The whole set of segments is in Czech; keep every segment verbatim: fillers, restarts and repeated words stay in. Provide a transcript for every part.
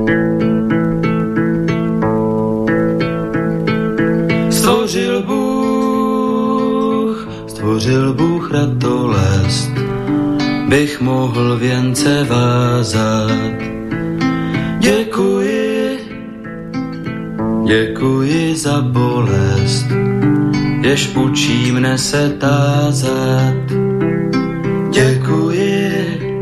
Stvořil Bůh, stvořil Bůh ratolest, bych mohl věnce vázat. Děkuji, děkuji za bolest, jež učí mne se tázat. Děkuji,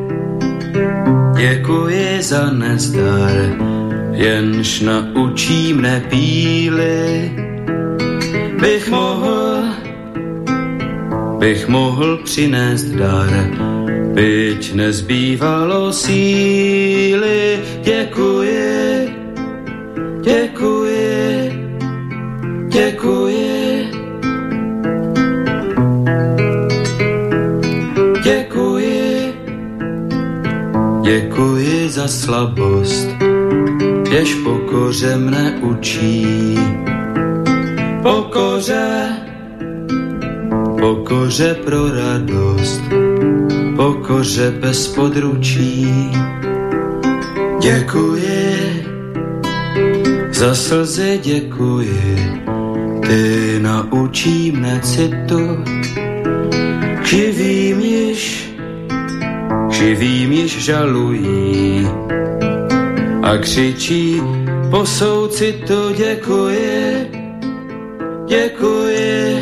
děkuji za nezdar, jenž naučí mne píly. Bych mohl, bych mohl přinést dar, byť nezbývalo síly. Děkuji, děkuji, děkuji, děkuji, děkuji za slabost, jež pokoře mne učí. Pokoře, pokoře pro radost, pokoře bez područí. Děkuji, za slzy děkuji, ty naučí mne citu. Živým již, živým již žalují a křičí po soucitu. Děkuji, děkuji,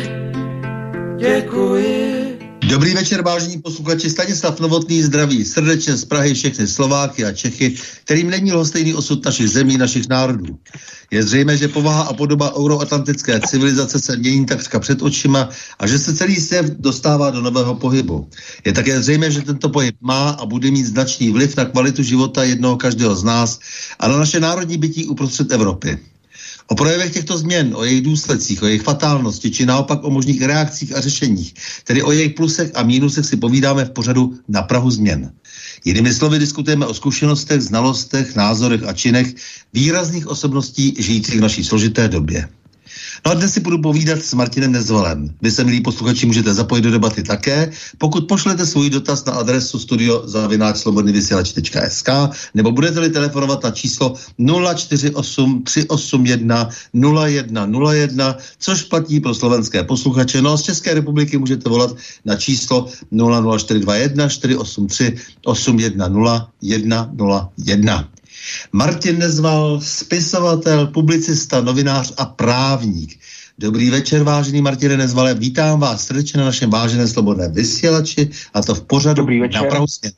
děkuji. Dobrý večer, vážení posluchači. Stanislav Novotný zdraví srdečně z Prahy všechny Slováky a Čechy, kterým není lhostejný osud našich zemí, našich národů. Je zřejmé, že povaha a podoba euroatlantické civilizace se mění takřka před očima a že se celý svět dostává do nového pohybu. Je také zřejmé, že tento pohyb má a bude mít značný vliv na kvalitu života jednoho každého z nás a na naše národní bytí uprostřed Evropy. O projevech těchto změn, o jejich důsledcích, o jejich fatálnosti, či naopak o možných reakcích a řešeních, tedy o jejich plusech a mínusech si povídáme v pořadu Na prahu změn. Jinými slovy diskutujeme o zkušenostech, znalostech, názorech a činech výrazných osobností žijících v naší složité době. No a dnes si budu povídat s Martinem Nezvalem. Vy se, milí posluchači, můžete zapojit do debaty také, pokud pošlete svůj dotaz na adresu studio zavináč slobodný vysílač tečka es ká nebo budete-li telefonovat na číslo nula čtyři osm tři osm jedna nula jedna nula jedna, což platí pro slovenské posluchače. No a z České republiky můžete volat na číslo nula nula čtyři dva jedna čtyři osm tři osm jedna nula jedna nula jedna. Martin Nezval, spisovatel, publicista, novinář a právník. Dobrý večer, vážený Martine Nezvale, vítám vás srdečně na našem váženém slobodném vysílači a to v pořadu Na prahu změn.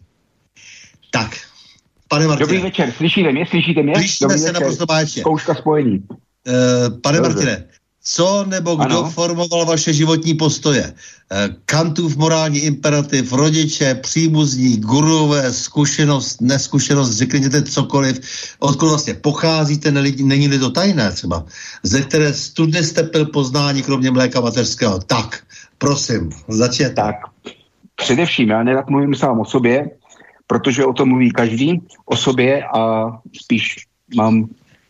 Tak, pane Martine. Dobrý večer, slyšíte mě, slyšíte mě? Slyšíme Dobrý se naprosto báječně. Zkouška spojení. Uh, pane Dobře. Martine, co nebo kdo ano. formoval vaše životní postoje? Kantův morální imperativ, rodiče, příbuzní, gurové, zkušenost, neskušenost, řekněte cokoliv, odkud vlastně pocházíte, není-li to tajné třeba, ze které studny jste pil poznání, kromě mléka mateřského. Tak, prosím, začněte. Tak, především, já nerad mluvím sám o sobě, protože o tom mluví každý, o sobě a spíš mám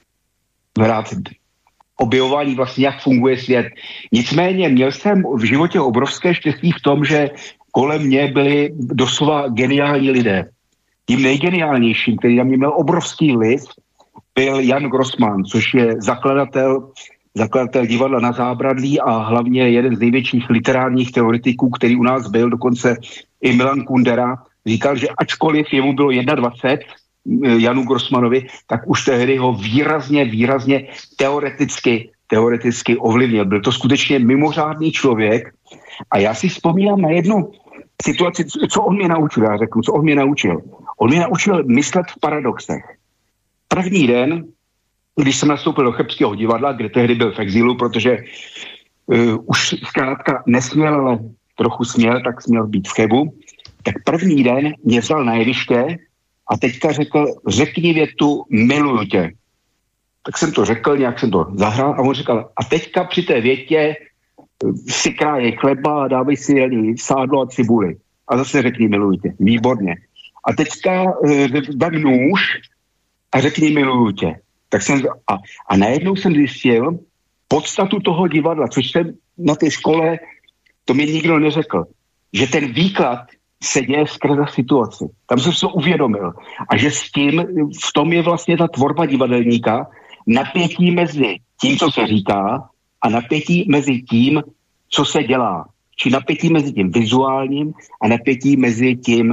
rád objevování vlastně, jak funguje svět. Nicméně měl jsem v životě obrovské štěstí v tom, že kolem mě byli doslova geniální lidé. Tím nejgeniálnějším, který na mě měl obrovský vliv, byl Jan Grossman, což je zakladatel, zakladatel divadla Na zábradlí a hlavně jeden z největších literárních teoretiků, který u nás byl, dokonce i Milan Kundera, říkal, že ačkoliv jemu bylo dvacet jedna, Janu Grossmanovi, tak už tehdy ho výrazně, výrazně teoreticky, teoreticky ovlivnil. Byl to skutečně mimořádný člověk a já si vzpomínám na jednu situaci, co on mě naučil, já řeknu, co on mě naučil. On mě naučil myslet v paradoxech. První den, když jsem nastoupil do Chebského divadla, kde tehdy byl v exilu, protože uh, už zkrátka nesměl, ale trochu směl, tak směl být v Chebu, tak první den mě vzal na jeviště a teďka řekl, řekni větu, miluju tě. Tak jsem to řekl, nějak jsem to zahrál a on říkal, a teďka při té větě si krájej chleba a dávej si sádlo a cibuli. A zase řekni, miluju tě. Výborně. A teďka dám nůž a řekni, miluju tě. Tak jsem, a, a najednou jsem zjistil podstatu toho divadla, což jsem na té škole, to mi nikdo neřekl, že ten výklad se děje skrze situaci. Tam jsem se to uvědomil. A že s tím, v tom je vlastně ta tvorba divadelníka, napětí mezi tím, co se říká, a napětí mezi tím, co se dělá. Či napětí mezi tím vizuálním a napětí mezi tím,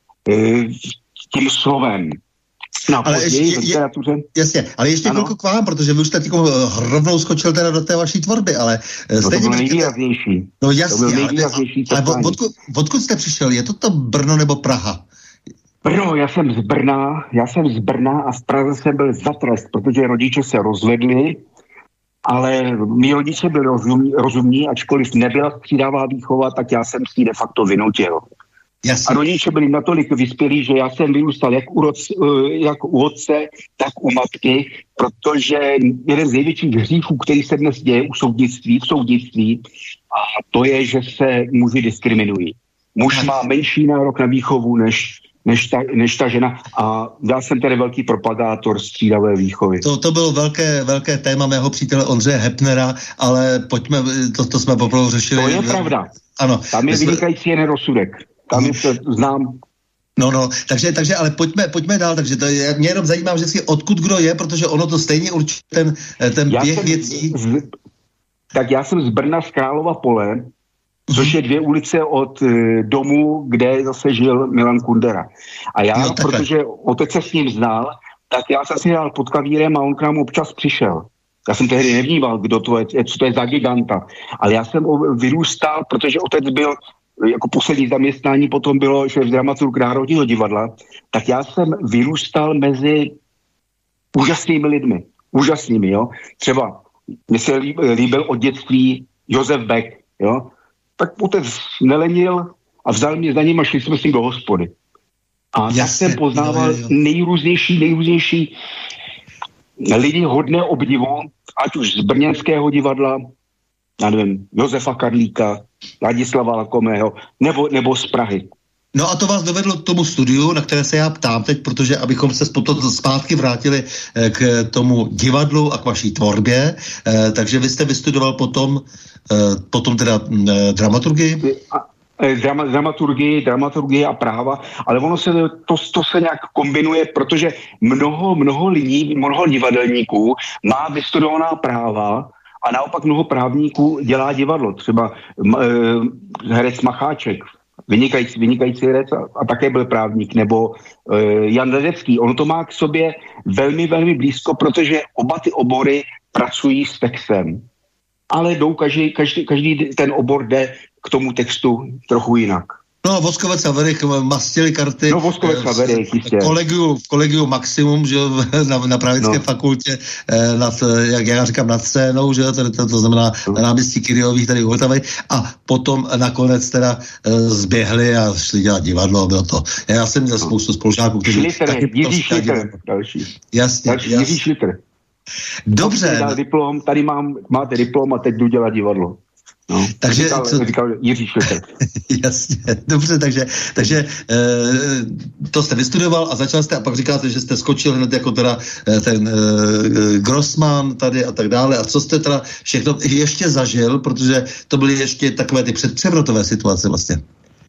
tím slovem. No, ale ještě, je, jasně, ale ještě chvilku k vám, protože vy už jste jako rovnou skočil teda do té vaší tvorby, ale no, stejně... To bylo nejvýraznější. No jasně, to nejvýraznější ale, ale odkud, odkud jste přišel? Je to to Brno nebo Praha? Brno, já jsem z Brna, já jsem z Brna a v Praze jsem byl za trest, protože rodiče se rozvedli, ale mý rodiče byli rozumní, rozumní, ačkoliv nebyla střídavá výchova, tak já jsem si de facto vynutil. Jasně. A rodiče byli natolik vyspělí, že já jsem vyrůstal jak u, roc, jak u otce, tak u matky, protože jeden z největších hříchů, který se dnes děje u soudnictví, v soudnictví, a to je, že se muži diskriminují. Muž má menší nárok na výchovu než, než, ta, než ta žena a já jsem tedy velký propagátor střídavé výchovy. To, to bylo velké, velké téma mého přítele Ondřeje Hepnera, ale pojďme, to, to jsme poprvé řešili. To je pravda. Ano. Tam je vynikající jeden rozsudek. Tam se znám. No, no, takže, takže ale pojďme, pojďme dál, takže to je, mě jenom zajímá vždycky, odkud kdo je, protože ono to stejně určitě ten, ten běh věcí. Z, tak já jsem z Brna z Králova Pole, což je dvě ulice od e, domu, kde zase žil Milan Kundera. A já, no, protože otec se s ním znal, tak já jsem si dal pod klavírem a on k nám občas přišel. Já jsem tehdy nevnímal, kdo to je, co to je za giganta. Ale já jsem vyrůstal, protože otec byl jako poslední zaměstnání potom bylo šéf dramaturg Národního divadla, tak já jsem vyrůstal mezi úžasnými lidmi. Úžasnými, jo. Třeba mně se líbil od dětství Josef Beck, jo. Tak otec nelenil a vzal mě za ním a šli jsme s ním do hospody. A tak jsem poznával jo, jo. nejrůznější, nejrůznější lidi hodné obdivu, ať už z brněnského divadla, já nevím, Josefa Karlíka, Ladislava Lakomého, nebo, nebo z Prahy. No a to vás dovedlo k tomu studiu, na které se já ptám teď, protože abychom se zpátky vrátili k tomu divadlu a k vaší tvorbě, takže vy jste vystudoval potom, potom teda dramaturgii? Drama, dramaturgii, dramaturgii a práva, ale ono se, to, to se nějak kombinuje, protože mnoho, mnoho lidí, mnoho divadelníků má vystudovaná práva a naopak mnoho právníků dělá divadlo. Třeba e, herec Macháček, vynikající, vynikající herec a, a také byl právník, nebo e, Jan Ledecký. On to má k sobě velmi, velmi blízko, protože oba ty obory pracují s textem. Ale jdou každý, každý, každý ten obor jde k tomu textu trochu jinak. No a Voskovec a Verich mastili karty no, Voskovec a Verich, jistě. Kolegiu, v kolegiu Maximum, že na, na právnické no. fakultě, nad, jak já říkám, nad scénou, že to, to, to znamená no. na náměstí Kyriových tady u Vltavy, a potom nakonec teda zběhli a šli dělat divadlo a bylo to. Já jsem měl spoustu spolužáků, kteří... Šliter, Jiří Šliter, další. Jasně, další, jasně. Jiří Šliter. Dobře. Dal diplom, tady mám, máte diplom a teď jdu dělat divadlo. No, takže říkal, co... říkal Jiří Šliter. Jasně, dobře, takže, takže e, to jste vystudoval a začal jste a pak říkáte, že jste skočil hned jako teda ten e, Grossman tady a tak dále. A co jste teda všechno ještě zažil, protože to byly ještě takové ty předpřevratové situace vlastně.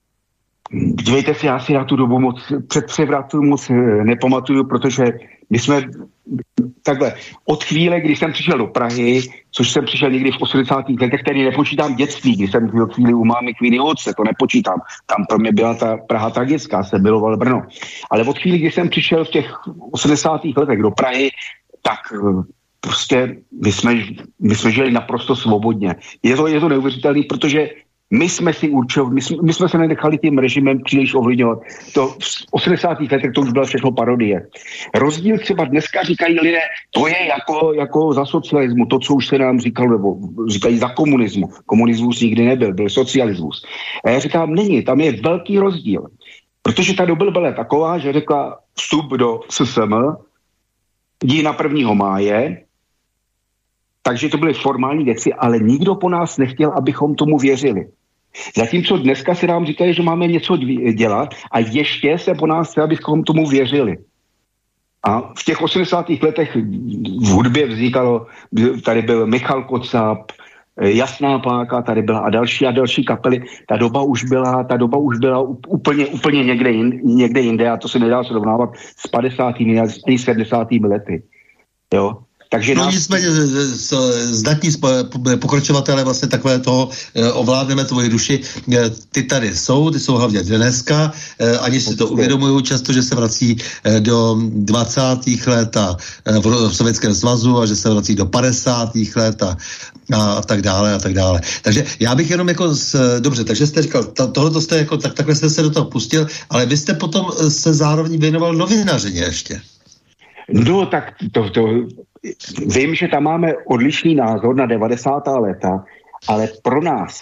Dívejte si, já si na tu dobu moc před převratem moc nepamatuju, protože my jsme takhle, od chvíle, kdy jsem přišel do Prahy, což jsem přišel někdy v osmdesátých letech, který nepočítám dětství, kdy jsem byl chvíli u mámy, chvíli u otce, to nepočítám. Tam pro mě byla ta Praha tragická, jsem miloval Brno. Ale od chvíli, kdy jsem přišel v těch osmdesátých letech do Prahy, tak prostě my jsme, my jsme žili naprosto svobodně. Je to, je to neuvěřitelné, protože my jsme si určovali, my, my jsme se nenechali tím režimem příliš ovlivňovat. To v osmdesátých letech to už byla všechno parodie. Rozdíl třeba dneska říkají lidé, to je jako, jako za socialismu, to, co už se nám říkalo, nebo říkají za komunismu. Komunismus nikdy nebyl, byl socialismus. A já říkám, není, tam je velký rozdíl. Protože ta doba byla taková, že řekla vstup do S S M, jdi na prvního máje, takže to byly formální věci, ale nikdo po nás nechtěl, abychom tomu věřili. Zatímco dneska se nám říkají, že máme něco dělat a ještě se po nás chce, abychom tomu věřili. A v těch osmdesátých letech v hudbě vznikalo, tady byl Michal Kocáb, Jasná Páka tady byla a další a další kapely. Ta doba už byla, ta doba už byla úplně, úplně někde, jinde, někde jinde a to se nedá srovnávat s padesátými ani sedmdesátými lety. Jo? Takže no nás... nicméně zdatní pokračovatelé vlastně takové toho ovládneme tvoji duši, ty tady jsou, ty jsou hlavně dneska, ani si to uvědomují často, že se vrací do dvacátých let a v Sovětském svazu a že se vrací do padesátých let a, a tak dále a tak dále. Takže já bych jenom jako, s, dobře, takže jste říkal, to, tohleto jste jako, tak, takhle jste se do toho pustil, ale vy jste potom se zároveň věnoval novinařině ještě. No tak to, to vím, že tam máme odlišný názor na devadesátá léta, ale pro nás,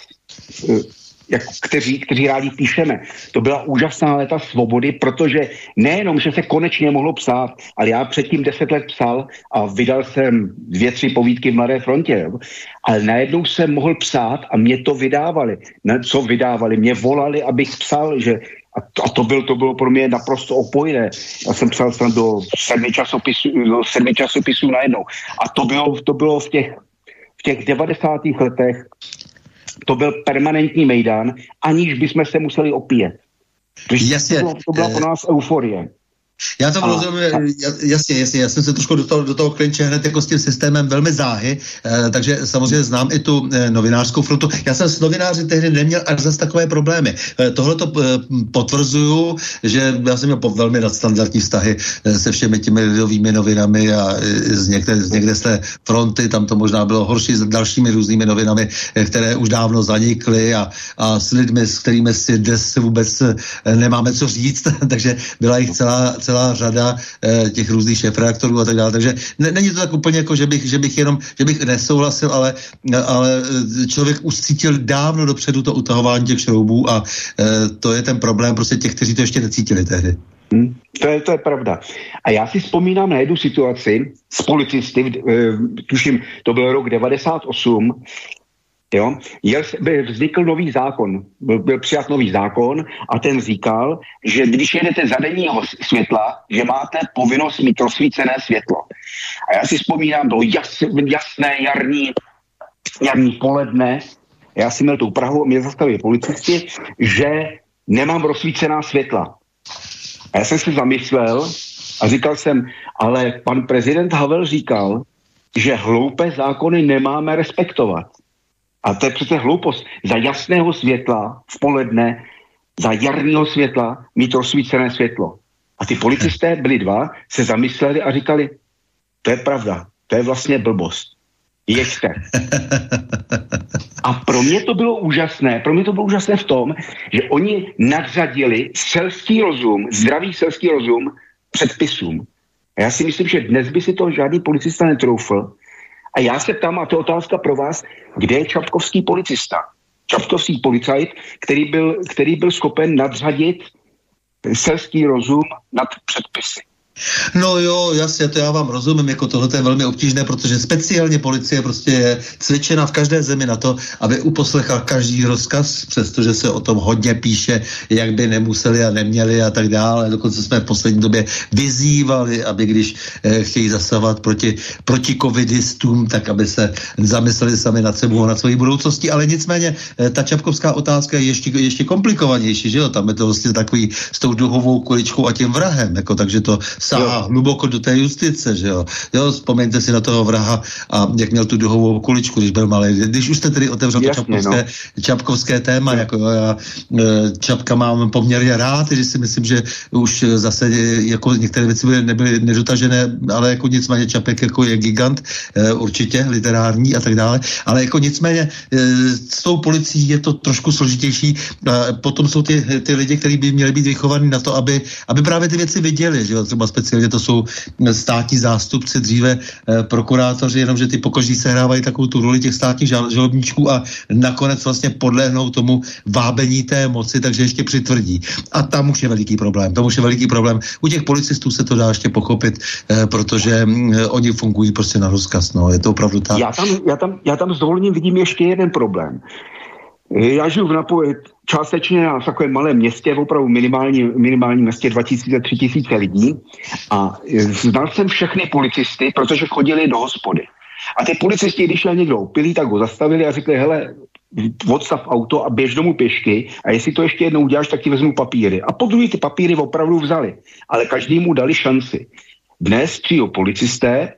jako kteří, kteří rádi píšeme, to byla úžasná léta svobody, protože nejenom, že se konečně mohlo psát, ale já předtím deset let psal a vydal jsem dvě, tři povídky v Mladé frontě, jo? Ale najednou jsem mohl psát a mě to vydávali. Ne, co vydávali? Mě volali, abych psal, že A to, a to, byl, to bylo pro mě naprosto opojné. Já jsem psal tam do sedmi časopisů, do sedmi časopisů najednou. A to bylo, to bylo v těch, v těch devadesátých letech, to byl permanentní mejdan, aniž bychom se museli opíjet. Jasně. To byla, to byla pro nás euforie. Já to rozumím, jasně, jasně, já jsem se trošku do toho, do toho klinče hned jako s tím systémem velmi záhy, eh, takže samozřejmě znám i tu eh, novinářskou frontu. Já jsem s novináři tehdy neměl až zase takové problémy. Eh, Tohle to eh, potvrzuju, že já jsem měl po velmi nadstandardní vztahy eh, se všemi těmi lidovými novinami a eh, z, někde, z někde z té fronty, tam to možná bylo horší s dalšími různými novinami, eh, které už dávno zanikly a, a s lidmi, s kterými si dnes vůbec eh, nemáme co říct, takže byla jich celá celá řada e, těch různých šéfredaktorů a tak dále. Takže ne, není to tak úplně jako, že bych, že bych jenom, že bych nesouhlasil, ale, ale člověk už cítil dávno dopředu to utahování těch šroubů a e, to je ten problém prostě těch, kteří to ještě necítili tehdy. Hmm, to, je, to je pravda. A já si vzpomínám na jednu situaci s policisty, e, tuším, to byl rok devadesát osm, jo, jel, vznikl nový zákon, byl, byl přijat nový zákon a ten říkal, že když jedete za denního světla, že máte povinnost mít rozsvícené světlo. A já si vzpomínám, bylo jas, jasné jarní, jarní poledne, já si měl tu Prahu a mě zastavili policisti, že nemám rozsvícená světla. A já jsem si zamyslel a říkal jsem, ale pan prezident Havel říkal, že hloupé zákony nemáme respektovat. A to je přece hloupost. Za jasného světla v poledne, za jarního světla mít rozsvícené světlo. A ty policisté, byli dva, se zamysleli a říkali, to je pravda, to je vlastně blbost. Jeďte. A pro mě to bylo úžasné, pro mě to bylo úžasné v tom, že oni nadřadili selský rozum, zdravý selský rozum předpisům. A já si myslím, že dnes by si to žádný policista netroufl. A já se ptám, a to je otázka pro vás, kde je čapkovský policista? Čapkovský policajt, který byl, který byl schopen nadřadit selský rozum nad předpisy. No jo, jasně, to já vám rozumím, jako tohle je velmi obtížné, protože speciálně policie prostě je cvičena v každé zemi na to, aby uposlechal každý rozkaz, přestože se o tom hodně píše, jak by nemuseli a neměli a tak dále. Dokonce jsme v poslední době vyzývali, aby když eh, chtějí zasahovat proti, proti covidistům, tak aby se zamysleli sami nad sebou a nad svojí budoucností, ale nicméně eh, ta čapkovská otázka je ještě, ještě komplikovanější, že jo, tam je to vlastně takový s tou duhovou kuličkou a tím vrahem, jako takže to sahá hluboko do té justice, že jo. Jo, vzpomeňte si na toho vraha a jak měl tu duhovou kuličku, když byl malý. Když už jste tedy otevřel to čapkovské, no. čapkovské téma, no. jako jo, já Čapka mám poměrně rád, když si myslím, že už zase jako některé věci byly, nebyly nedotažené, ale jako nicméně Čapek jako je gigant, určitě literární a tak dále, ale jako nicméně s tou policií je to trošku složitější. Potom jsou ty, ty lidi, kteří by měli být vychovaní na to, aby, aby právě ty věci viděli, že jo, třeba speciálně to jsou státní zástupci, dříve eh, prokurátoři, jenomže ty pokaždý sehrávají takovou tu roli těch státních žal, žalobníčků a nakonec vlastně podlehnou tomu vábení té moci, takže ještě přitvrdí. A tam už je veliký problém. Tam už je veliký problém. U těch policistů se to dá ještě pochopit, eh, protože eh, oni fungují prostě na rozkaz. No, je to opravdu tak. Já tam, já tam, já tam s dovolením vidím ještě jeden problém. Já žiju v napoji částečně na takovém malém městě, opravdu minimální, minimální městě dva tisíce, tři tisíce lidí a znal jsem všechny policisty, protože chodili do hospody. A ty policisti, když šel někdo opilý, tak ho zastavili a řekli, hele, odstav auto a běž domů pěšky a jestli to ještě jednou uděláš, tak ti vezmu papíry. A po druhý ty papíry opravdu vzali. Ale každému dali šanci. Dnes přijou policisté,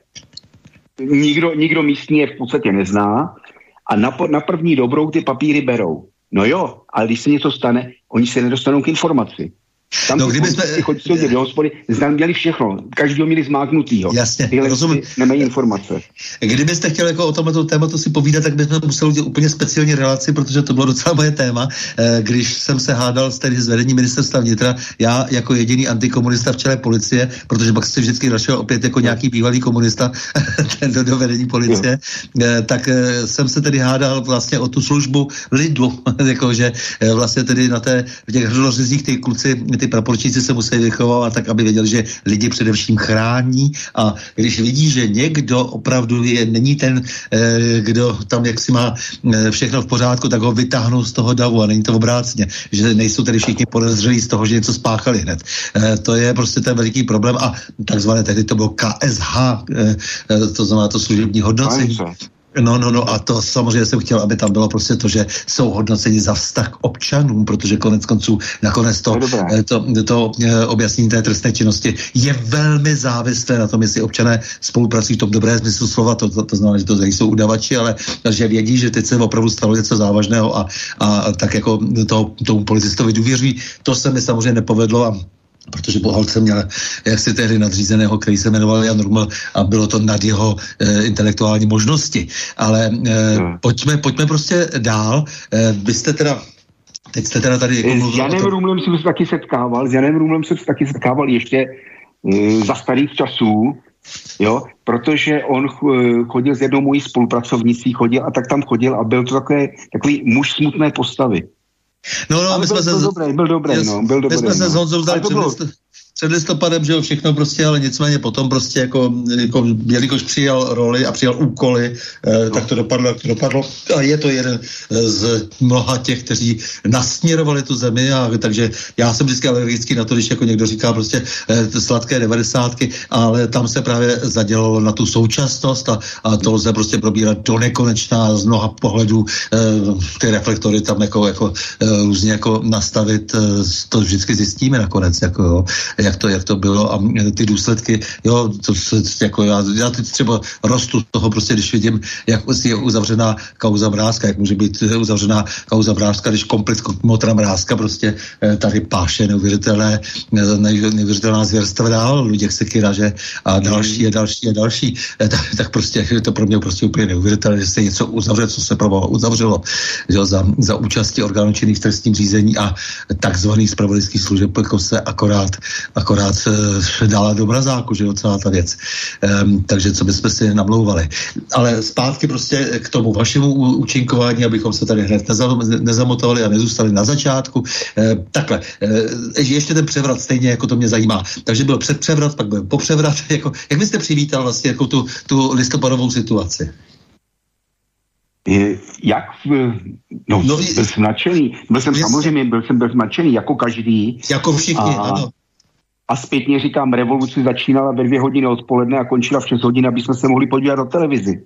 nikdo, nikdo místní je v podstatě nezná a na, na první dobrou ty papíry berou. No jo, ale když se něco stane, oni se nedostanou k informaci. Tam no, kdyby jsme... chodí sedět do hospody, znám měli všechno. Každýho měli zmáknutýho. Jasně, tyhle rozumím. Nemají informace. Kdybyste chtěli jako o tomto tématu si povídat, tak bychom museli udělat úplně speciální relaci, protože to bylo docela moje téma. Když jsem se hádal s, s vedením ministerstva vnitra, já jako jediný antikomunista v čele policie, protože pak se vždycky našel opět jako nějaký bývalý komunista do, do vedení policie, jo. Tak jsem se tedy hádal vlastně o tu službu lidu, jakože vlastně tedy na té, v těch hrdlořezích ty kluci, ty praporčíci se musí vychovávat tak, aby věděli, že lidi především chrání a když vidí, že někdo opravdu je, není ten, eh, kdo tam jaksi má eh, všechno v pořádku, tak ho vytáhnou z toho davu a není to obrácně, že nejsou tedy všichni podezřelí z toho, že něco spáchali hned. Eh, to je prostě ten veliký problém a takzvané tehdy to bylo K S H, eh, eh, to znamená to služební hodnocení. No, no, no a to samozřejmě jsem chtěl, aby tam bylo prostě to, že jsou hodnoceni za vztah k občanům, protože konec konců nakonec to, to, to, to objasnění té trestné činnosti je velmi závislé na tom, jestli občané spolupracují v tom dobré smyslu slova, to, to, to znamená, že to nejsou udavači, ale že vědí, že teď se opravdu stalo něco závažného a, a tak jako to, tomu policistovi důvěří. To se mi samozřejmě nepovedlo a protože Boholce měl jaksi tehdy nadřízeného, který se jmenoval Jan Ruml a bylo to nad jeho e, intelektuální možnosti. Ale e, hmm. pojďme, pojďme prostě dál. E, vy jste teda teď jste teda tady... Jako s Janem tom... Rumlem jsem se taky setkával, s Janem Rumlem jsem se taky setkával ještě e, za starých časů, jo, protože on chodil s jednou mojí spolupracovnicí, chodil a tak tam chodil a byl to takové, takový muž smutné postavy. No, no, my byl, jsme se... Byl dobrý, byl dobrý, jas, no, byl dobrý. My jsme se no. s Honzou vzali před, list, před listopadem, že jo, všechno prostě, ale nicméně potom prostě jako, jako jelikož přijal roli a přijal úkoly, eh, no. tak to dopadlo, jak to dopadlo. A je to jeden z mnoha těch, kteří nasměrovali tu zemi, a takže já jsem vždycky alergický na to, když jako někdo říká prostě eh, sladké devadesátky, ale tam se právě zadělalo na tu současnost a, a to lze prostě probírat do nekonečna z mnoha pohledů, eh, ty reflektory tam jako, jako eh, různě jako nastavit, eh, to vždycky zjistíme nakonec, jako jo, jak to, jak to bylo a ty důsledky, jo, to se, jako já, já teď třeba rostu toho prostě, když vidím, jak je uzavřená kauza Mrázka, jak může být uzavřená kauza Mrázka, když komplet Kmotra Mrázka prostě tady páše neuvěřitelné, neuvěřitelná zvěrstva dál, Luděk Sekyra, že a další a další a další, tak, tak prostě je to pro mě prostě úplně neuvěřitelné, že se něco uzavře, co se provo uzavřelo, že za, za účasti orgánů činných v trestním řízení a takzvaných zpravodajských služeb, jako se akorát akorát se dala do mrazáku, že jo, celá ta věc. Um, takže co bychom si namlouvali. Ale zpátky prostě k tomu vašemu účinkování, abychom se tady hned nezamotovali a nezůstali na začátku. Um, takhle, um, ještě ten převrat stejně, jako to mě zajímá. Takže byl předpřevrat, pak byl popřevrat. Jako, jak byste přivítal vlastně jako tu, tu listopadovou situaci? Jak? No, no byl jsem nadšený. Byl jsem samozřejmě, byl jsem byl nadšený, jako každý. Jako všichni, a... ano. A zpětně říkám, revoluce začínala ve dvě hodiny odpoledne a končila v šest hodin, aby jsme se mohli podívat na televizi.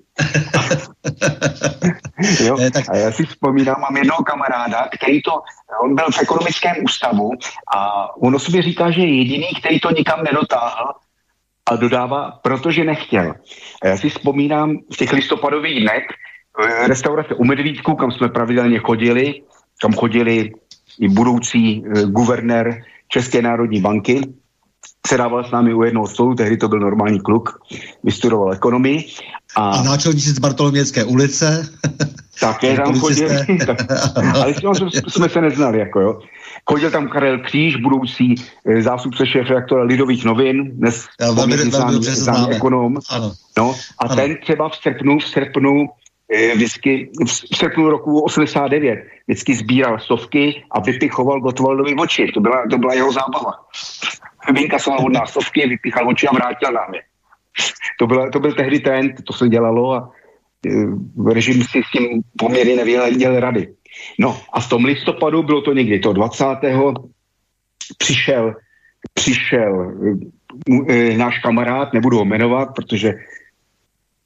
Jo? Ne, tak... A já si vzpomínám, mám jednoho kamaráda, který to, on byl v ekonomickém ústavu a on o sobě říká, že je jediný, který to nikam nedotáhl a dodává, protože nechtěl. A já si vzpomínám v těch listopadových dnech restaurace u Medvídku, kam jsme pravidelně chodili, kam chodili i budoucí uh, guvernér České národní banky, sedával s námi u jednoho stolu, tehdy to byl normální kluk, vystudoval ekonomii. A, a náčelníci z Bartolomějské ulice. Také tam chodili, tak, ale s tím jsme se neznali, jako jo. Chodil tam Karel Kříž, budoucí e, zástupce šéfredaktora Lidových novin, dnes poměrně známý ekonom. Ano. No, a ano. Ten třeba v srpnu, v srpnu e, vždycky, v srpnu roku osmdesát devět vždycky sbíral stovky a vypichoval Gottwaldovi oči. To byla, to byla jeho zábava. Vynkasoval od nás stovky, vypichal oči a vrátil nám je. To, byla, to byl tehdy trend, to se dělalo a e, režim si s tím poměrně nevěděl rady. No a v tom listopadu bylo to někdy to dvacátého přišel, přišel e, náš kamarád, nebudu ho jmenovat, protože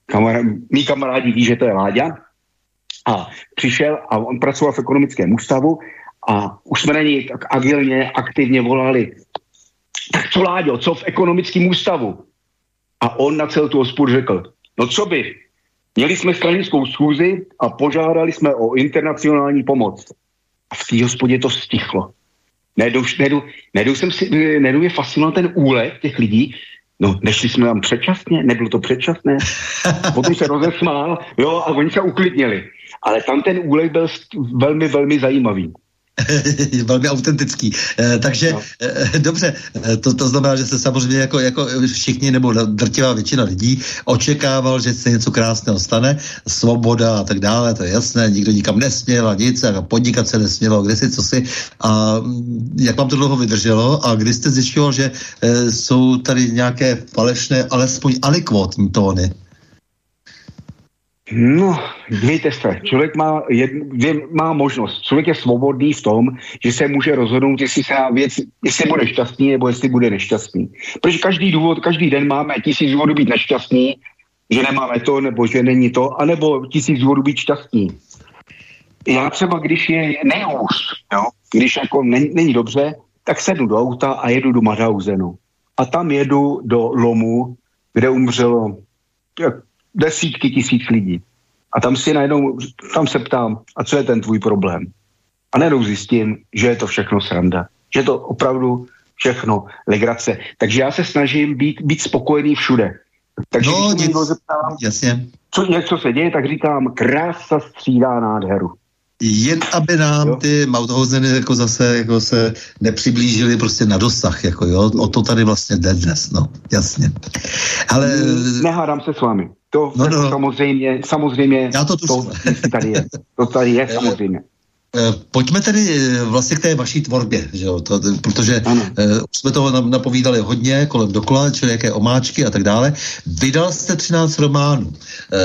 Kamarád, mý kamarádi ví, že to je Láďa. A přišel a on pracoval v ekonomickém ústavu a už jsme na něj tak agilně, aktivně volali, tak co Láďo, co v ekonomickém ústavu? A on na celou tu hospodu řekl, no co by, měli jsme stranickou schůzi a požádali jsme o internacionální pomoc. A v té hospodě to stichlo. Najednou, najednou, najednou, jsem si, najednou je fascinoval ten úlet těch lidí. No, nešli jsme tam předčasně, nebylo to předčasné. Potom se rozesmál, jo, a oni se uklidnili. Ale tam ten úlet byl velmi, velmi zajímavý. Velmi autentický. E, takže no. e, dobře, to, to znamená, že se samozřejmě jako, jako všichni nebo drtivá většina lidí očekával, že se něco krásného stane, svoboda a tak dále, to je jasné, nikdo nikam nesměl a nic, a podnikat se nesmělo, kde si, co si. A jak vám to dlouho vydrželo a kdy jste zjišťoval, že e, jsou tady nějaké falešné, alespoň alikvotní tóny? No, dívejte se, člověk má, jed, má možnost, člověk je svobodný v tom, že se může rozhodnout, jestli se na věc, jestli bude šťastný, nebo jestli bude nešťastný. Protože každý důvod, každý den máme tisíc důvodů být nešťastný, že nemáme to, nebo že není to, anebo tisíc důvodů být šťastný. Já třeba, když je nejhůř, jo, když jako není, není dobře, tak sednu do auta a jedu do Mauthausenu. A tam jedu do lomu, kde umřelo desítky tisíc lidí. A tam si najednou, tam se ptám, a co je ten tvůj problém? A najednou zjistím, že je to všechno sranda. Že je to opravdu všechno legrace. Takže já se snažím být, být spokojený všude. Takže no, když se někdo zeptám, jasně. Co, něco se děje, tak říkám, krása střídá nádheru. Jen aby nám jo. ty Mauthauseny jako zase jako se nepřiblížili prostě na dosah, jako jo, o to tady vlastně jde dnes, no, jasně. Ale... Nehádám se s vámi. To no, no. samozřejmě, samozřejmě, Já to, to tady je. To tady je samozřejmě. Pojďme tedy vlastně k té vaší tvorbě, že jo? To, protože uh, jsme toho napovídali hodně kolem dokola, čili jaké omáčky a tak dále. Vydal jste třináct románů. Uh,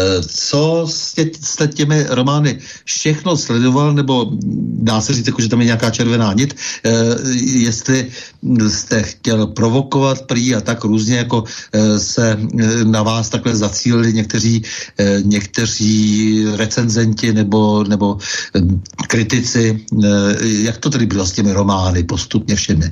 co jste, jste těmi romány všechno sledoval, nebo dá se říct, jako, že tam je nějaká červená nit, uh, jestli jste chtěl provokovat prý a tak různě, jako uh, se na vás takhle zacílili někteří, uh, někteří recenzenti nebo, nebo uh, kritici. Jak to tedy bylo s těmi romány postupně všemi?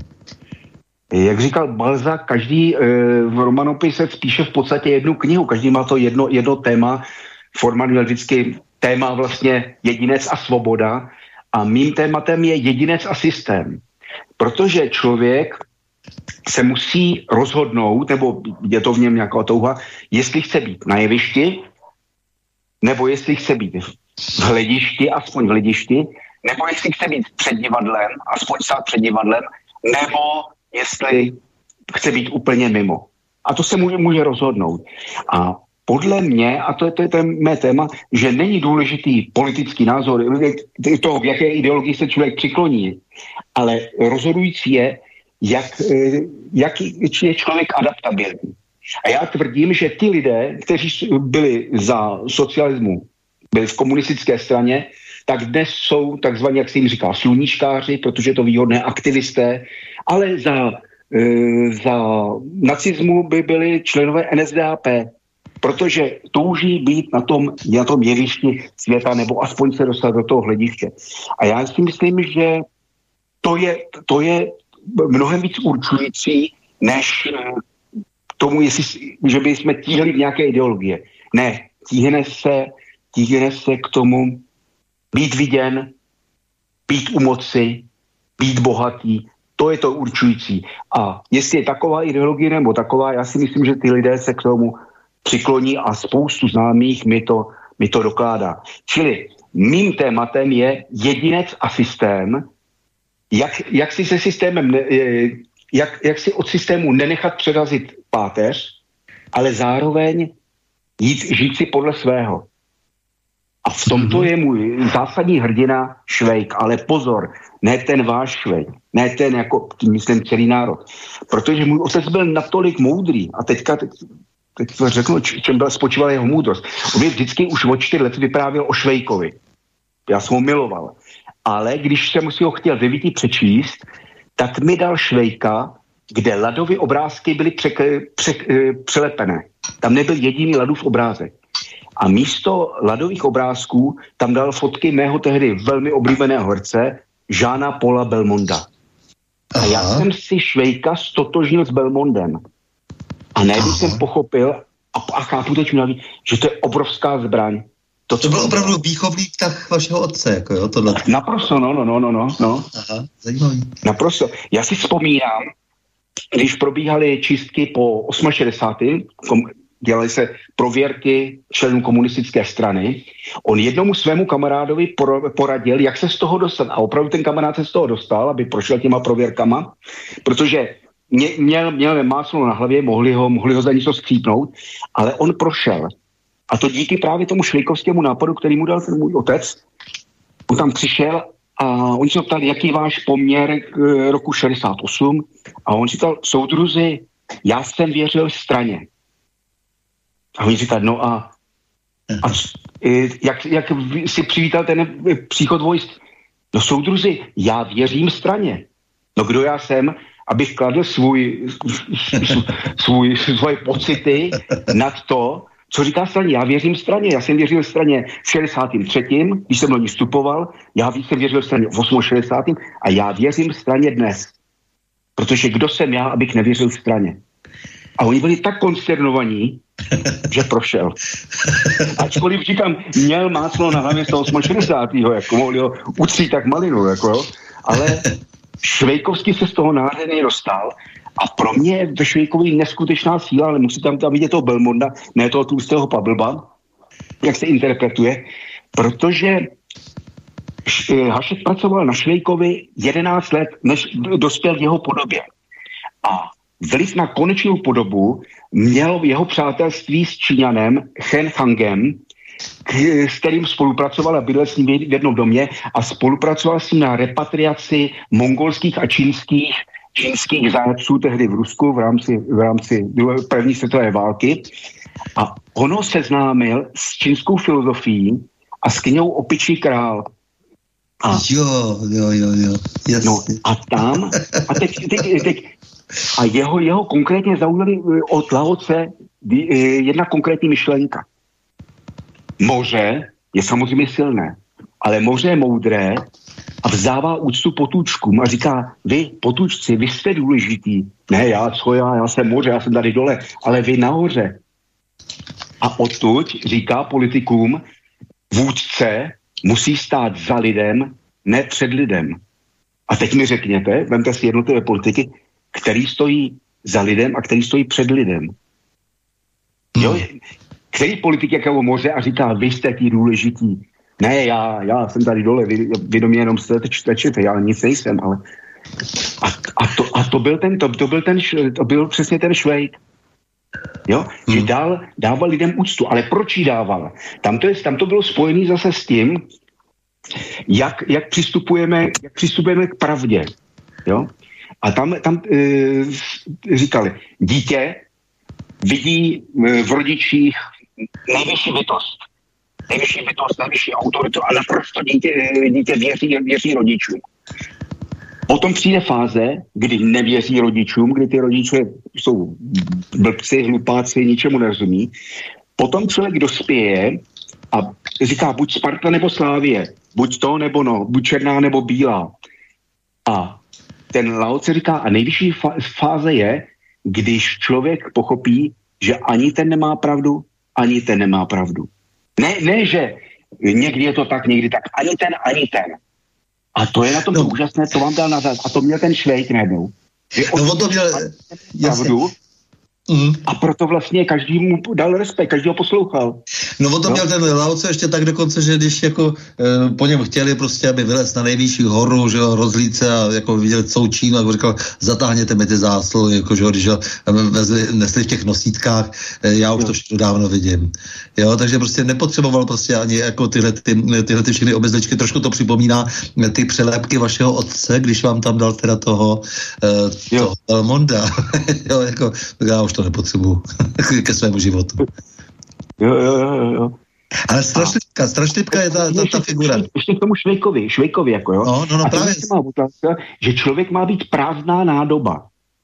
Jak říkal Balzac, každý e, v romanopisec píše v podstatě jednu knihu, každý má to jedno, jedno téma, Forman měl vždycky téma vlastně jedinec a svoboda a mým tématem je jedinec a systém. Protože člověk se musí rozhodnout, nebo je to v něm nějaká touha, jestli chce být na jevišti, nebo jestli chce být v hledišti, aspoň v hledišti, nebo jestli chce být před divadlem, aspoň stát před divadlem, nebo jestli chce být úplně mimo. A to se může, může rozhodnout. A podle mě, a to je, to je to mé téma, že není důležitý politický názor, toho, v jaké ideologii se člověk přikloní, ale rozhodující je, jak, jak je člověk adaptabilní. A já tvrdím, že ty lidé, kteří byli za socialismu, byli v komunistické straně, tak dnes jsou takzvaní, jak se jim říká, sluníčkáři, protože to výhodné aktivisté, ale za, e, za nacismu by byli členové N S D A P, protože touží být na tom, na tom jevišti světa, nebo aspoň se dostat do toho hlediště. A já si myslím, že to je, to je mnohem víc určující, než tomu, jestli, že by jsme tíhli v nějaké ideologie. Ne, tíhne se, tíhne se k tomu být viděn, být u moci, být bohatý, to je to určující. A jestli je taková ideologie nebo taková, já si myslím, že ty lidé se k tomu přikloní a spoustu známých mi to, mi to dokládá. Čili mým tématem je jedinec a systém, jak, jak si se systémem, jak, jak si od systému nenechat předrazit páteř, ale zároveň jít, žít si podle svého. A v tomto je můj zásadní hrdina Švejk, ale pozor, ne ten váš Švejk, ne ten jako, myslím, celý národ. Protože můj otec byl natolik moudrý a teďka, teď, teď to řeknu, čem byl spočíval jeho moudrost. On mě vždycky už od čtyři let vyprávěl o Švejkovi. Já jsem ho miloval. Ale když jsem si ho chtěl devíti přečíst, tak mi dal Švejka, kde Ladovy obrázky byly pře, pře, přelepené. Tam nebyl jediný Ladův obrázek. a místo ladových obrázků tam dal fotky mého tehdy velmi oblíbeného herce Jeana Paula Belmonda. A já jsem si Švejka stotožnil s Belmondem. A najednou jsem pochopil a, a chápu teď, že to je obrovská zbraň. To, to byl opravdu výchovný vztah vašeho otce, jako jo, tohle. Naprosto, no, no, no, no, no. Aha, zajímavý. Naprosto. Já si vzpomínám, když probíhaly čistky po šedesátém osmém dělaly se prověrky členů komunistické strany, on jednomu svému kamarádovi poradil, jak se z toho dostat. A opravdu ten kamarád se z toho dostal, aby prošel těma prověrkama, protože měl, měl máslo na hlavě, mohli ho, mohli ho za něco skřípnout, ale on prošel. A to díky právě tomu švejkovskému nápadu, který mu dal ten můj otec. On tam přišel a on se ptal, jaký je váš poměr k roku šedesát osm. A on říkal, soudruzi, já jsem věřil straně. A oni říkali, no a, a jak, jak si přivítal ten příchod vojsk? No soudruzi, já věřím straně. No kdo já jsem, abych kladl svůj, svůj, svoje pocity nad to, co říká straně? Já věřím straně. Já jsem věřil straně v šedesátém třetím, když jsem do ní vstupoval, já jsem věřil straně v šedesátém osmém a já věřím straně dnes. Protože kdo jsem já, abych nevěřil straně? A oni byli tak konsternovaní, že prošel. Ačkoliv říkám, měl máslo na hlavě z toho šedesátého osmého jako mohli ho utřít tak malinu, jako, ale Švejkovský se z toho nádherně dostal a pro mě je ve Švejkovi neskutečná síla, ale musí tam, tam vidět toho Belmonda, ne toho tlustého Pablba, jak se interpretuje, protože Hašek pracoval na Švejkovi jedenáct let, než dospěl k jeho podobě. A vliv na konečnou podobu měl jeho přátelství s Číňanem Chen Hangem, s kterým spolupracoval a bydlel s ním v jednom domě a spolupracoval s ním na repatriaci mongolských a čínských, čínských zajatců tehdy v Rusku v rámci, v rámci první světové války. A ono seznámil s čínskou filozofií a s knihou Opičí král. A, jo, jo, jo, jo. Jasně. No a tam, a teď, teď, teď a jeho, jeho konkrétně zaujali od Laoce jedna konkrétní myšlenka. Moře je samozřejmě silné, ale moře je moudré a vzdává úctu potůčkům a říká, vy potůčci, vy jste důležitý. Ne, já, co já, já jsem moře, já jsem tady dole, ale vy nahoře. A odtud říká politikům, vůdce musí stát za lidem, ne před lidem. A teď mi řekněte, vemte si jednotlivé politiky, který stojí za lidem a který stojí před lidem. Jo? Který politik jakého moře a říká, vy jste tí důležitý. Ne, já, já jsem tady dole, vy, vy do mě jenom stečete, já nic nejsem, ale... A, a, to, a to byl ten, to, to byl ten, to byl přesně ten Švejk. Jo? Hmm. Že dal, dával lidem úctu. Ale proč jí dával? Tam to, je, tam to bylo spojené zase s tím, jak, jak, přistupujeme, jak přistupujeme k pravdě. Jo? A tam, tam e, říkali, dítě vidí v rodičích nejvyšší bytost. Nejvyšší bytost, nejvyšší autoritu a naprosto dítě, dítě věří, věří rodičům. Potom přijde fáze, kdy nevěří rodičům, kdy ty rodiče jsou blbci, hlupáci, ničemu nerozumí. Potom člověk dospěje a říká buď Sparta nebo Slávie, buď to nebo no, buď černá nebo bílá. A ten Laoce říká, a nejvyšší fáze je, když člověk pochopí, že ani ten nemá pravdu, ani ten nemá pravdu. Ne, ne, že někdy je to tak, někdy tak. Ani ten, ani ten. A to je na tom no. úžasné, to vám dal nazad. A to měl ten Švejk najednou. No on to měl... Pravdu, Mm. A proto vlastně každý mu dal respekt, každý ho poslouchal. No on to no. měl ten Laoce ještě tak dokonce, že když jako e, po něm chtěli prostě, aby vylez na nejvyšší horu, že jo, rozlít se a jako viděl celou Čínu, jako říkal, zatáhněte mi ty zásluhy, jako že jo, když ho vezli, nesli v těch nosítkách, e, já už jo. to všechno dávno vidím. Jo, takže prostě nepotřeboval prostě ani jako tyhle, ty, tyhle ty všechny obezličky, trošku to připomíná ty přelepky vašeho otce, když vám tam dal teda toho, e, toho Belmonda. Jo, jako, já už to nepotřebuju ke svému životu. Jo, jo, jo, jo. Ale strašlivka, strašlivka je ta, ta, ta figura. Ještě, ještě k tomu Švejkovi, Švejkovi jako jo. No, no, no a právě. Má otázka, že člověk má být prázdná nádoba.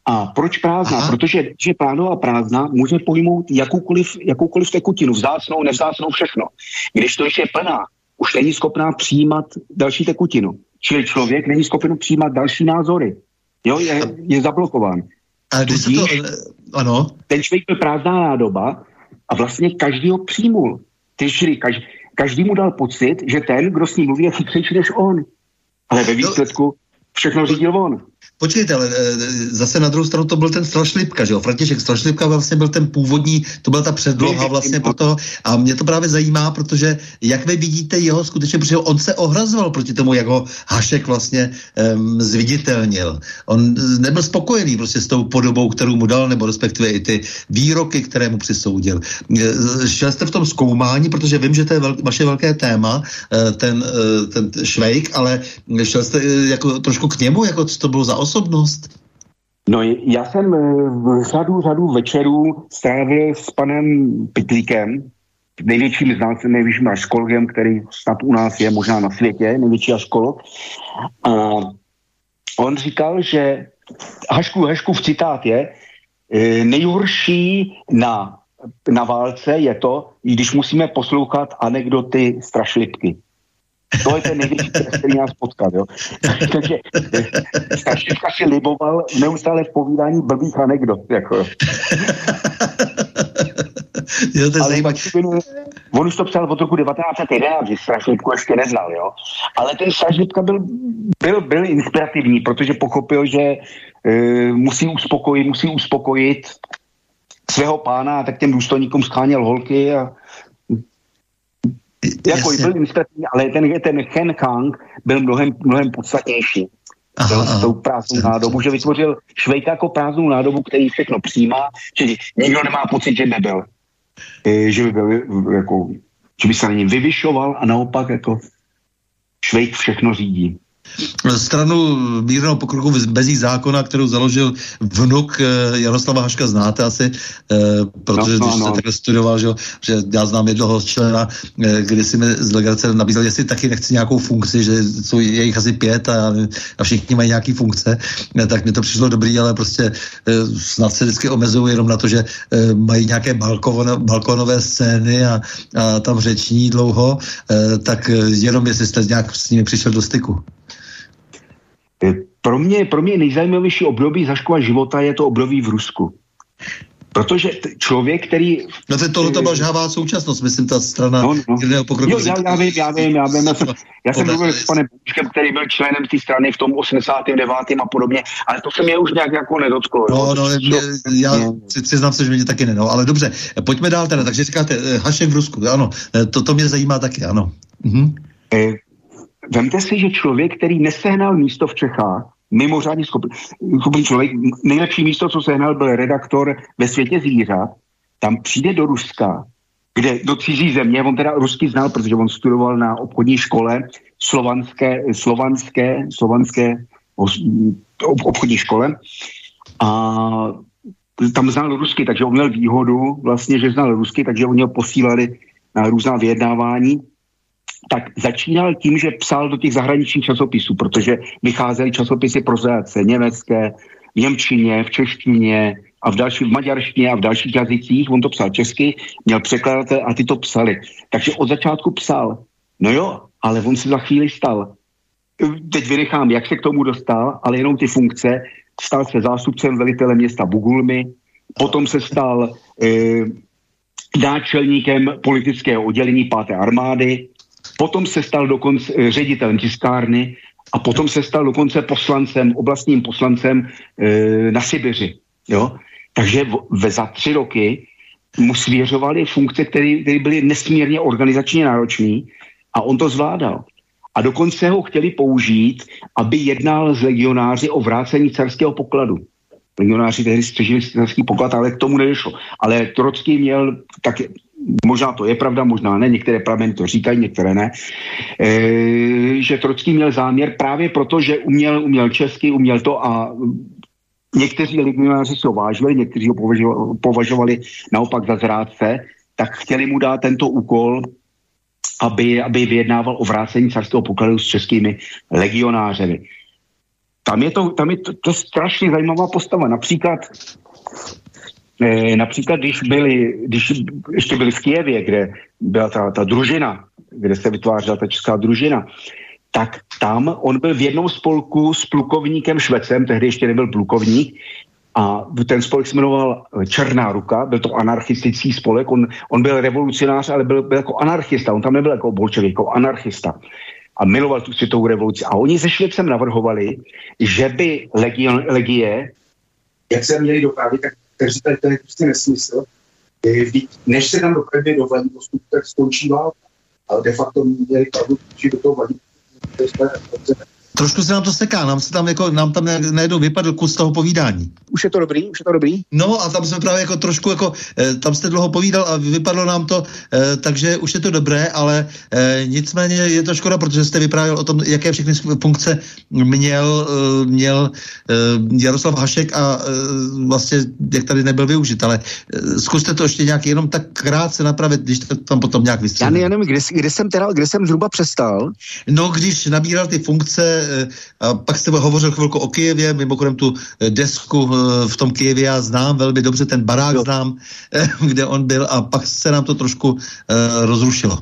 A proč prázdná? Aha. Protože že plánová prázdná může pojmout jakoukoliv, jakoukoliv tekutinu, vzácnou, nevzácnou, všechno. Když to ještě je plná, už není schopná přijímat další tekutinu. Čili člověk není schopen přijímat další názory. Jo, je, je zablokován. A když Tudíž, to, ano. Ten člověk byl prázdná nádoba a vlastně každý ho přijmul. Čili každý, každý mu dal pocit, že ten, kdo s ním mluví, je chytřejší než on. Ale ve výsledku všechno řídil on. Počkejte, ale zase na druhou stranu to byl ten Strašlipka, že jo? František Strašlipka vlastně byl ten původní, to byla ta předloha vlastně pro to. A mě to právě zajímá, protože jak vy vidíte jeho skutečně, protože on se ohrazoval proti tomu, jak ho Hašek vlastně um, zviditelnil. On nebyl spokojený prostě s tou podobou, kterou mu dal, nebo respektive i ty výroky, které mu přisoudil. Šel jste v tom zkoumání, protože vím, že to je vel, vaše velké téma, ten, ten Švejk, ale šel jste jako trošku k němu, jako co to bylo za osobnost? No, já jsem řadu, řadu večerů strávil s panem Pytlíkem, největším znalcem, největším aškologem, který snad u nás je možná na světě, největší aškolog. A on říkal, že Hašku, Haškův citát je, nejhorší na, na válce je to, když musíme poslouchat anekdoty Strašlipky. To je ten největší trest, který nás potkal, jo. Takže Strašlipka si liboval neustále v povídání blbých anekdot, jako. Jo, to je zajímavé. On už to psal od roku devatenáct set jedenáct, že Strašlipku ještě neznal, jo. Ale ten Strašlipka byl, byl, byl inspirativní, protože pochopil, že uh, musí uspokojit, musí uspokojit svého pána a tak těm důstojníkům scháněl holky a jako byl inspirativní, ale ten, ten Chen Kang byl mnohem, mnohem podstatnější. Aha, s tou prázdnou nádobu, že vytvořil Švejka jako prázdnou nádobu, který všechno přijímá, čili nikdo nemá pocit, že by byl. Že by byl, jako, že by se na něm vyvyšoval a naopak jako Švejk všechno řídí. Stranu mírného pokroku bez zákona, kterou založil vnuk Jaroslava Haška, znáte asi, protože no, no, když no. se takhle studoval, že, že já znám jednoho člena, kdy si mi z legrace nabízel, jestli taky nechci nějakou funkci, že jsou jejich asi pět a, a všichni mají nějaký funkce, tak mi to přišlo dobrý, ale prostě snad se vždycky omezují jenom na to, že mají nějaké balkon, balkonové scény a, a tam řeční dlouho, tak jenom jestli jste nějak s nimi přišel do styku. Pro mě, pro mě nejzajímavější období Haškova života je to období v Rusku. Protože t- člověk, který... No to tohle to byla žhavá současnost, myslím, ta strana no, no. pokroku. Jo, já, já vím, já vím, já vím. Já jsem, já jsem mluvil s panem Boučkem, který byl členem té strany v tom osmdesátém devátém a podobně, ale to se mě už nějak jako nedotklo. No, no, mě, já přiznám se, že mě taky ne, no, ale dobře, pojďme dál teda, takže říkáte Hašek v Rusku, ano, to, to mě zajímá taky, ano. Mhm. E, Vemte si, že člověk, který nesehnal místo v Čechách, mimořádně schopný člověk, nejlepší místo, co sehnal, byl redaktor ve Světě zvířat, tam přijde do Ruska, kde do cizí země, on teda rusky znal, protože on studoval na obchodní škole, slovanské, slovanské, slovanské obchodní škole a tam znal rusky, takže on měl výhodu vlastně, že znal rusky, takže oni ho posílali na různá vyjednávání. Tak začínal tím, že psal do těch zahraničních časopisů, protože vycházely časopisy pro zajatce německé, v němčině, v češtině a v další, v maďarštině a v dalších jazycích. On to psal česky, měl překladatel a ty to psali. Takže od začátku psal. No jo, ale on se za chvíli stal. Teď vynechám, jak se k tomu dostal, ale jenom ty funkce. Stal se zástupcem velitele města Bugulmy, potom se stal e, náčelníkem politického oddělení páté armády, potom se stal dokonce ředitelem tiskárny a potom se stal dokonce poslancem, oblastním poslancem e, na Sibiři. Jo? Takže ve za tři roky mu svěřovali funkce, které byly nesmírně organizačně náročné a on to zvládal. A dokonce ho chtěli použít, aby jednal s legionáři o vrácení carského pokladu. Legionáři tehdy střežili carský poklad, ale k tomu nedošlo. Ale Trocký měl, tak možná to je pravda, možná ne, některé prameny to říkají, některé ne, e, že Trocký měl záměr právě proto, že uměl, uměl česky, uměl to a někteří legionáři se ho vážili, někteří ho považovali, považovali naopak za zrádce, tak chtěli mu dát tento úkol, aby, aby vyjednával o vrácení carského pokladu s českými legionářemi. tam je to, tam je to, to strašně zajímavá postava. Například, eh, například když byli, když ještě byli v Kyjevě, kde byla ta, ta družina, kde se vytvářela ta česká družina, tak tam on byl v jednom spolku s plukovníkem Švecem, tehdy ještě nebyl plukovník, a ten spolek se jmenoval Černá ruka, byl to anarchistický spolek, on, on byl revolucionář, ale byl, byl jako anarchista, on tam nebyl jako bolševik, jako anarchista. A miloval tu světovou revoluci. A oni se Švecem navrhovali, že by legion, legie, jak se měli dopravit, tak, takže tady to je prostě nesmysl. Než se tam dopravit do Vladivostoku, tak skončí válka. Ale de facto měli pravdu, že do toho Vladivostoku. Trošku se nám to seká, nám se tam jako, nám tam najednou vypadl kus toho povídání. Už je to dobrý, už je to dobrý. No a tam jsme právě jako trošku jako, eh, tam jste dlouho povídal a vypadlo nám to, eh, takže už je to dobré, ale eh, nicméně je to škoda, protože jste vyprávěl o tom, jaké všechny funkce měl, eh, měl eh, Jaroslav Hašek a eh, vlastně jak tady nebyl využit, ale eh, zkuste to ještě nějak jenom tak krátce napravit, když to tam potom nějak vystřelí. Já nevím, kde, kde, jsem teda, kde jsem zhruba přestal. No, když nabíral ty funkce, a pak jste hovořil chvilku o Kyjevě, mimochodem tu desku v tom Kyjevě já znám velmi dobře, ten barák jo. znám, kde on byl, a pak se nám to trošku uh, rozrušilo.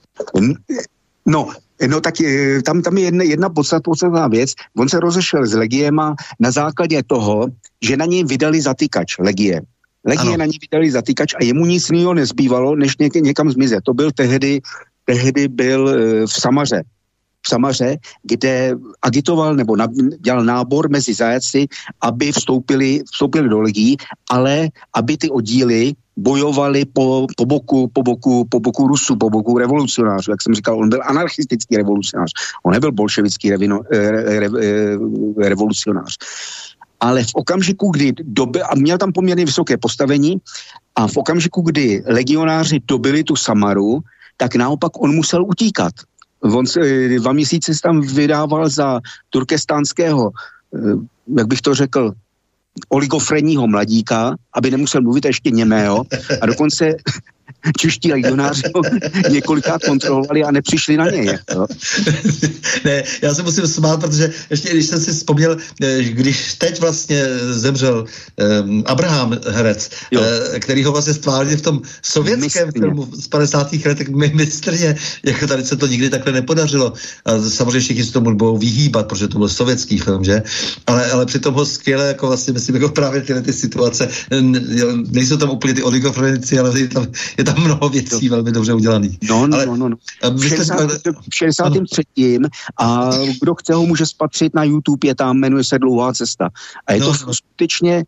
No, no tak je, tam, tam je jedna, jedna podstatná věc. On se rozešel s legiema na základě toho, že na něj vydali zatykač legie. Legie ano. na něj vydali zatykač a jemu nic jiného nezbývalo, než něk, někam zmizet. To byl tehdy, tehdy byl uh, v Samaře. v Samaře, kde agitoval nebo na, dělal nábor mezi zajatci, aby vstoupili, vstoupili do legií, ale aby ty oddíly bojovali po, po, boku, po, boku, po boku Rusů, po boku revolucionářů. Jak jsem říkal, on byl anarchistický revolucionář. On nebyl bolševický revino, re, re, re, revolucionář. Ale v okamžiku, kdy doby, a měl tam poměrně vysoké postavení, a v okamžiku, kdy legionáři dobili tu Samaru, tak naopak on musel utíkat. On se dva měsíce se tam vydával za turkestánského, jak bych to řekl, oligofrenního mladíka, aby nemusel mluvit ještě němého, a dokonce čeští legionáři několikrát kontrolovali a nepřišli na něj. Jo? Ne, já se musím smát, protože ještě když jsem si vzpomněl, když teď vlastně zemřel um, Abraham herec, uh, který ho vlastně stvárnil v tom sovětském mistrně. filmu z padesátých letech mistrně, jako tady se to nikdy takhle nepodařilo. A samozřejmě všichni se tomu budou vyhýbat, protože to byl sovětský film, že? Ale, ale přitom ho skvěle, jako vlastně myslím, jako právě tyhle ty situace, nejsou tam úplně ty oligofrenici, ale je tam, je tam mnoho věcí jo. velmi dobře udělaných. No, no, ale, no, no. V, v šedesátém třetím a kdo chce ho může spatřit na YouTube, je tam, jmenuje se Dlouhá cesta. A je no, to no. skutečně,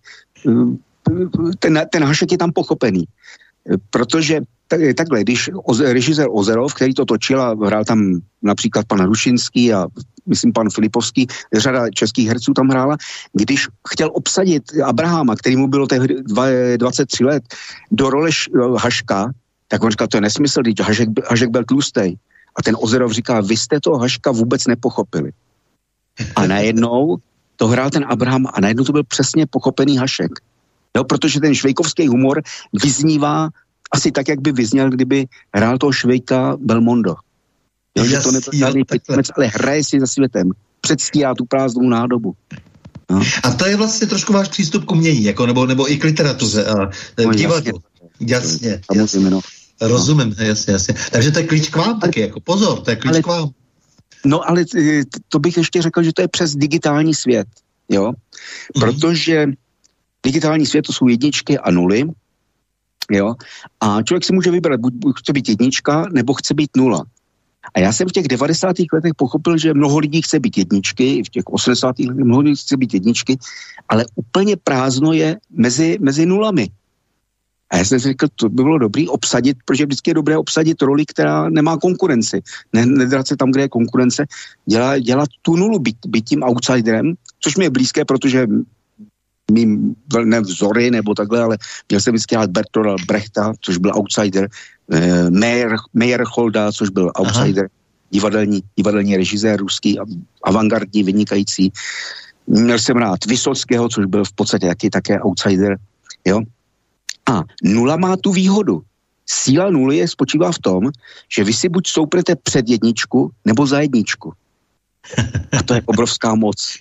ten, ten Hašek je tam pochopený. Protože takhle, když režisér Ozerov, který to točil a hrál tam například pan Hrušinský a myslím pan Filipovský, řada českých herců tam hrála, když chtěl obsadit Abrahama, který mu bylo tehdy dvacet tři let, do role Haška, tak on říkal, to je nesmysl, když Hašek, Hašek byl tlustej. A ten Ozerov říká, vy jste toho Haška vůbec nepochopili. A najednou to hrál ten Abraham a najednou to byl přesně pochopený Hašek. Jo, protože ten švejkovský humor vyznívá asi tak, jak by vyzněl, kdyby hrál toho Švejka Belmondo. Jo, že to nebyl žádný pitomec, ale hraje si za světem. Předstírá tu prázdnou nádobu. No. A to je vlastně trošku váš přístup k umění, jako, nebo, nebo i k literatuře a no, divadlu. Jasně. jasně. No. Rozumím, jasně, jasně. Takže to je klíč k vám taky, jako pozor, to je klíč ale, k vám. No ale to bych ještě řekl, že to je přes digitální svět, jo. Mm-hmm. Protože digitální svět to jsou jedničky a nuly, jo. A člověk si může vybrat, buď, buď chce být jednička, nebo chce být nula. A já jsem v těch devadesátých letech pochopil, že mnoho lidí chce být jedničky, v těch osmdesátých letech mnoho lidí chce být jedničky, ale úplně prázdno je mezi, mezi nulami. A já jsem si řekl, to by bylo dobrý obsadit, protože vždycky je dobré obsadit roli, která nemá konkurenci. Ne, nedrat se tam, kde je konkurence, dělat, dělat tu nulu, být, být tím outsiderem, což mi je blízké, protože mým ne vzory nebo takhle, ale měl jsem vždycky rád Bertolda Brechta, což byl outsider, eh, Meyer, Meyerholda, což byl outsider, divadelní, divadelní režisér ruský, avantgardní, vynikající. Měl jsem rád Vysockého, což byl v podstatě taky také outsider, jo. A nula má tu výhodu. Síla nuly je spočívá v tom, že vy si buď souprete před jedničku, nebo za jedničku. A to je obrovská moc.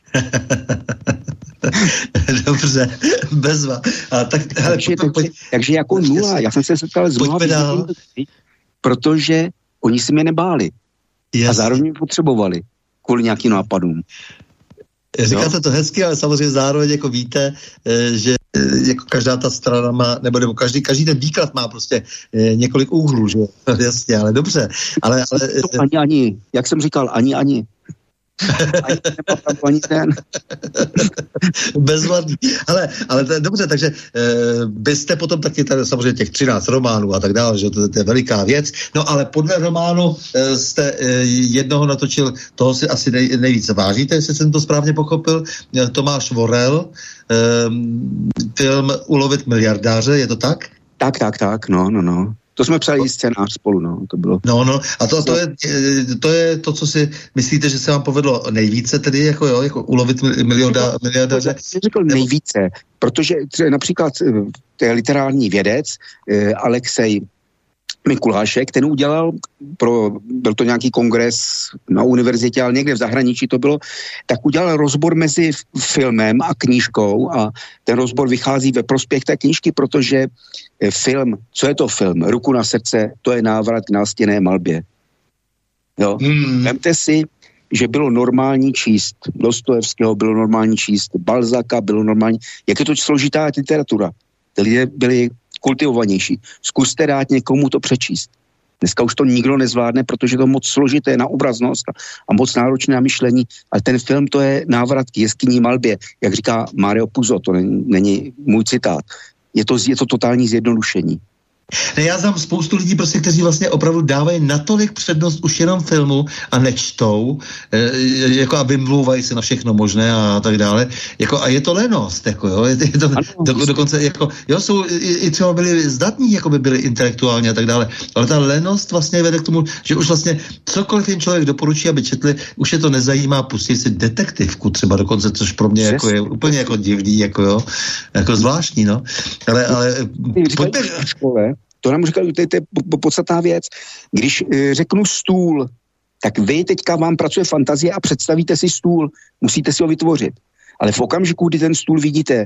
Dobře, bezva. A tak, hele, takže, pojď, pojď, takže jako nula. Já jsem se setkal s mnoha lidmi, protože oni si mě nebáli. Yes. A zároveň mě potřebovali kvůli nějakým nápadům. Říkáte to hezky, ale samozřejmě zároveň jako víte, že jako každá ta strana má, nebo, nebo každý, každý ten výklad má prostě několik úhlů, že jasně, ale dobře. Ale, ale... To ani, ani, jak jsem říkal, ani, ani. Ani, ani ten. Bezvadný. Ale, ale to je dobře, takže e, byste potom taky tady samozřejmě těch třináct románů a tak dále, že to, to je veliká věc. No ale podle románu e, jste e, jednoho natočil, toho si asi nej, nejvíce vážíte, jestli jsem to správně pochopil, e, Tomáš Vorel, e, film Ulovit miliardáře, je to tak? Tak, tak, tak, no, no, no. To jsme psali scénář spolu, no, to bylo. No, no, a to, to, je, to je to, co si myslíte, že se vám povedlo nejvíce, tedy jako jo, jako ulovit miliarda, miliardáře? Já jsem řekl nejvíce, protože třeba například to je literární vědec eh, Alexej Mikulášek, ten udělal, pro, byl to nějaký kongres na univerzitě, ale někde v zahraničí to bylo, tak udělal rozbor mezi filmem a knížkou a ten rozbor vychází ve prospěch té knížky, protože film, co je to film? Ruku na srdce, to je návrat k nástěnné malbě. Jo? Mm. Vemte si, že bylo normální číst Dostojevského, bylo normální číst Balzaka, bylo normální, jak je to složitá literatura. Ty lidé byli kultivovanější. Zkuste dát někomu to přečíst. Dneska už to nikdo nezvládne, protože to moc složité na obraznost a moc náročné na myšlení, ale ten film to je návrat k jeskyní malbě, jak říká Mario Puzo, to není, není můj citát. Je to, je to totální zjednodušení. Ne, já znám spoustu lidí, prostě, kteří vlastně opravdu dávají natolik přednost už jenom filmu a nečtou, e, jako a vymlouvají se na všechno možné a tak dále. Jako, a je to lenost, jako jo, je, je to ano, do, dokonce, jako, jo, jsou i, i třeba byli zdatní, jako by byli intelektuálně a tak dále, ale ta lenost vlastně vede k tomu, že už vlastně cokoliv jim člověk doporučí, aby četli, už je to nezajímá, pustí si detektivku třeba dokonce, což pro mě jako je úplně jako divný, jako jo, jako zvláštní, no. Ale, ale pojďme... To nám říkali, to je, to je podstatná věc. Když e, řeknu stůl, tak vy teďka vám pracuje fantazie a představíte si stůl. Musíte si ho vytvořit. Ale v okamžiku, kdy ten stůl vidíte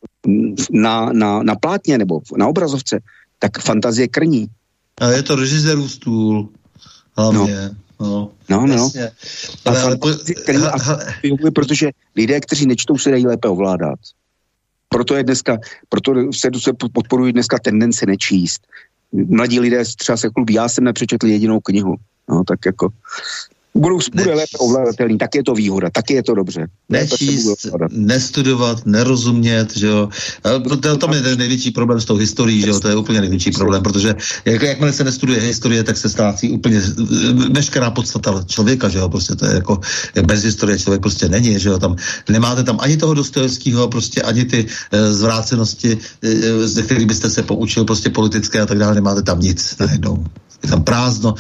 na, na, na plátně nebo na obrazovce, tak fantazie krní. A je to režisérův stůl. Hlavně. No, no. no, no. Ale, ale, krní a, a, protože lidé, kteří nečtou, se dají lépe ovládat. Proto je dneska, proto se, se podporují dneska tendence nečíst. Mladí lidé třeba se chlubí, já jsem nepřečetl jedinou knihu. No, tak jako budou bude lépe ovladatelný, tak je to výhoda, tak je to dobře. Nečíst, nestudovat, nerozumět, že jo. To, to je největší problém s tou historií, že jo, to je úplně největší problém, protože jak, jakmile se nestuduje historie, tak se ztrácí úplně veškerá podstata člověka, že jo, prostě to je jako, bez historie člověk prostě není, že jo, tam nemáte tam ani toho Dostojevského, prostě ani ty e, zvrácenosti, e, ze kterých byste se poučil, prostě politické a tak dále, nemáte tam nic najednou. Je tam prázdno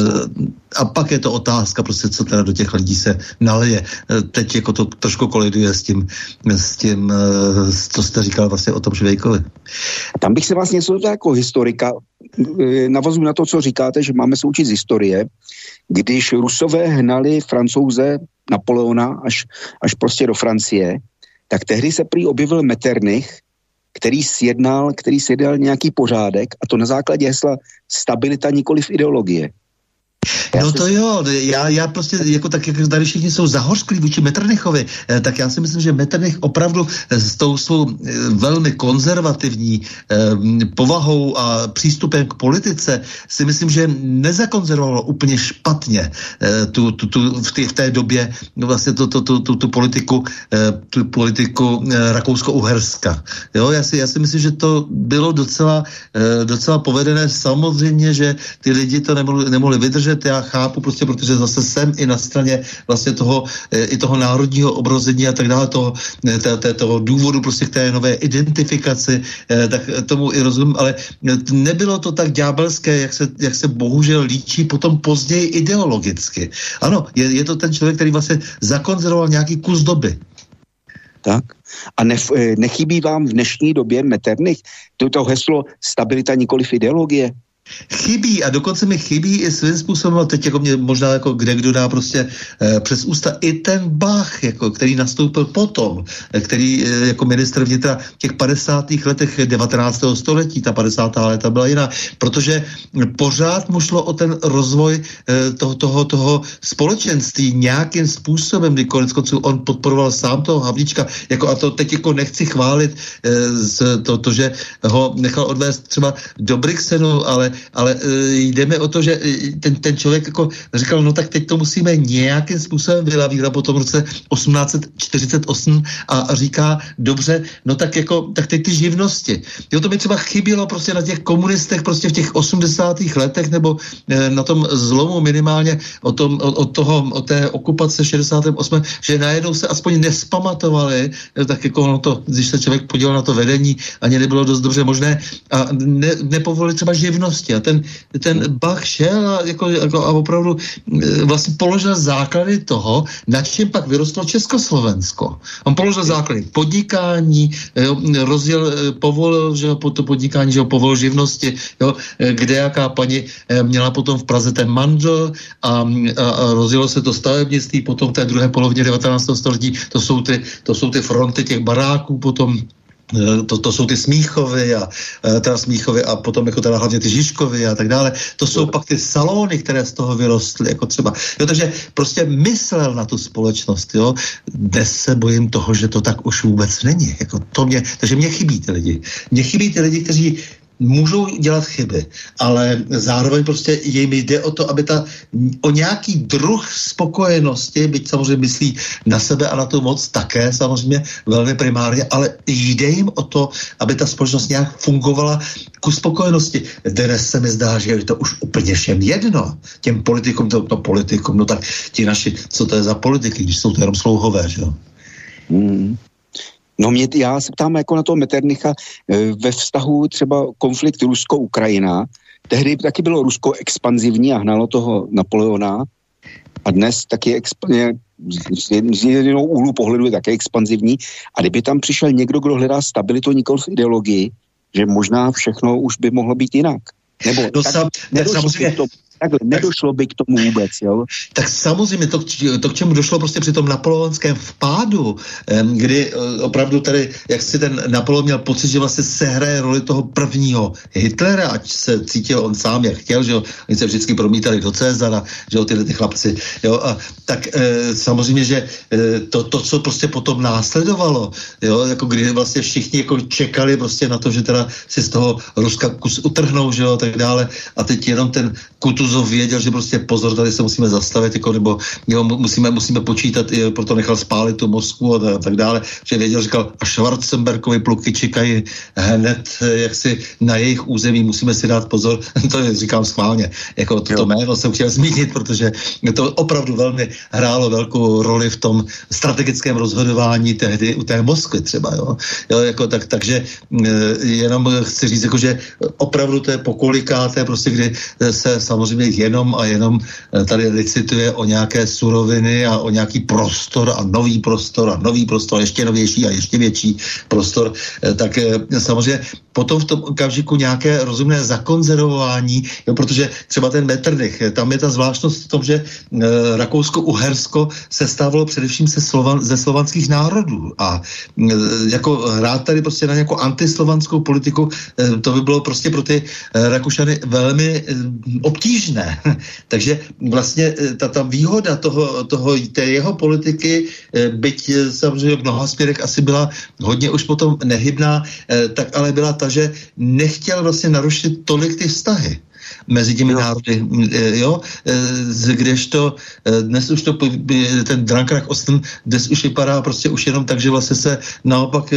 a pak je to otázka, prostě, co teda do těch lidí se nalije. Teď jako to trošku koliduje s tím, s tím, co jste říkal vlastně o tom Švejkovi. Tam bych se vás něco jako historika, navazuji na to, co říkáte, že máme se učit z historie, když Rusové hnali Francouze Napoleona až, až prostě do Francie, tak tehdy se prý objevil Metternich, který sjednal, který sjednal nějaký pořádek a to na základě hesla stabilita, nikoliv ideologie. Já no to si... jo, já, já prostě, jako tak, jak tady všichni jsou zahořklí vůči Metternichovi, tak já si myslím, že Metternich opravdu s tou svou velmi konzervativní eh, povahou a přístupem k politice si myslím, že nezakonzervovalo úplně špatně eh, tu, tu, tu, v, té, v té době vlastně tu, tu, tu, tu, tu politiku, eh, tu politiku eh, Rakousko-Uherska. Jo, já si, já si myslím, že to bylo docela, eh, docela povedené. Samozřejmě, že ty lidi to nemohli, nemohli vydržet. Já chápu prostě, protože zase jsem i na straně vlastně toho, i toho národního obrození a tak dále, toho, toho důvodu prostě k té nové identifikaci, tak tomu i rozumím, ale nebylo to tak ďábelské, jak se, jak se bohužel líčí potom později ideologicky. Ano, je, je to ten člověk, který vlastně zakonzervoval nějaký kus doby. Tak. A ne, nechybí vám v dnešní době Metternich to, to heslo stabilita, nikoliv ideologie? Chybí a dokonce mi chybí i svým způsobem, a teď jako mě možná jako kde kdo dá prostě eh, přes ústa i ten Bach, jako, který nastoupil potom, eh, který eh, jako ministr vnitra v těch padesátých letech devatenáctého století, ta padesátá léta byla jiná, protože pořád mu šlo o ten rozvoj eh, toho, toho, toho společenství nějakým způsobem, kdy konec konců on podporoval sám toho Havlíčka, jako, a to teď jako nechci chválit eh, z to, to, že ho nechal odvést třeba do Brixenu, ale ale e, jde mi o to, že ten, ten člověk jako říkal, no tak teď to musíme nějakým způsobem vylavírat po tom roce osmnáct set čtyřicet osm a říká, dobře, no tak jako, tak teď ty živnosti. Jo, to mi třeba chybělo prostě na těch komunistech prostě v těch osmdesátých letech nebo e, na tom zlomu minimálně o tom, o, o toho, o té okupace šedesátém osmém že najednou se aspoň nespamatovali, tak jako no to, když se člověk podíval na to vedení, ani nebylo dost dobře možné a ne, nepovolili třeba živnosti. A ten, ten Bach šel a, jako, jako, a opravdu vlastně položil základy toho, na čem pak vyrostlo Československo. On položil základy podnikání, jo, rozjel, povolil, že to podnikání, že ho povolil živnosti, jo, kde jaká paní měla potom v Praze ten mandl a, a, a rozjelo se to stavebnictví potom v té druhé polovině devatenáctého století, to jsou ty, to jsou ty fronty těch baráků potom. To, to jsou ty Smíchovy a teda Smíchovy a potom jako teda hlavně ty Žižkovy a tak dále. To jsou pak ty salony, které z toho vyrostly, jako třeba. Jo, takže prostě myslel na tu společnost, jo. Dnes se bojím toho, že to tak už vůbec není. Jako to mě, takže mě chybí ty lidi. Mě chybí ty lidi, kteří můžou dělat chyby, ale zároveň prostě jim jde o to, aby ta, o nějaký druh spokojenosti, byť samozřejmě myslí na sebe a na tu moc také samozřejmě velmi primárně, ale jde jim o to, aby ta společnost nějak fungovala ku spokojenosti. Dnes se mi zdá, že je to už úplně všem jedno. Těm politikům, to, to politikům, no tak ti naši, co to je za politiky, když jsou to jenom slouhové, že jo? Hmm. No mě, já se ptám jako na toho Metternicha ve vztahu třeba konflikt Rusko-Ukrajina. Tehdy taky bylo Rusko expanzivní a hnalo toho Napoleona a dnes taky exp- z jednou úhlu pohledu je také expanzivní. A kdyby tam přišel někdo, kdo hledá stabilitu, nikoli v ideologii, že možná všechno už by mohlo být jinak. Nebo no tak, sam, samozřejmě... Takhle, nedošlo by k tomu vůbec, jo? Tak samozřejmě to, to, k čemu došlo prostě při tom napoleonském vpádu, kdy opravdu tady, jak si ten Napoleon měl pocit, že vlastně sehraje roli toho prvního Hitlera, ať se cítil on sám, jak chtěl, že jo, oni se vždycky promítali do Cezara, že jo, tyhle ty chlapci, jo, a tak e, samozřejmě, že e, to, to, co prostě potom následovalo, jo, jako kdy vlastně všichni jako čekali prostě na to, že teda si z toho Ruska kus utrhnou, že jo, tak dále, a teď jenom ten Kutuzov věděl, že prostě pozor, tady se musíme zastavit, jako, nebo jo, musíme, musíme počítat, je, proto nechal spálit tu Moskvu a, a tak dále, že věděl, říkal, a Schwarzenbergovi pluky čekají hned, jak si na jejich území, musíme si dát pozor, to říkám schválně, jako toto jméno jsem chtěl zmínit, protože to opravdu velmi hrálo velkou roli v tom strategickém rozhodování tehdy u té Moskvy třeba, jo, jo jako tak, takže jenom chci říct, jako, že opravdu to je pokolikáté, prostě kdy se samozřejmě jenom a jenom tady licituje o nějaké suroviny a o nějaký prostor a nový prostor a nový prostor, ještě novější a ještě větší prostor, tak samozřejmě potom v tom okamžiku nějaké rozumné zakonzervování, jo, protože třeba ten Metternich, tam je ta zvláštnost v tom, že Rakousko-Uhersko se stávalo především se Slovan, ze slovanských národů a jako hrát tady prostě na nějakou antislovanskou politiku, to by bylo prostě pro ty Rakušany velmi obtížné. Takže vlastně ta, ta výhoda toho, toho, té jeho politiky, byť samozřejmě v mnoha směrech asi byla hodně už potom nehybná, tak ale byla ta, že nechtěl vlastně narušit tolik ty vztahy mezi těmi jo. národy, jo, kdežto dnes už to, ten Drankrach Osten dnes už vypadá prostě už jenom tak, že vlastně se naopak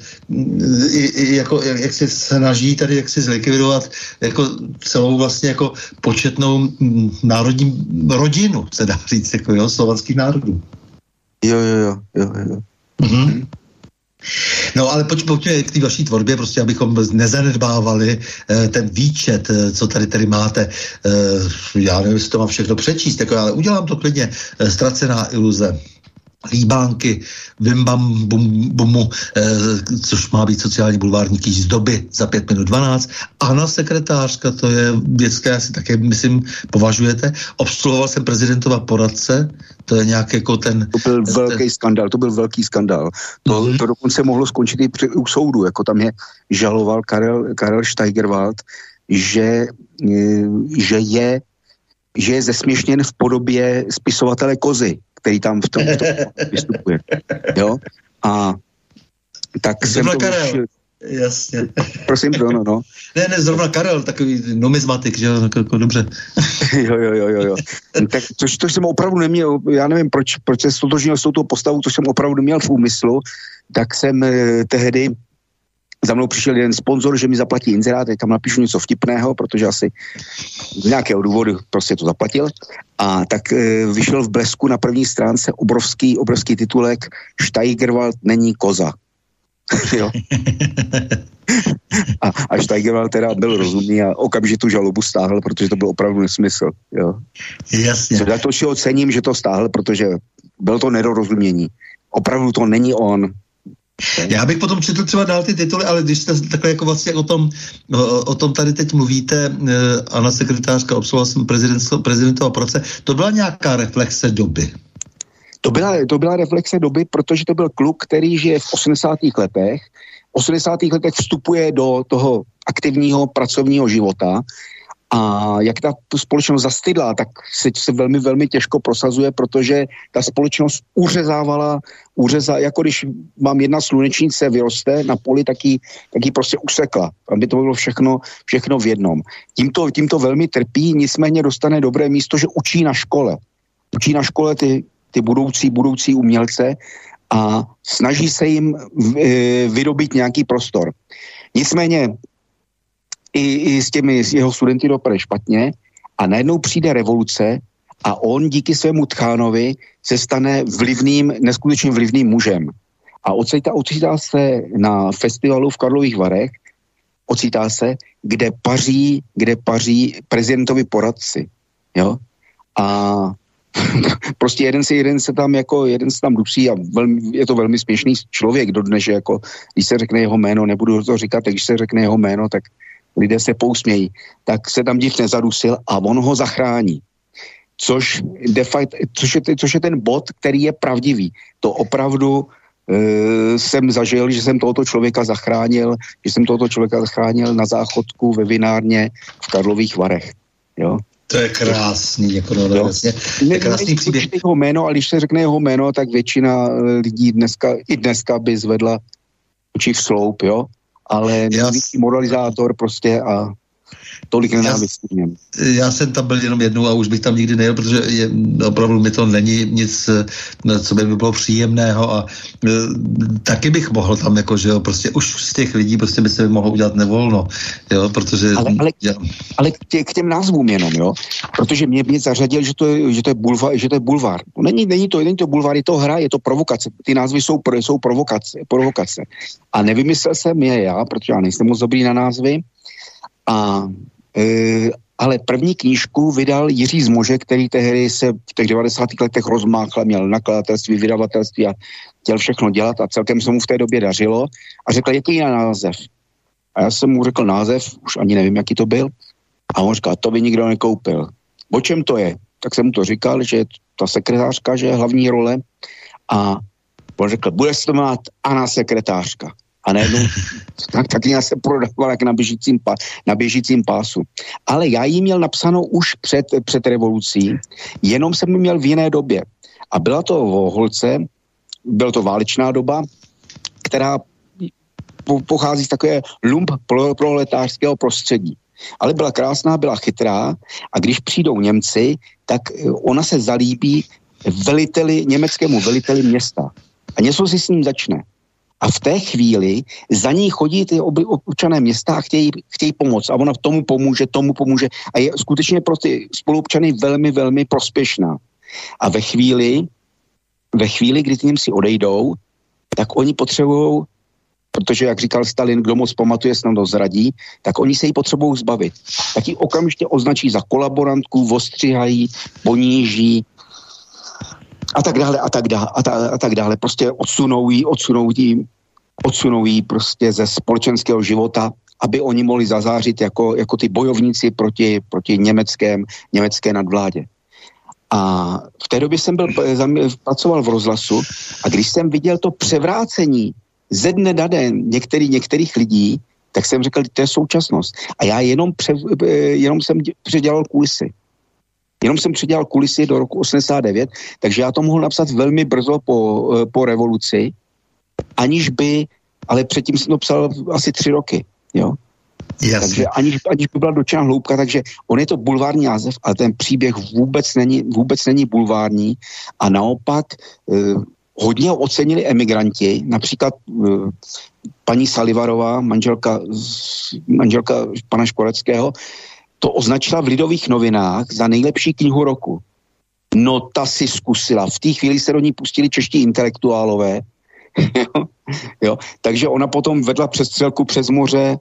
jako, jak se snaží tady jak si zlikvidovat jako celou vlastně jako početnou národní rodinu, se dá říct, jako jo, slovanských národů. Jo, jo, jo, jo, jo. Mhm. No ale pojď, pojďme k té vaší tvorbě, prostě abychom nezanedbávali eh, ten výčet, eh, co tady tady máte. Eh, já nevím, jestli to mám všechno přečíst, jako, ale udělám to klidně. Eh, Ztracená iluze. líbánky, Vimbam bum, bumu, eh, což má být sociální bulvární kýž z doby za pět minut dvanáct. Anna sekretářka, to je věc, která si také, myslím, považujete. Obsluhoval jsem prezidentova poradce, to je nějak jako ten... To byl ten... velký skandál, to byl velký skandál. To, mm-hmm. to dokonce mohlo skončit i při, u soudu, jako tam je žaloval Karel, Karel Steigerwald, že, že je že je zesměšněn v podobě spisovatele Kozy, který tam v tom, v tom vystupuje. Jo? A tak zrovna jsem to Karel, už... jasně. Prosím, no, no, no. Ne, ne, zrovna Karel, takový numizmatik, že jo, jako, jako dobře. jo, jo, jo, jo, jo. Tak, což, což jsem opravdu neměl, já nevím, proč, proč se stotožnil s touto postavou, to jsem opravdu neměl v úmyslu, tak jsem eh, tehdy za mnou přišel jeden sponzor, že mi zaplatí inzerát, teď tam napíšu něco vtipného, protože asi z nějakého důvodu prostě to zaplatil. A tak e, vyšel v Blesku na první stránce obrovský, obrovský titulek Steigerwald není koza. Jo. A, a Steigerwald teda byl rozumný a okamžitě tu žalobu stáhl, protože to byl opravdu nesmysl. Jo. Jasně. Za to si ocením, že to stáhl, protože bylo to nedorozumění. Opravdu to není on. Já bych potom četl třeba dál ty tituly, ale když jste takhle jako vlastně o tom, o, o tom tady teď mluvíte, Anna sekretářka, obsluhovala jsem prezidentova poradce, to byla nějaká reflexe doby? To byla, to byla reflexe doby, protože to byl kluk, který žije v osmdesátých letech. V osmdesátých letech vstupuje do toho aktivního pracovního života a jak ta společnost zastydla, tak se, se velmi, velmi těžko prosazuje, protože ta společnost uřezávala, uřezá, jako když mám jedna slunečnice vyroste na poli, tak ji, tak ji prostě usekla, aby to bylo všechno, všechno v jednom. Tímto, tímto velmi trpí, nicméně dostane dobré místo, že učí na škole. Učí na škole ty, ty budoucí, budoucí umělce a snaží se jim vydobít nějaký prostor. Nicméně I, i s těmi s jeho studenty dopadne špatně a najednou přijde revoluce a on díky svému tchánovi se stane vlivným, neskutečně vlivným mužem. A ocitá, ocitá se na festivalu v Karlových Varech, ocitá se, kde paří, kde paří prezidentovi poradci. Jo? A prostě jeden se, jeden se tam jako, jeden se tam dusí a velmi, je to velmi směšný člověk dodnes, že jako, když se řekne jeho jméno, nebudu to říkat, tak když se řekne jeho jméno, tak lidé se pousmějí, tak se tam div nezadusil a on ho zachrání. Což, de facto, což, je, což je ten bod, který je pravdivý. To opravdu e, jsem zažil, že jsem tohoto člověka zachránil, že jsem tohoto člověka zachránil na záchodku ve vinárně v Karlových Varech. Jo? To je krásný, jako no, vlastně. To je krásný příběh. Jeho jméno, a když se řekne jeho jméno, tak většina lidí dneska, i dneska by zvedla oči v sloup, jo? Ale největší moralizátor prostě a tolik nenávistí. Já, já jsem tam byl jenom jednou a už bych tam nikdy nejel, protože je, opravdu mi to není nic, co by mi bylo příjemného a e, taky bych mohl tam jako, že jo, prostě už z těch lidí prostě by se mi mohlo udělat nevolno, jo, protože... Ale, ale, já... ale k, tě, k těm názvům jenom, jo, protože mě, mě zařadil, že to je, že to je bulvár, že to je bulvár. Není, není to, není to bulvár, je to hra, je to provokace. Ty názvy jsou, jsou provokace, provokace. A nevymyslel jsem je já, protože já nejsem moc dobrý na názvy. A e, ale první knížku vydal Jiří Zmože, který tehdy se v těch devadesátých letech rozmáchl, měl nakladatelství, vydavatelství a chtěl všechno dělat a celkem se mu v té době dařilo a řekl, jaký je název. A já jsem mu řekl název, už ani nevím, jaký to byl. A on říkal, to by nikdo nekoupil. O čem to je? Tak jsem mu to říkal, že je ta sekretářka, že je hlavní role. A on řekl, bude se to jmenovat Anna sekretářka. A najednou tak, tak já se prodával jak na běžícím, pá, na běžícím pásu. Ale já ji měl napsanou už před, před revolucí, jenom jsem ji měl v jiné době. A byla to o holce, byla to válečná doba, která pochází z takové lump proletářského prostředí. Ale byla krásná, byla chytrá a když přijdou Němci, tak ona se zalíbí veliteli, německému veliteli města. A něco si s ním začne. A v té chvíli za ní chodí ty občané města a chtějí, chtějí pomoct. A ona tomu pomůže, tomu pomůže. A je skutečně pro ty spoluobčany velmi, velmi prospěšná. A ve chvíli, ve chvíli, kdy ty Němci odejdou, tak oni potřebují, protože, jak říkal Stalin, kdo moc pamatuje, snad to zradí, tak oni se jí potřebují zbavit. Tak ji okamžitě označí za kolaborantku, ostřihají, poníží. a tak dále, a tak dále, a, ta, a tak dále. Prostě odsunou jí, odsunou jí, odsunou jí prostě ze společenského života, aby oni mohli zazářit jako, jako ty bojovníci proti, proti německém, německé nadvládě. A v té době jsem byl, pracoval v rozhlasu a když jsem viděl to převrácení ze dne na den některý, některých lidí, tak jsem řekl, to je současnost. A já jenom, pře, jenom jsem předělal kulisy. Jenom jsem předělal kulisy do roku osmdesát devět, takže já to mohl napsat velmi brzo po, po revoluci, aniž by, ale předtím jsem to psal asi tři roky, jo. Jasně. Takže aniž, aniž by byla dotčena hloubka, takže on je to bulvární název, ale ten příběh vůbec není, vůbec není bulvární a naopak eh, hodně ho ocenili emigranti, například eh, paní Salivarová, manželka, manželka pana Škoreckého, to označila v Lidových novinách za nejlepší knihu roku. No ta si zkusila. V té chvíli se do ní pustili čeští intelektuálové. jo, jo. Takže ona potom vedla přestřelku přes moře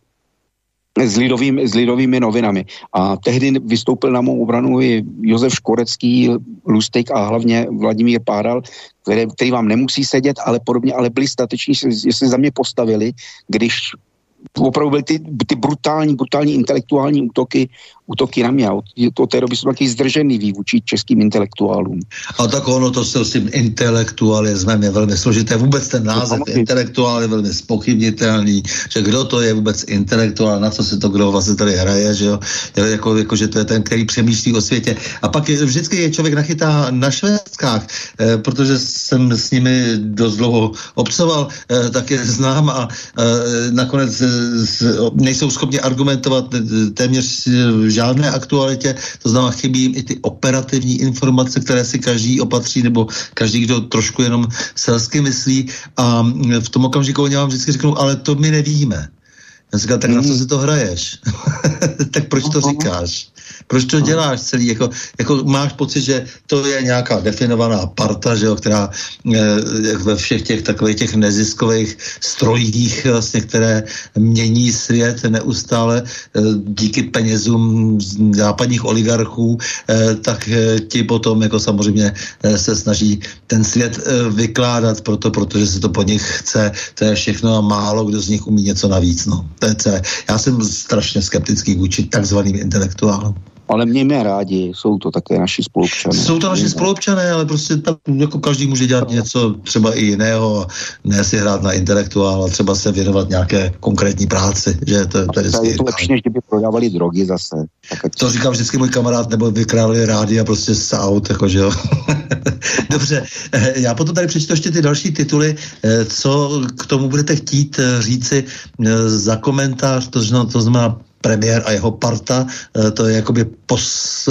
s, lidovým, s Lidovými novinami. A tehdy vystoupil na mou obranu i Josef Škorecký, Lustig a hlavně Vladimír Pádal, který, který vám nemusí sedět, ale podobně, ale byli stateční, že se za mě postavili, když opravdu byly ty, ty brutální, brutální intelektuální útoky, útoky na mě. Od té doby jsou taky zdrženlivý vůči českým intelektuálům. A tak ono to s tím intelektualismem je velmi složité. Vůbec ten název no, intelektuál je velmi zpochybnitelný, že kdo to je vůbec intelektuál, na co se to kdo vlastně tady hraje, že jo? Jako, jako, že to je ten, který přemýšlí o světě. A pak je, vždycky je člověk nachytá na švédskách, eh, protože jsem s nimi dost dlouho obcoval, eh, tak je znám a eh, nakonec eh, nejsou schopni argumentovat téměř žádné aktualitě, to znamená, chybí jim i ty operativní informace, které si každý opatří, nebo každý, kdo trošku jenom selsky myslí a v tom okamžiku oni vám vždycky řeknou, ale to my nevíme. Já říkám, tak mm. na co si to hraješ? Tak proč to říkáš? Proč to děláš celý? Jako, jako máš pocit, že to je nějaká definovaná parta, že jo, která e, ve všech těch takových těch neziskových strojích, vlastně, které mění svět neustále e, díky penězům západních oligarchů, e, tak e, ti potom jako samozřejmě e, se snaží ten svět e, vykládat proto, protože se to po nich chce. To je všechno a málo kdo z nich umí něco navíc. No. To je celé. Já jsem strašně skeptický vůči takzvaným intelektuálům. Ale mějme rádi, jsou to také naši spoluobčané. Jsou to naši spoluobčané, ale prostě tak, jako každý může dělat něco třeba i jiného, ne si hrát na intelektuál, třeba se věnovat nějaké konkrétní práci, že to, to je vždycky je to lepší, než kdyby prodávali drogy zase. To říkám vždycky můj kamarád, nebo vykrávali rádia prostě z aut, jakože jo. Dobře, já potom tady přečtu ještě ty další tituly, co k tomu budete chtít říci za komentář, to znamená, to znamená premiér a jeho parta, to je jakoby pos,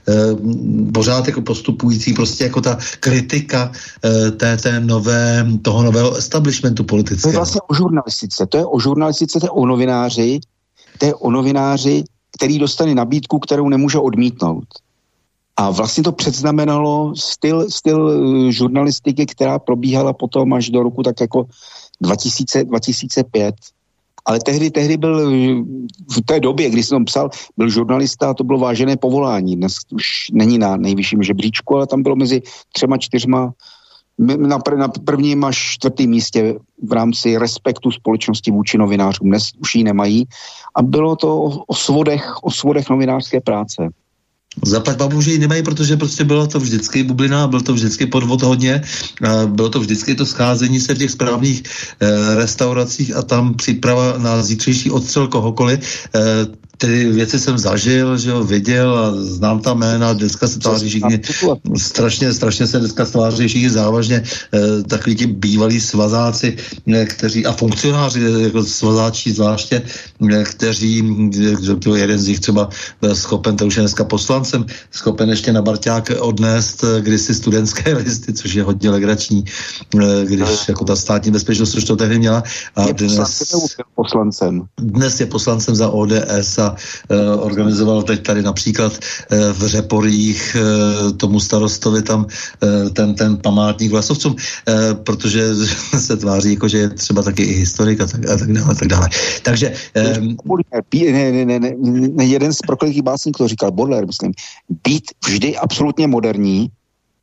pořád jako postupující prostě jako ta kritika té, té nové, toho nového establishmentu politického. To je vlastně o žurnalistice, to je o žurnalistice, to je o novináři, to je o novináři, který dostane nabídku, kterou nemůže odmítnout. A vlastně to předznamenalo styl, styl žurnalistiky, která probíhala potom až do roku tak jako dva tisíce, dva tisíce pět. Ale tehdy, tehdy byl, v té době, kdy jsem psal, byl žurnalista a to bylo vážené povolání. Dnes už není na nejvyšším žebříčku, ale tam bylo mezi třema, čtyřma, na, pr- na prvním až čtvrtém místě v rámci respektu společnosti vůči novinářům. Dnes už ji nemají. A bylo to o, o svodech, o svodech novinářské práce. Zaplať babu, že ji nemají, protože prostě bylo to vždycky bublina, byl to vždycky podvod hodně, bylo to vždycky to scházení se v těch správných e, restauracích a tam příprava na zítřejší odstřel kohokoliv. E, Ty věci jsem zažil, že jo, viděl a znám ta jména, dneska se tváří všichni, strašně, strašně se dneska tváří všichni závažně, eh, takový ti bývalí svazáci, eh, kteří, a funkcionáři, jako svazáči zvláště, eh, kteří, eh, jeden z nich třeba byl schopen, to už je dneska poslancem, schopen ještě na Barťák odnést eh, kdysi studentské listy, což je hodně legrační, eh, když jako ta státní bezpečnost už to tehdy měla. A dnes, poslancem. dnes je poslancem za O D S a e, organizoval teď tady například e, v Řeporích e, tomu starostovi tam e, ten, ten památník Vlasovcům, e, protože se tváří, jako, že je třeba taky i historik a tak, a tak dále. A tak dále. Takže... E, ne, ne, ne, ne, ne, jeden z prokletých básníků to říkal, Baudelaire, myslím, být vždy absolutně moderní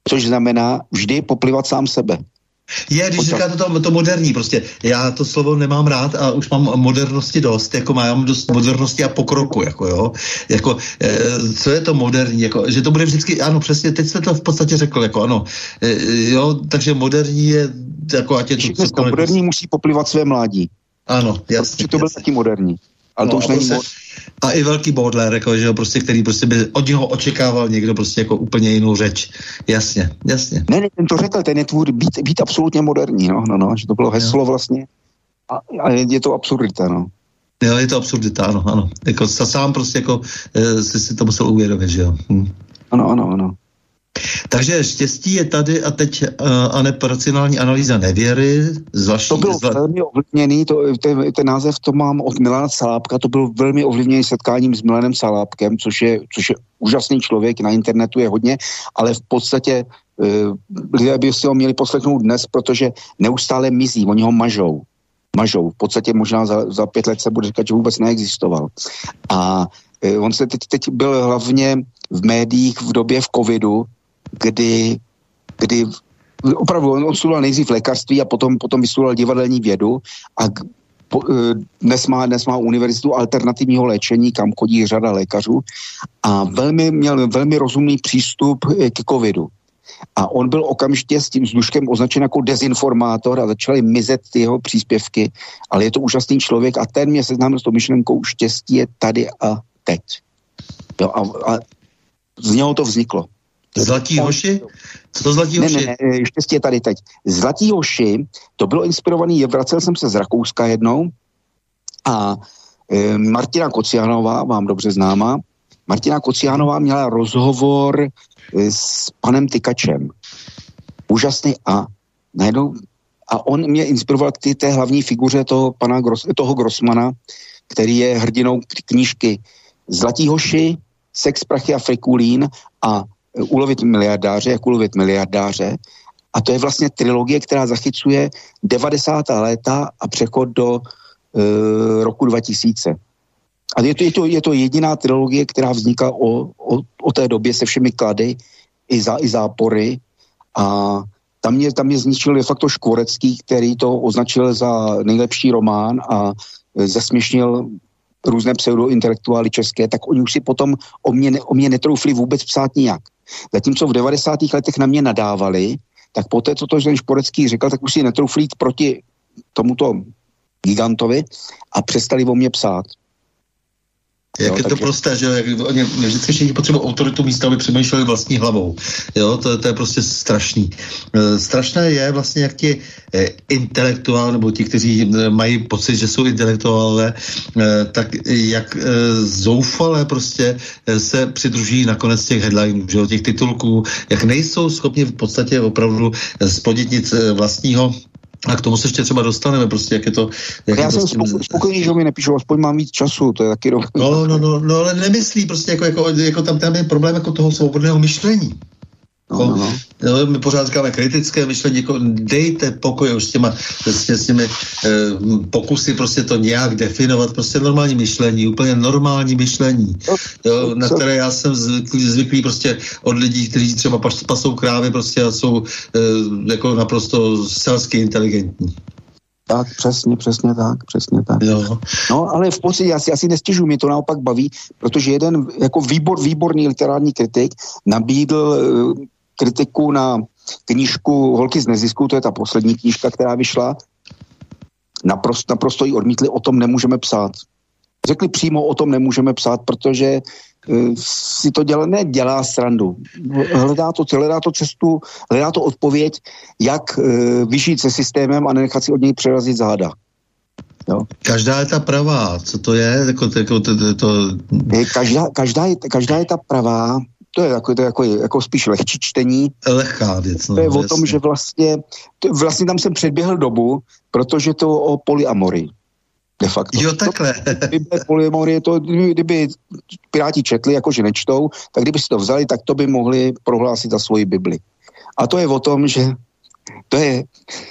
Což znamená vždy poplivat sám sebe. Je, když říkáte to, to moderní, prostě já to slovo nemám rád a už mám modernosti dost, jako mám dost modernosti a pokroku, jako jo, jako, e, co je to moderní, jako, že to bude vždycky, ano, přesně, teď jste to v podstatě řekl, jako ano, e, jo, takže moderní je, jako ať je to... Dneska moderní musí poplivat své mládí. Ano, jasně. Protože to byl jasně. taky moderní. Ale no, to už není prostě, a i velký Baudelaire, jako, že jo, prostě, který prostě by od něho očekával někdo prostě jako úplně jinou řeč. Jasně, jasně. Ne, ne, ten to řekl, ten je tvůr být, být absolutně moderní, no, no, no, že to bylo heslo vlastně. A, a je to absurdita, no. Jo, je to absurdita, ano, ano. Jako sám prostě jako e, si, si to musel uvědomit, že jo. Hm. Ano, ano, ano. Takže štěstí je tady a teď uh, a ne racionální analýza nevěry. Zvláštní, to bylo zvla... velmi ovlivněný, to, ten, ten název to mám od Milana Salábka, to byl velmi ovlivněný setkáním s Milanem Salábkem, což je, což je úžasný člověk, na internetu je hodně, ale v podstatě uh, lidé by si ho měli poslechnout dnes, protože neustále mizí, oni ho mažou. Mažou. V podstatě možná za, za pět let se bude říkat, že vůbec neexistoval. A uh, on se teď, teď byl hlavně v médiích v době v covidu, kdy, kdy opravdu on studoval nejdřív lékařství a potom, potom vystudoval divadelní vědu a po, dnes, má, dnes má univerzitu alternativního léčení, kam chodí řada lékařů a velmi, měl velmi rozumný přístup k covidu. A on byl okamžitě s tím vzduškem označen jako dezinformátor a začaly mizet ty jeho příspěvky, ale je to úžasný člověk a ten mě seznámil s tou myšlenkou štěstí je tady a teď. Jo, a, a z něho to vzniklo. Zlatí hoši? Co to zlatí ne, hoši? Ne, ne, štěstí je tady teď. Zlatí hoši, to bylo inspirovaný, vracel jsem se z Rakouska jednou a e, Martina Kocianová, vám dobře známá, Martina Kocianová měla rozhovor e, s panem Tykačem. Úžasný a najednou, a on mě inspiroval k té, té hlavní figuře toho pana Gross, toho Grossmana, který je hrdinou knížky Zlatí hoši, Sex, prachy a frikulín a ulovit miliardáře, jak ulovit miliardáře. A to je vlastně trilogie, která zachycuje devadesátá léta a přechod do e, roku dva tisíce. A je to, je, to, je to jediná trilogie, která vznikla o, o, o té době se všemi klady i, za, i zápory. A tam mě, tam mě zničil de facto Škvorecký, který to označil za nejlepší román a zesměšnil různé pseudointelektuály české, tak oni už si potom o mě, o mě netroufli vůbec psát nijak. Zatímco v devadesátých letech na mě nadávali, tak poté, co to ten Šporecký řekl, tak už si netroufli jít proti tomuto gigantovi a přestali o mě psát. Jak jo, je takže... to prosté, že oni vždycky všichni potřebují autoritu místa, aby přemýšleli vlastní hlavou. Jo, to, to je prostě strašný. E, strašné je vlastně, jak ti e, intelektuál, nebo ti, kteří e, mají pocit, že jsou intelektuálové, e, tak jak e, zoufale prostě e, se přidruží nakonec těch headlinů, že jo, těch titulků, jak nejsou schopni v podstatě opravdu splodit nic e, vlastního. A k tomu se ještě třeba dostaneme, prostě, jak je to... Jak já je jsem prostě... spokojený, že mi nepíšou, aspoň mám víc času, to je taky dobrý. No, no, no, no, ale nemyslí prostě, jako, jako, jako tam, tam je problém jako toho svobodného myšlení. No, no, no. No, my pořád říkáme kritické myšlení, jako dejte pokoj už s těma, s, s těmi eh, pokusy prostě to nějak definovat, prostě normální myšlení, úplně normální myšlení, jo, na které já jsem zvyklý, zvyklý prostě od lidí, kteří třeba pas, pasou krávy prostě a jsou eh, jako naprosto selsky inteligentní. Tak, přesně, přesně tak, přesně tak. Jo. No, ale v podstatě já si asi nestěžuji, mě to naopak baví, protože jeden jako výbor, výborný literární kritik nabídl uh, kritiku na knížku Holky z nezisku, to je ta poslední knížka, která vyšla. Naprosto, naprosto ji odmítli, o tom nemůžeme psát. Řekli přímo, o tom nemůžeme psát, protože uh, si to dělá, ne dělá srandu. Hledá to, hledá to cestu, hledá to odpověď, jak uh, vyžít se systémem a nenechat si od něj přerazit záda. Jo. Každá je ta pravá, co to je? Jako, jako, to, to, to... Každá, každá, je, každá je ta pravá, to je jako, to je jako, jako spíš lehčí čtení. Lehká věc. No, to je jasně. o tom, že vlastně, to, vlastně tam jsem předběhl dobu, protože to o polyamorii. De facto. Jo, takhle. Kdyby polyamorie, to, kdyby Piráti četli, jakože nečtou, tak kdyby si to vzali, tak to by mohli prohlásit za svoji Bibli. A to je o tom, že to je,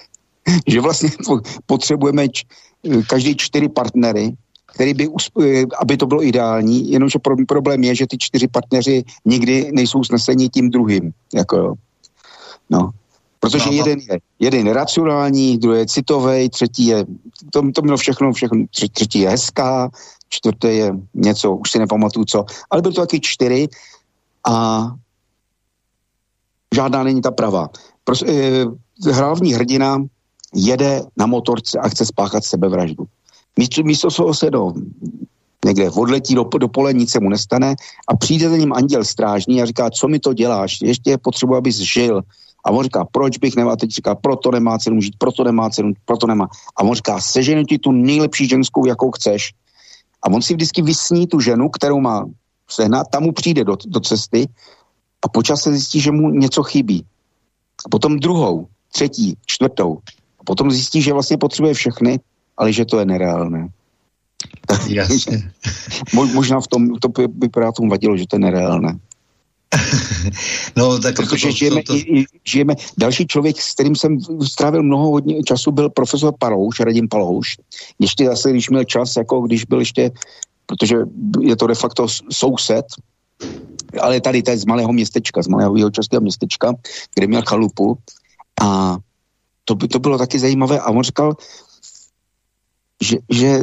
že vlastně potřebujeme č, každý čtyři partnery, který by, aby to bylo ideální, jenomže problém je, že ty čtyři partneři nikdy nejsou sneseni tím druhým. Jako jo. No. Protože no, jeden je, jeden je racionální, druhý je citový, třetí je, to, to mělo všechno, všechno, třetí je hezká, čtvrtý je něco, už si nepamatuju co, ale bylo to taky čtyři a žádná není ta pravá. Pros, eh, hlavní hrdina jede na motorce a chce spáchat sebevraždu. Místo, místo toho se do, někde odletí do, do pole, nic se mu nestane a přijde za ním anděl strážný a říká, co mi to děláš, ještě potřebuji, abys žil. A on říká, proč bych nemal, a teď říká, proto nemá cenu žít, proto nemá cenu, proto nemá. A on říká, seženu ti tu nejlepší ženskou, jakou chceš. A on si vždycky vysní tu ženu, kterou má sehnat, tam mu přijde do, do cesty a počas se zjistí, že mu něco chybí. A potom druhou, třetí, čtvrtou. A potom zjistí, že vlastně potřebuje všechny, ale že to je nereálné. Jasně. Možná v tom, to by, by právě tomu vadilo, že to je nereálné. No, tak protože to, žijeme, to, to... I, žijeme, další člověk, s kterým jsem strávil mnoho hodně času, byl profesor Palouš, Radim Palouš. Ještě zase, když měl čas, jako když byl ještě, protože je to de facto soused, ale tady, tady z malého městečka, z malého jihočeského městečka, kde měl chalupu a to, by, to bylo taky zajímavé a on říkal, že, že,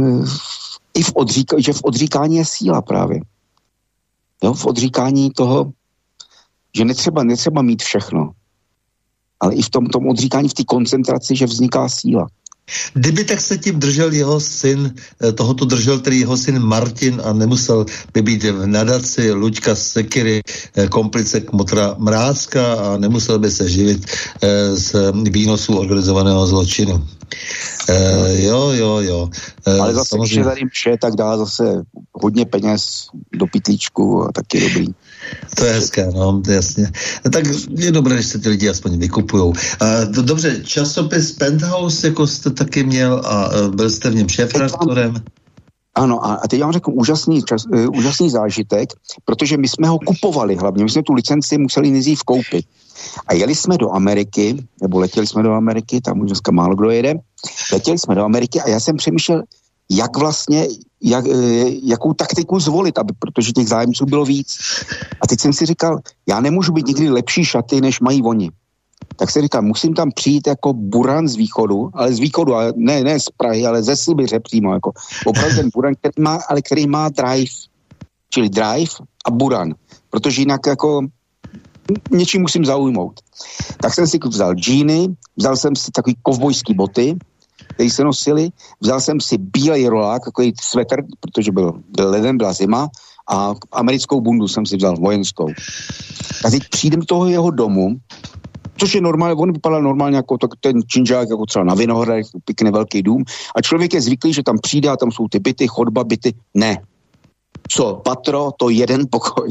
i v odřík, že v odříkání je síla právě. Jo, v odříkání toho, že netřeba, netřeba mít všechno, ale i v tom, tom odříkání, v té koncentraci, že vzniká síla. Kdyby tak se tím držel jeho syn, tohoto držel tedy jeho syn Martin a nemusel by být v nadaci Luďka Sekyry, komplice Kmotra Mrázka a nemusel by se živit z výnosů organizovaného zločinu. E, jo, jo, jo. E, Ale zase, samozřejmě... když je tady vše, tak dá zase hodně peněz do pytlíčku a taky dobrý. To je hezké, no, jasně. Tak je dobré, když se ty lidi aspoň vykupujou. E, to, dobře, časopis Penthouse, jako jste taky měl a byl jste v něm šéfredaktorem. Ano, a teď vám řeknu úžasný, čas, uh, úžasný zážitek, protože my jsme ho kupovali hlavně, my jsme tu licenci museli nejdřív koupit. A jeli jsme do Ameriky, nebo letěli jsme do Ameriky, tam už dneska málo kdo jede, letěli jsme do Ameriky a já jsem přemýšlel, jak vlastně, jak, jakou taktiku zvolit, aby, protože těch zájemců bylo víc. A teď jsem si říkal, já nemůžu být nikdy lepší šaty, než mají oni. Tak si říkám, musím tam přijít jako buran z východu, ale z východu, ale ne, ne z Prahy, ale ze Sibiře přímo, jako opravdu ten buran, který má, ale který má drive, čili drive a buran, protože jinak jako něčím musím zaujmout. Tak jsem si vzal džíny, vzal jsem si takový kovbojský boty, který se nosili, vzal jsem si bílej rolák, takový svetr, protože byl, byl leden, byla zima, a americkou bundu jsem si vzal, vojenskou. A teď přijdem do toho jeho domu, což je normálně, on vypadal normálně jako to, ten činžák, jako třeba na Vinohradech, pěkný velký dům, a člověk je zvyklý, že tam přijde a tam jsou ty byty, chodba, byty. Ne. Co, patro, to jeden pokoj.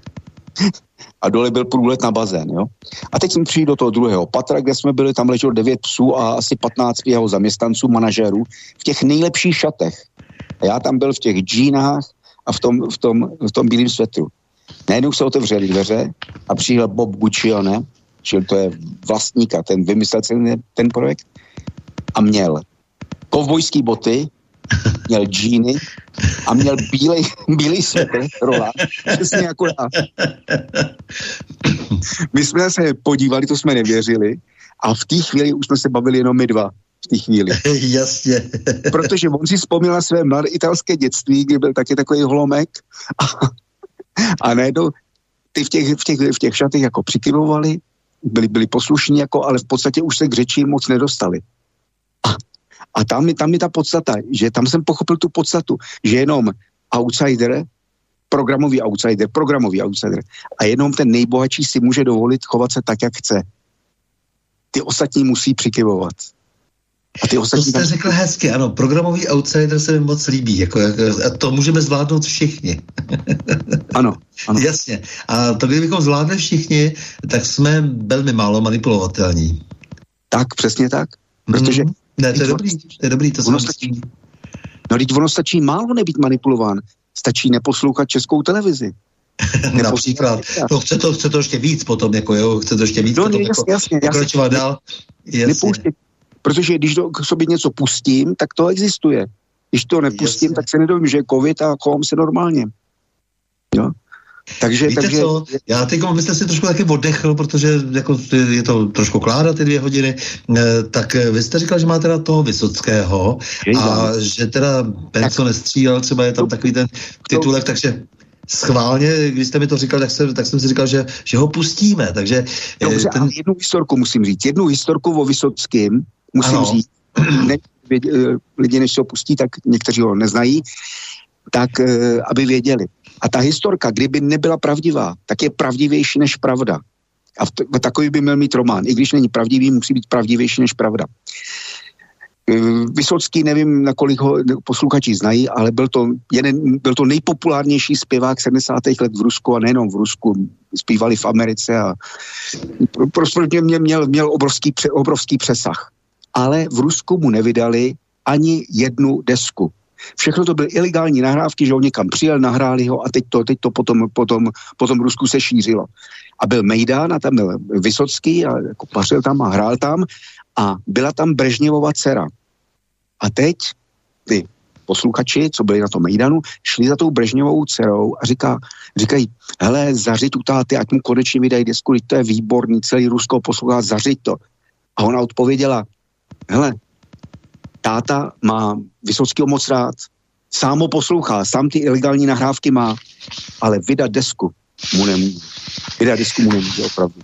A dole byl průlet na bazén, jo. A teď jsme přijeli do toho druhého patra, kde jsme byli, tam leželo devět psů a asi patnáct jeho zaměstnanců, manažerů, v těch nejlepších šatech. A já tam byl v těch džínách a v tom, v tom, v tom bílém svetru. Najednou se otevřely dveře a přijel Bob Guccione, čili to je vlastníka, ten vymyslel ten, ten projekt, a měl kovbojský boty, měl džíny a měl bílej, bílej svetr, rola, přesně jako já. My jsme se podívali, to jsme nevěřili, a v té chvíli už jsme se bavili jenom my dva. V té chvíli. Jasně. Protože on si vzpomněl na své mladé italské dětství, kdy byl taky takový holomek a, a najednou ty v těch, v těch, v těch šatech jako přikyvovali, byli, byli poslušní, jako, ale v podstatě už se k řeči moc nedostali. A, a tam, je, tam je ta podstata, že tam jsem pochopil tu podstatu, že jenom outsider, programový outsider, programový outsider a jenom ten nejbohatší si může dovolit chovat se tak, jak chce. Ty ostatní musí přikyvovat. A ty ostatní to jste řekl hezky, ano, programový outsider se mi moc líbí, jako, a to můžeme zvládnout všichni. Ano, ano. Jasně. A to, kdybychom zvládli všichni, tak jsme velmi málo manipulovatelní. Tak, přesně tak. Protože... Mm, ne, to je dobrý, to je dobrý, to ono stačí, no, teď ono stačí málo nebýt manipulován. Stačí neposlouchat Českou televizi. Například. No, chce to, chce to ještě víc potom, jako jo, chce to ještě víc no, potom, jasně, jako, jasně, pokračovat jasně. dál. Jasně. Nepouštět. Protože když do, k sobě něco pustím, tak to existuje. Když to nepustím, jasně. tak se nedovím, že je covid a chovám se normálně. Jo? Takže, Víte takže... co, já teď byste si trošku taky oddechl, protože jako je to trošku kláda ty dvě hodiny, tak vy jste říkal, že máte na toho Vysockého a že teda Penco nestřílel, třeba je tam takový ten titulek, takže schválně, když jste mi to říkal, tak jsem, tak jsem si říkal, že, že ho pustíme, takže... Dobře, ten... jednu historku musím říct, jednu historku o Vysockým musím ano. říct, ne, lidi, než se ho pustí, tak někteří ho neznají, tak aby věděli. A ta historka, kdyby nebyla pravdivá, tak je pravdivější než pravda. A v t- takový by měl mít román. I když není pravdivý, musí být pravdivější než pravda. Vysocký, nevím, nakolik ho posluchači znají, ale byl to, jeden, byl to nejpopulárnější zpěvák sedmdesátých let v Rusku a nejenom v Rusku. Zpívali v Americe a prostě měl, měl, měl obrovský, obrovský přesah. Ale v Rusku mu nevydali ani jednu desku. Všechno to byly ilegální nahrávky, že on někam přijel, nahráli ho a teď to, teď to potom, potom, potom v Rusku se šířilo. A byl Mejdan a tam byl Vysocký a jako pařil tam a hrál tam a byla tam Brežněvova dcera. A teď ty posluchači, co byli na tom Mejdanu, šli za tou Brežněvou dcerou a říká, říkají, hele, zařiď u táty, ať mu konečně vydají desku, to je výborný, celý Rusko poslouchá, zařiď to. A ona odpověděla, hele, táta má Vysockýho moc rád, sám ho poslouchá, sám ty ilegální nahrávky má, ale vydat desku mu nemůže. Vydat desku mu nemůže, opravdu.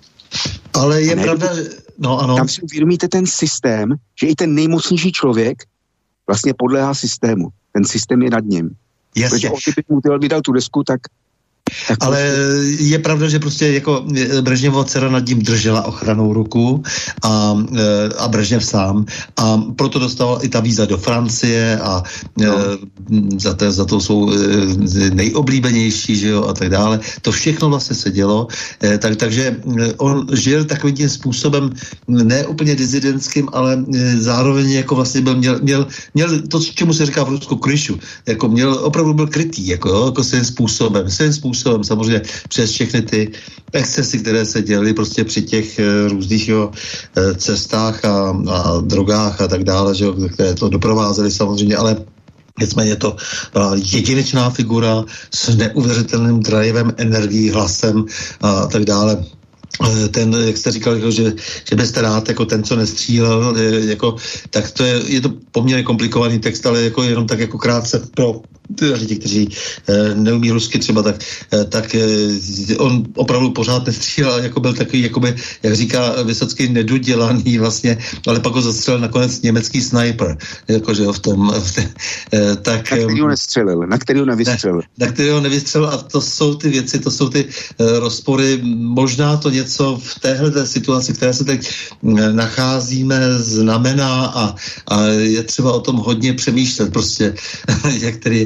Ale je pravda, že... No, ano. Tam si uvědomíte ten systém, že i ten nejmocnější člověk vlastně podléhá systému. Ten systém je nad ním. Jasně. Protože kdyby mu vydal tu desku, tak... tak ale prostě... je pravda, že prostě jako Brežněvova dcera nad ním držela ochranou ruku a, a Brežněv sám a proto dostal i ta víza do Francie a no. za, to, za to jsou nejoblíbenější, že jo, a tak dále. To všechno vlastně se dělo, tak, takže on žil takovým tím způsobem ne úplně dizidentským, ale zároveň jako vlastně byl, měl, měl, měl to, čemu se říká v Rusku kryšu, jako měl, opravdu byl krytý, jako, jo, jako svým způsobem, svým způsobem, samozřejmě přes všechny ty excesy, které se děly prostě při těch e, různých jo, e, cestách a, a drogách a tak dále, že jo, které to doprovázely samozřejmě, ale nicméně to byla jedinečná figura s neuvěřitelným drivem, energií, hlasem a tak dále. Ten, jak jste říkal, že, že byste rád jako ten, co nestřílel, jako, tak to je, je to poměrně komplikovaný text, ale jako jenom tak jako krátce pro ti, kteří e, neumí rusky třeba, tak, e, tak e, on opravdu pořád nestřílel, jako byl takový, jakoby, jak říká Vysocký, nedodělaný vlastně, ale pak ho zastřelil nakonec německý sniper, jakože v tom, v te, e, tak... Na který ho nestřelil, na který ho nevystřelil. Na, na který ho nevystřelil a to jsou ty věci, to jsou ty e, rozpory, možná to něco v téhle situaci, které se teď e, nacházíme, znamená a, a je třeba o tom hodně přemýšlet, prostě, jak tedy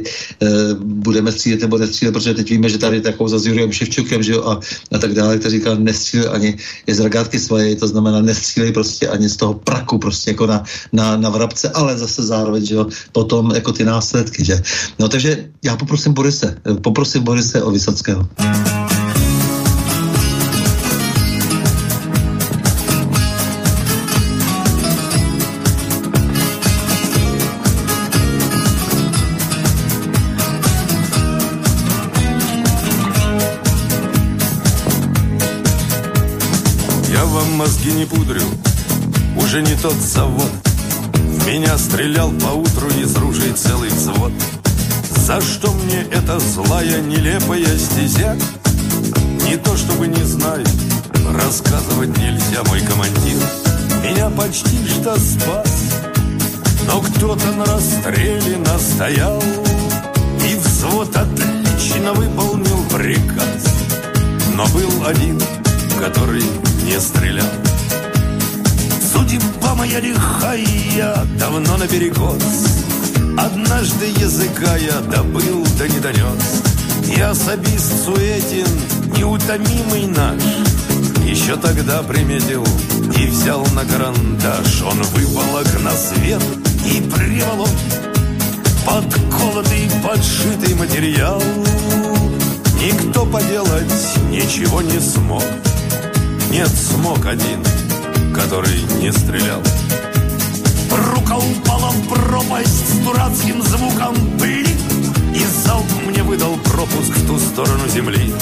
budeme střílet nebo nestřílet, protože teď víme, že tady takovou za Juriem Ševčukem, že jo, a, a tak dále, kteří říkal, nestřílej ani z ragátky svoje, to znamená nestřílej prostě ani z toho praku, prostě jako na, na, na vrabce, ale zase zároveň, že jo, potom jako ty následky, že. No takže já poprosím Borise, poprosím Borise o Vysockého. Мозги не пудрю, уже не тот завод. В меня стрелял поутру из ружей целый взвод. За что мне эта злая, нелепая стезя? Не то чтобы не знаю, рассказывать нельзя, мой командир меня почти что спас. Но кто-то на расстреле настоял, и взвод отлично выполнил приказ. Но был один, который не стрелял. Судьба моя лихая, давно наперекос. Однажды языка я добыл, да не донес. И особист суетен, неутомимый наш, еще тогда приметил и взял на карандаш. Он выволок на свет и приволок подколотый, подшитый материал. Никто поделать ничего не смог. Нет, смог один, который не стрелял. Рука упала в пропасть с дурацким звуком пыли, и залп мне выдал пропуск в ту сторону земли.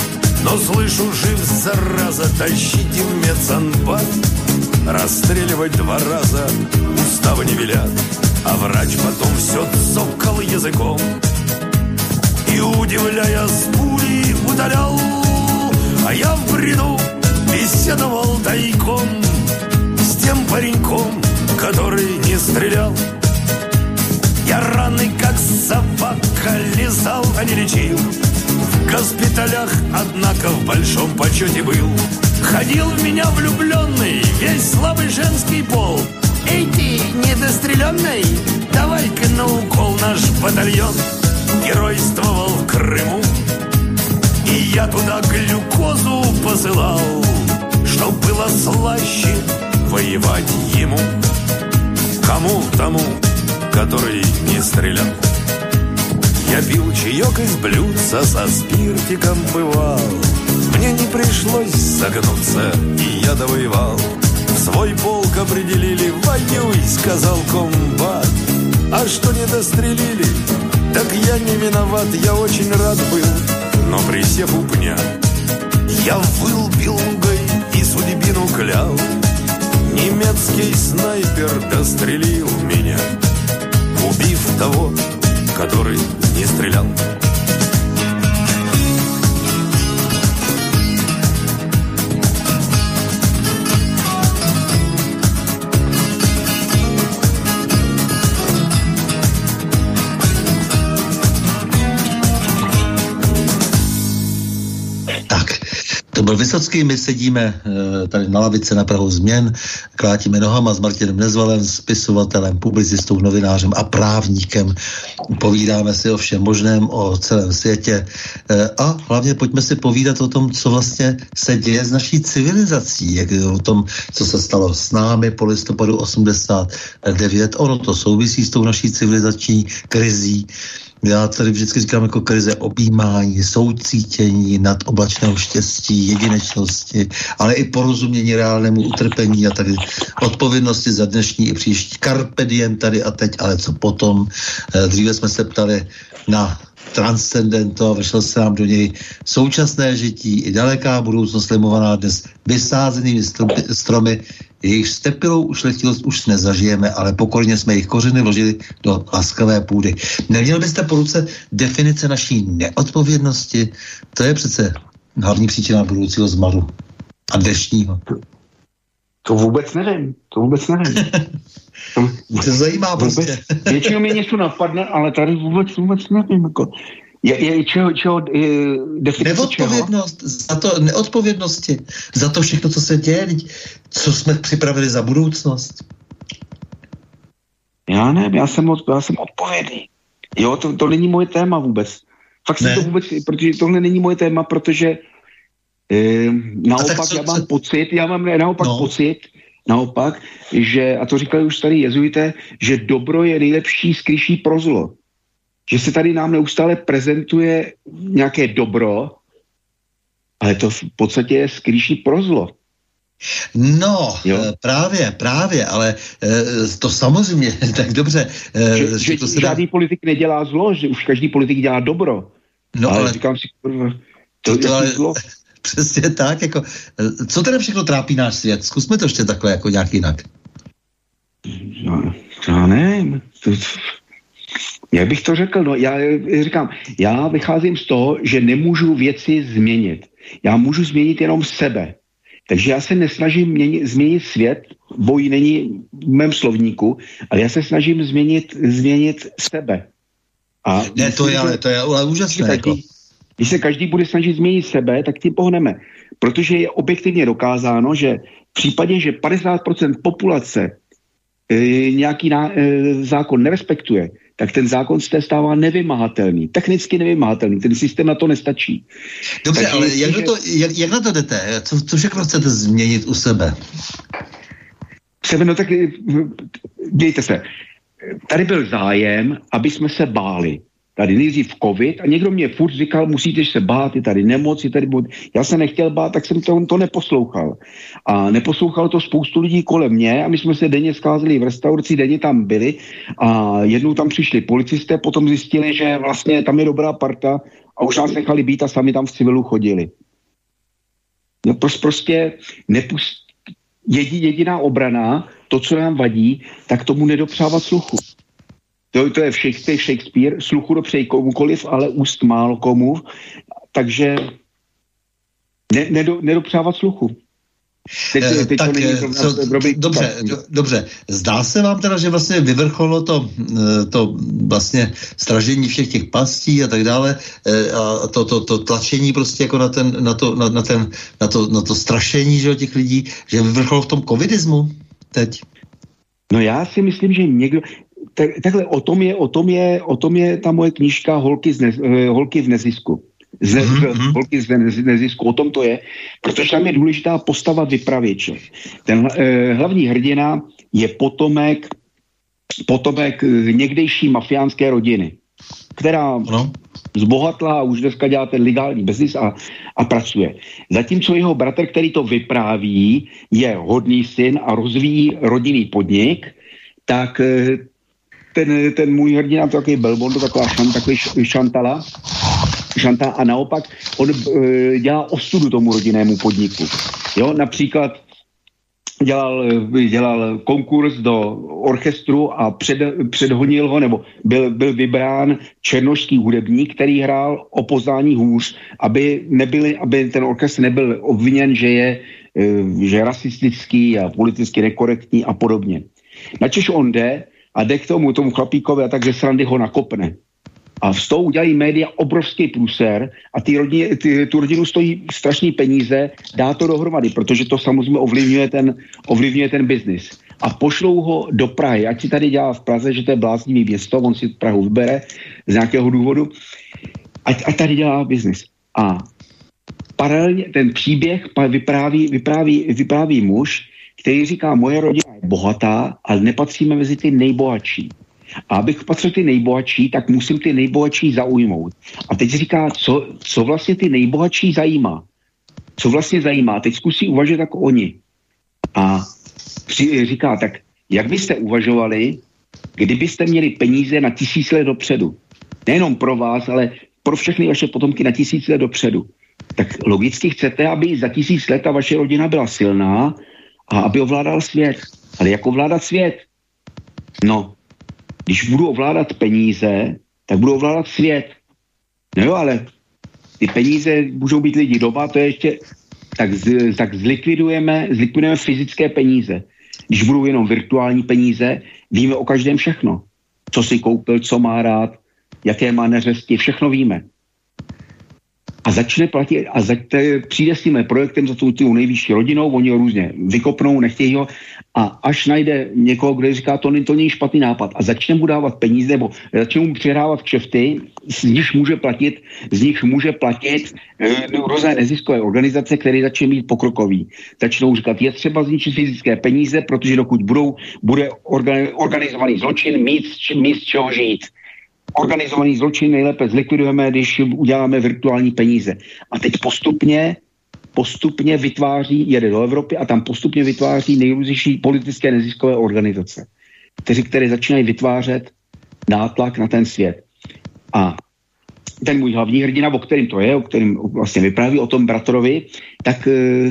Но слышу, жив, зараза, тащите медсанбат. Расстреливать два раза устава не велят. А врач потом все цокал языком и, удивляя, с пули удалял. А я в бреду беседовал тайком с тем пареньком, который не стрелял. Я раны, как собака, лизал, а не лечил. В госпиталях, однако, в большом почете был. Ходил в меня влюбленный весь слабый женский пол. Эй ты, недостреленный, давай-ка на укол наш батальон. Геройствовал в Крыму, и я туда глюкозу посылал, чтоб было слаще воевать ему. Кому тому, который не стрелял. Я пил чаек из блюдца, со спиртиком бывал. Мне не пришлось загнуться, и я довоевал. В свой полк определили, воюй, сказал комбат. А что не дострелили, так я не виноват, я очень рад был. Но присев у пня, я выл белугой и судьбину клял. Немецкий снайпер дострелил меня, убив того, который не стрелял. To byl Vysocký, my sedíme tady na lavice na prahu změn, krátíme nohama s Martinem Nezvalem, spisovatelem, publicistou, novinářem a právníkem. Povídáme si o všem možném, o celém světě a hlavně pojďme si povídat o tom, co vlastně se děje s naší civilizací, jak o tom, co se stalo s námi po listopadu osmdesát devět. Ono to souvisí s tou naší civilizační krizí. Já tady vždycky říkám jako krize objímání, soucítění, nadoblačného štěstí, jedinečnosti, ale i porozumění reálnému utrpení a tady odpovědnosti za dnešní i příští. Carpe diem tady a teď, ale co potom? Dříve jsme se ptali na transcendento a vešlo se nám do něj současné žití i daleká budoucnost limovaná dnes vysázenými stromy. Jejich stepilou ušlechtilost už nezažijeme, ale pokorně jsme jejich kořeny vložili do laskavé půdy. Neměl byste po ruce definice naší neodpovědnosti? To je přece hlavní příčina budoucího zmaru a dnešního. To vůbec nevím, to vůbec nevím. To se zajímá prostě. Většinou mě něco napadne, ale tady vůbec, vůbec nevím. Jako. Je, je, čeho, čeho, je, definice neodpovědnost, čeho? Za to, neodpovědnosti, za to všechno, co se děje, co jsme připravili za budoucnost. Já nevím, já jsem, já jsem odpovědný. Jo, to, to není moje téma vůbec. Fakt si to vůbec, protože tohle není moje téma, protože e, naopak co, já mám co? pocit, já mám naopak no. pocit, naopak, že, a to říkali už starý jezuité, že dobro je nejlepší skryší pro zlo. Že se tady nám neustále prezentuje nějaké dobro, ale to v podstatě je skryší pro zlo. No, jo? právě, právě, ale to samozřejmě, tak dobře. Že, že to se žádný dá... politik nedělá zlo, že už každý politik dělá dobro. No, ale, ale říkám si, kurva, to, to ale, zlo. Přesně tak, jako, co teda všechno trápí náš svět? Zkusme to ještě takhle jako nějak jinak. Já, já nevím, to... Jak bych to řekl? No, já říkám, já vycházím z toho, že nemůžu věci změnit. Já můžu změnit jenom sebe. Takže já se nesnažím měnit, změnit svět, boj není v mém slovníku, ale já se snažím změnit, změnit sebe. A ne, to je, ale to je ale úžasné. Každý, jako. Když se každý bude snažit změnit sebe, tak tím pohneme. Protože je objektivně dokázáno, že v případě, že padesát procent populace e, nějaký ná, e, zákon nerespektuje, tak ten zákon se stává nevymahatelný. Technicky nevymahatelný. Ten systém na to nestačí. Dobře, takže ale jak, že... to, jak, jak na to jdete? Co, co všechno chcete změnit u sebe? Sebe, no tak dějte se. Tady byl zájem, aby jsme se báli. Tady nejdřív covid a někdo mě furt říkal, musíte se bát, je tady nemoc, je tady bod. Já se nechtěl bát, tak jsem to, to neposlouchal. A neposlouchalo to spoustu lidí kolem mě a my jsme se denně scházeli v restauraci, denně tam byli a jednou tam přišli policisté, potom zjistili, že vlastně tam je dobrá parta a už nás nechali být a sami tam v civilu chodili. No prostě, prostě nepust, jediná obrana, to, co nám vadí, tak tomu nedopřávat sluchu. To, to je Shakespeare, Shakespeare, sluchu dopřeji komukoliv, ale úst málo komu, takže ne, nedo, nedopřávat sluchu. Teď, teď tak, co, dobře, do, dobře. Zdá se vám teda, že vlastně vyvrcholo to, to vlastně stražení všech těch pastí a tak dále a to, to, to tlačení prostě jako na, ten, na, to, na, na, ten, na, to, na to strašení, že, těch lidí, že vyvrcholo v tom covidismu teď? No já si myslím, že někdo... Tak, takhle o tom, je, o, tom je, o tom je ta moje knížka Holky, z ne, Holky v nezisku. Z, mm-hmm. Holky z nezisku, o tom to je, protože tam je důležitá postava vypravěče. Ten eh, hlavní hrdina je potomek, potomek někdejší mafiánské rodiny, která no. zbohatla a už dneska dělá ten legální biznis a, a pracuje. Zatímco jeho bratr, který to vypráví, je hodný syn a rozvíjí rodinný podnik, tak eh, ten, ten můj hrdina, to takový belbon, taková šan, takový šantala, šanta a naopak on e, dělá ostudu tomu rodinnému podniku. Jo, například dělal, dělal konkurs do orchestru a před, předhonil ho, nebo byl, byl vybrán černošský hudebník, který hrál o poznání hůř, aby, nebyli, aby ten orchestr nebyl obviněn, že je, e, že je rasistický a politicky nekorektní a podobně. Načež on jde a jde k tomu, tomu chlapíkovi a takže srandy ho nakopne. A z toho udělají média obrovský průser a ty rodině, ty, tu rodinu stojí strašný peníze, dá to dohromady, protože to samozřejmě ovlivňuje ten, ovlivňuje ten biznis. A pošlou ho do Prahy, ať si tady dělá v Praze, že to je bláznivý město, on si Prahu vybere z nějakého důvodu, ať, ať tady dělá biznis. A paralelně ten příběh vypráví, vypráví, vypráví muž, který říká, moje rodina je bohatá, ale nepatříme mezi ty nejbohatší. A abych patřil ty nejbohatší, tak musím ty nejbohatší zaujmout. A teď říká, co, co vlastně ty nejbohatší zajímá. Co vlastně zajímá. Teď zkusí uvažovat jako oni. A při, říká, tak jak byste uvažovali, kdybyste měli peníze na tisíc let dopředu. Nejenom pro vás, ale pro všechny vaše potomky na tisíc let dopředu. Tak logicky chcete, aby za tisíc let ta vaše rodina byla silná a aby ovládal svět. Ale jak ovládat svět? No, když budu ovládat peníze, tak budu ovládat svět. No jo, ale ty peníze můžou být lidi doma, to je ještě, tak, z, tak zlikvidujeme, zlikvidujeme fyzické peníze. Když budou jenom virtuální peníze, víme o každém všechno. Co si koupil, co má rád, jaké má neřesti, všechno víme. A začne platit, a za, te, přijde s tím projektem za tu, tu nejvyšší rodinou, oni ho různě vykopnou, nechtějí ho, a až najde někoho, kdo říká, to, to není špatný nápad, a začne mu dávat peníze, nebo začne mu přihrávat kšefty, z nich může platit, z nich může platit e, různé neziskové organizace, které začne být pokrokový. Začnou říkat, je třeba zničit fyzické peníze, protože dokud budou, bude organizovaný zločin, mít, mít z čeho žít. Organizovaný zločin nejlépe zlikvidujeme, když uděláme virtuální peníze. A teď postupně, postupně vytváří, jede do Evropy a tam postupně vytváří nejrůznější politické neziskové organizace, kteří, které začínají vytvářet nátlak na ten svět. A ten můj hlavní hrdina, o kterým to je, o kterým vlastně vypráví o tom bratrovi, tak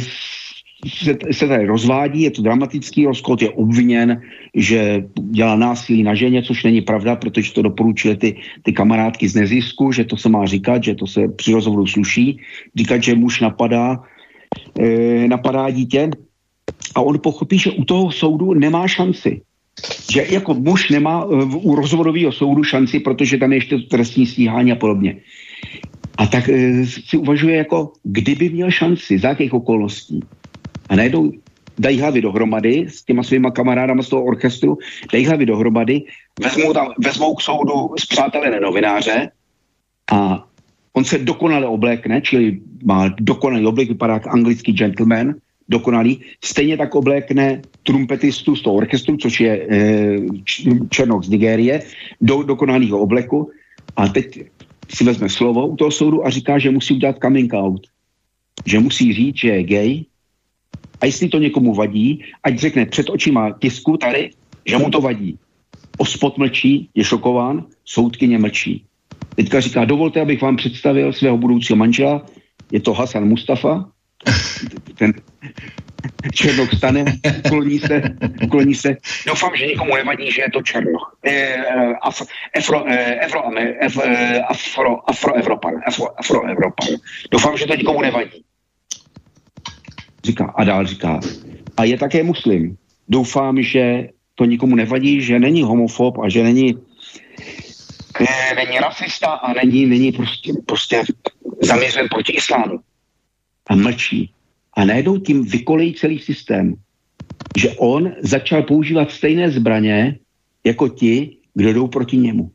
se, se tady rozvádí, je to dramatický rozchod, je obviněn, že dělá násilí na ženě, což není pravda, protože to doporučili ty, ty kamarádky z nezisku, že to se má říkat, že to se při rozhovoru sluší, říkat, že muž napadá, e, napadá dítě a on pochopí, že u toho soudu nemá šanci. Že jako muž nemá u rozvodového soudu šanci, protože tam je ještě trestní stíhání a podobně. A tak e, si uvažuje jako, kdyby měl šanci, za jakých okolností. A najednou dají hlavy dohromady s těma svýma kamarádama z toho orchestru, dají hlavy dohromady, vezmou, tam, vezmou k soudu spřátelené novináře a on se dokonale oblékne, čili má dokonalý oblek, vypadá jak anglický gentleman, dokonalý, stejně tak oblékne trumpetistu z toho orchestru, což je e, Černok z Nigérie, do dokonalého obleku a teď si vezme slovo u toho soudu a říká, že musí udělat coming out. Že musí říct, že je gay. A jestli to někomu vadí, ať řekne před očima tisku tady, že mu to vadí. Ospod mlčí, je šokován, soudkyně mlčí. Teďka říká, dovolte, abych vám představil svého budoucího manžela, je to Hasan Mustafa, ten černoch stane, ukloní se, ukloní se. Doufám, že nikomu nevadí, že je to černoch. E, af, afro, e, afro, af, afro, afroevropan. Afro, afroevropan. Doufám, že to nikomu nevadí. Říká, a dál říká. A je také muslim. Doufám, že to nikomu nevadí, že není homofob a že není e, není rasista a není, není prostě, prostě zaměřen proti islámu. A mlčí. A najednou tím vykolejí celý systém. Že on začal používat stejné zbraně jako ti, kdo jdou proti němu.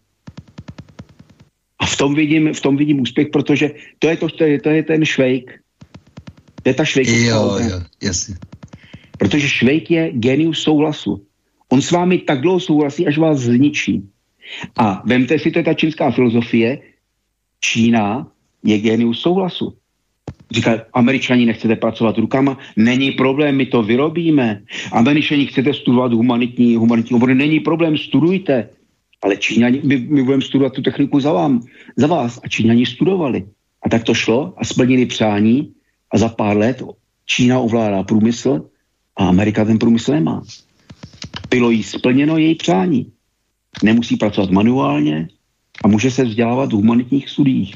A v tom vidím, v tom vidím úspěch, protože to je, to, to je, to je ten Švejk. To je ta Švejkovská. Jo, jo, jasně. Protože Švejk je genius souhlasu. On s vámi tak dlouho souhlasí, až vás zničí. A vemte si, to je ta čínská filozofie. Čína je genius souhlasu. Říká, Američani nechcete pracovat rukama, není problém, my to vyrobíme. Američani chcete studovat humanitní, humanitní obory, není problém, studujte. Ale Číňani, my, my budeme studovat tu techniku za, vám, za vás. A Číňani studovali. A tak to šlo a splnili přání a za pár let Čína ovládá průmysl a Amerika ten průmysl nemá. Bylo jí splněno její přání. Nemusí pracovat manuálně a může se vzdělávat v humanitních studiích.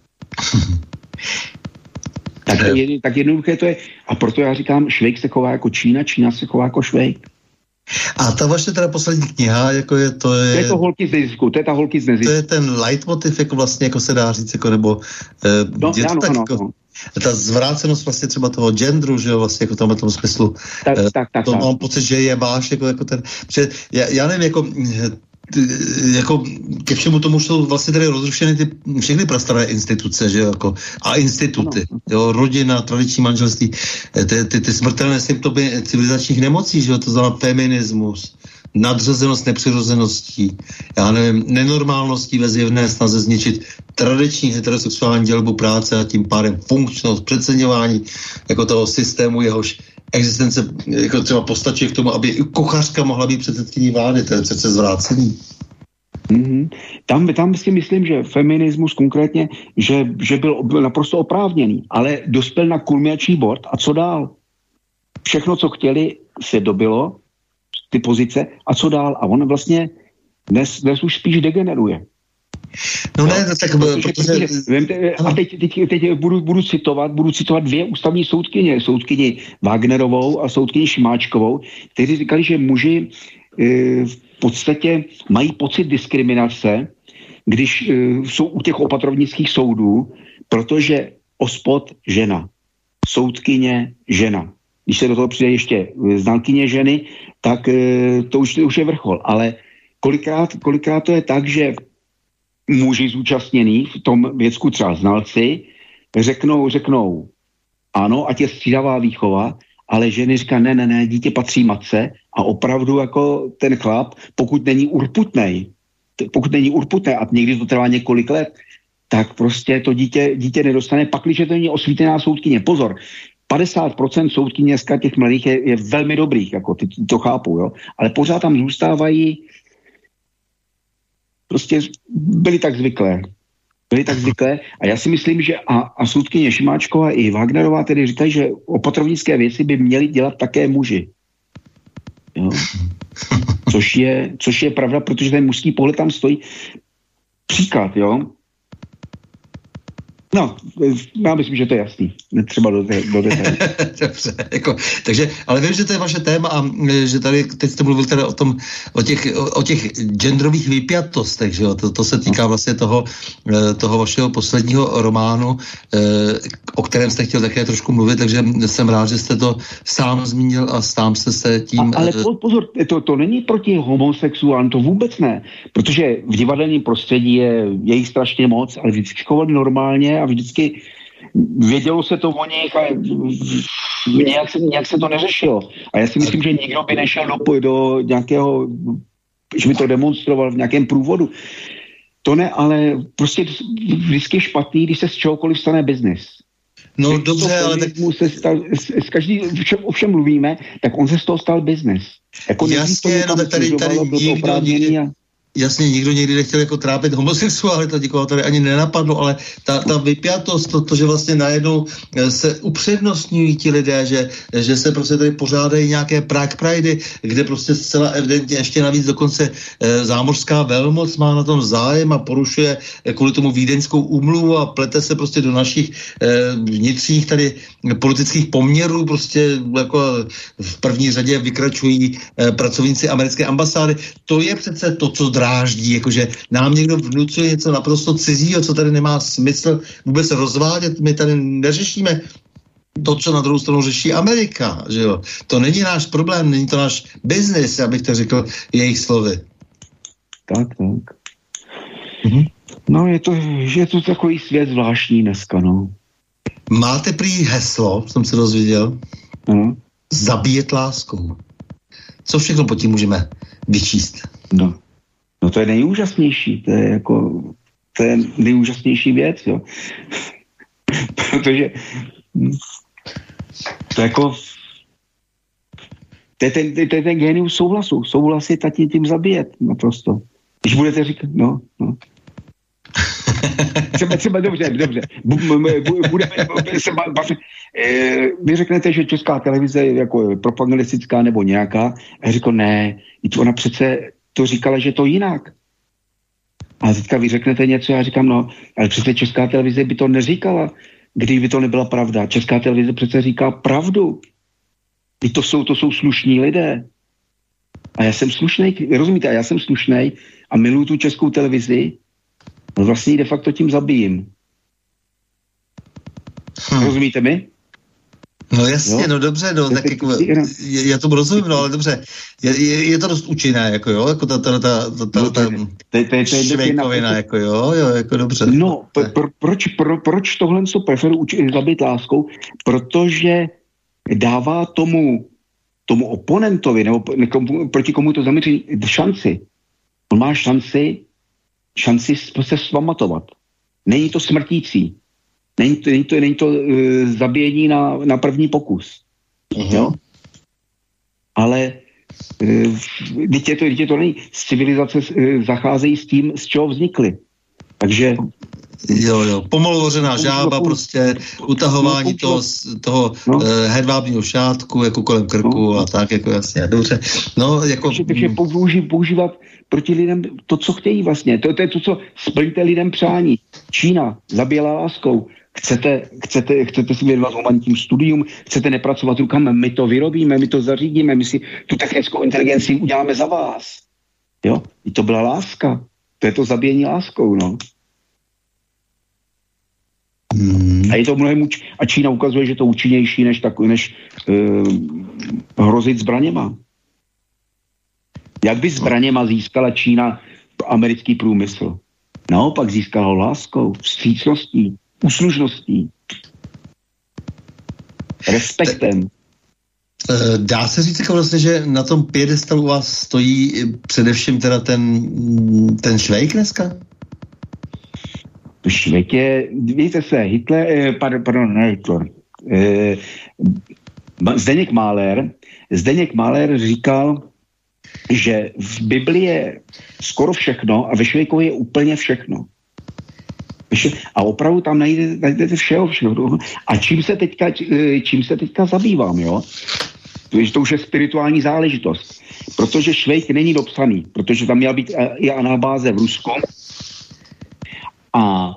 Tak, je, tak jednoduché to je. A proto já říkám, Švejk se chová jako Čína, Čína se chová jako Švejk. A ta vaše teda poslední kniha, jako je to je... To je to holky z nezisku, to je ta holky z nezisku. To je ten leitmotiv, jako vlastně, jako se dá říct, jako nebo... Eh, no, je to ano, tak, ano, jako, ano. Ta zvrácenost vlastně třeba toho genderu, že jo, vlastně jako tam v tom smyslu. Tak, eh, tak, tak, to tak. mám pocit, že je váš, jako, jako ten... Protože já, já nevím, jako... jako ke všemu tomu jsou vlastně tady rozrušeny ty všechny prastaré instituce, že jako, a instituty, jo, rodina, tradiční manželství, ty, ty, ty smrtelné symptomy civilizačních nemocí, že jo, to znamená feminismus, nadřazenost nepřirozeností, já nevím, nenormálností ve zjevné snaze zničit tradiční heterosexuální dělbu práce a tím pádem funkčnost, přeceňování jako toho systému, jehož existence jako třeba postačí k tomu, aby i kuchařka mohla být předsedkyní vlády, to je přece zvrácený. Mm-hmm. Tam, tam si myslím, že feminismus konkrétně, že, že byl, byl naprosto oprávněný, ale dospěl na kulminační bod a co dál? Všechno, co chtěli, se dobilo, ty pozice, a co dál? A on vlastně dnes, dnes už spíš degeneruje. No, no ne, no, tak protože... protože vemte, a teď, teď, teď budu, budu citovat, budu citovat dvě ústavní soudkyně, soudkyni Wagnerovou a soudkyni Šimáčkovou, kteří říkali, že muži e, v podstatě mají pocit diskriminace, když e, jsou u těch opatrovnických soudů, protože ospod žena, soudkyně žena. Když se do toho přijde ještě znalkyně ženy, tak e, to už, už je vrchol. Ale kolikrát, kolikrát to je tak, že muži zúčastnění v tom věcku třeba znalci řeknou, řeknou ano, ať je střídavá výchova, ale ženy říká ne, ne, ne, dítě patří matce a opravdu jako ten chlap, pokud není urputnej, pokud není urputnej a někdy to trvá několik let, tak prostě to dítě, dítě nedostane, pakliže to není osvítená soudkyně. Pozor, padesát procent soudkyně dneska těch mladých je, je velmi dobrých, jako ty to chápou, jo, ale pořád tam zůstávají prostě byli tak zvyklé. Byli tak zvyklé a já si myslím, že a, a soudkyně Šimáčková i Wagnerová tedy říkají, že opatrovnické věci by měli dělat také muži. Jo? Což je, což je pravda, protože ten mužský pohled tam stojí. Příklad, jo. No, já myslím, že to je jasný. Netřeba do, do detailu. Dobře, jako, takže, ale vím, že to je vaše téma a že tady, teď jste mluvil teda o tom, o těch, o, o těch genderových vypjatostech, že jo, to, to se týká vlastně toho, toho vašeho posledního románu, o kterém jste chtěl také trošku mluvit, takže jsem rád, že jste to sám zmínil a sám jste se tím... A, ale pozor, to, to není proti homosexuálům, to vůbec ne, protože v divadelním prostředí je, je jich strašně moc, ale vždycky chovali normálně a vždycky vědělo se to o nich a nějak se, nějak se to neřešilo. A já si myslím, že nikdo by nešel do, do nějakého, že by to demonstroval v nějakém průvodu. To ne, ale prostě vždycky je špatný, když se z čehokoliv stane biznis. No když dobře, ale tak... Se stal, s, s každý, o všem mluvíme, tak on se z toho stal biznis. Jako jasně, no tak tady, tady nikdo nikdy... A... Jasně, nikdo někdy nechtěl jako trápit homosexuály, to nikoho tady ani nenapadlo, ale ta, ta vypjatost, to, to, že vlastně najednou se upřednostňují ti lidé, že, že se prostě tady pořádají nějaké Prague Pridey, kde prostě zcela evidentně ještě navíc dokonce e, zámořská velmoc má na tom zájem a porušuje e, kvůli tomu vídeňskou úmluvu a plete se prostě do našich e, vnitřních tady politických poměrů, prostě jako v první řadě vykračují e, pracovníci americké ambasády. To je přece to, co dráždí, jakože nám někdo vnucuje něco naprosto cizího, co tady nemá smysl vůbec rozvádět. My tady neřešíme to, co na druhou stranu řeší Amerika, že jo. To není náš problém, není to náš biznis, abych to řekl jejich slovy. Tak, tak. Mhm. No, je to, je to takový svět zvláštní dneska, no. Máte prý heslo, jsem se dozvěděl, mhm. zabíjet láskou. Co všechno pod tím můžeme vyčíst? No. No to je nejúžasnější, to je jako, to je nejúžasnější věc, jo. Protože to je jako, to je ten, to je ten génius souhlasu, souhlasit a tím, tím zabíjet, naprosto. Když budete říkat, no, no. Třeba, třeba dobře, dobře. Budeme se bavit. Vy řeknete, že Česká televize je jako propagandistická nebo nějaká. A já říkám, ne, ona přece to říkala, že to jinak. A teďka vy řeknete něco, já říkám, no, ale přece Česká televize by to neříkala, kdyby to nebyla pravda. Česká televize přece říká pravdu. I to jsou, to jsou slušní lidé. A já jsem slušnej, rozumíte, a já jsem slušnej a miluju tu Českou televizi, no vlastně de facto tím zabijím. Hmm. Rozumíte mi? No jasně, jo? No dobře, no, tak jako, já tomu rozumím, no ale dobře, je, je, je to dost účinné, jako jo, jako ta, ta, ta, ta, ta, ta švejkovina, jako jo, jo, jako dobře. No, pro, proč, pro, proč tohle co preferuji zabít láskou? Protože dává tomu, tomu oponentovi, nebo nekomu, proti komu to zaměří, šanci. On má šanci, šanci se svamatovat. Není to smrtící. Není to, není to, není to uh, zabíjení na, na první pokus. Uh-huh. Jo? Ale uh, dítě to, dítě to není. Civilizace uh, zacházejí s tím, z čeho vznikly. Takže jo, jo. Pomalu hořená žába, prostě utahování toho, toho no. uh, hedvábního šátku, jako kolem krku no. a tak, jako jasně. Dobře. No, jako... Takže, takže použí, používat proti lidem to, co chtějí vlastně. To, to je to, co splníte lidem přání. Čína zabíjela láskou. Chcete, chcete, chcete si věnovat humanitním studium, chcete nepracovat rukama, my to vyrobíme, my to zařídíme, my si tu technickou inteligenci uděláme za vás. Jo? I to byla láska. To je to zabíjení láskou, no. Hmm. A je to mnohem uč... A Čína ukazuje, že to účinnější než takový, než uh, hrozit zbraněma. Jak by zbraněma získala Čína americký průmysl? Naopak získala láskou, vstřícností, uslužností, respektem. Dá se říct jako vlastně, že na tom piedestalu u vás stojí především teda ten, ten Švejk dneska? Švejk je, víte se, Hitler, pardon, pardon ne Hitler, eh, Zdeněk Máler, Zdeněk Máler říkal, že v Biblii je skoro všechno a ve Švejkovi je úplně všechno. A opravdu tam najdete, najdete všeho, všeho. A čím se teďka, čím se teďka zabývám, jo? To už je spirituální záležitost. Protože Švejk není dopsaný, protože tam měla být i anabáze v Rusku. A,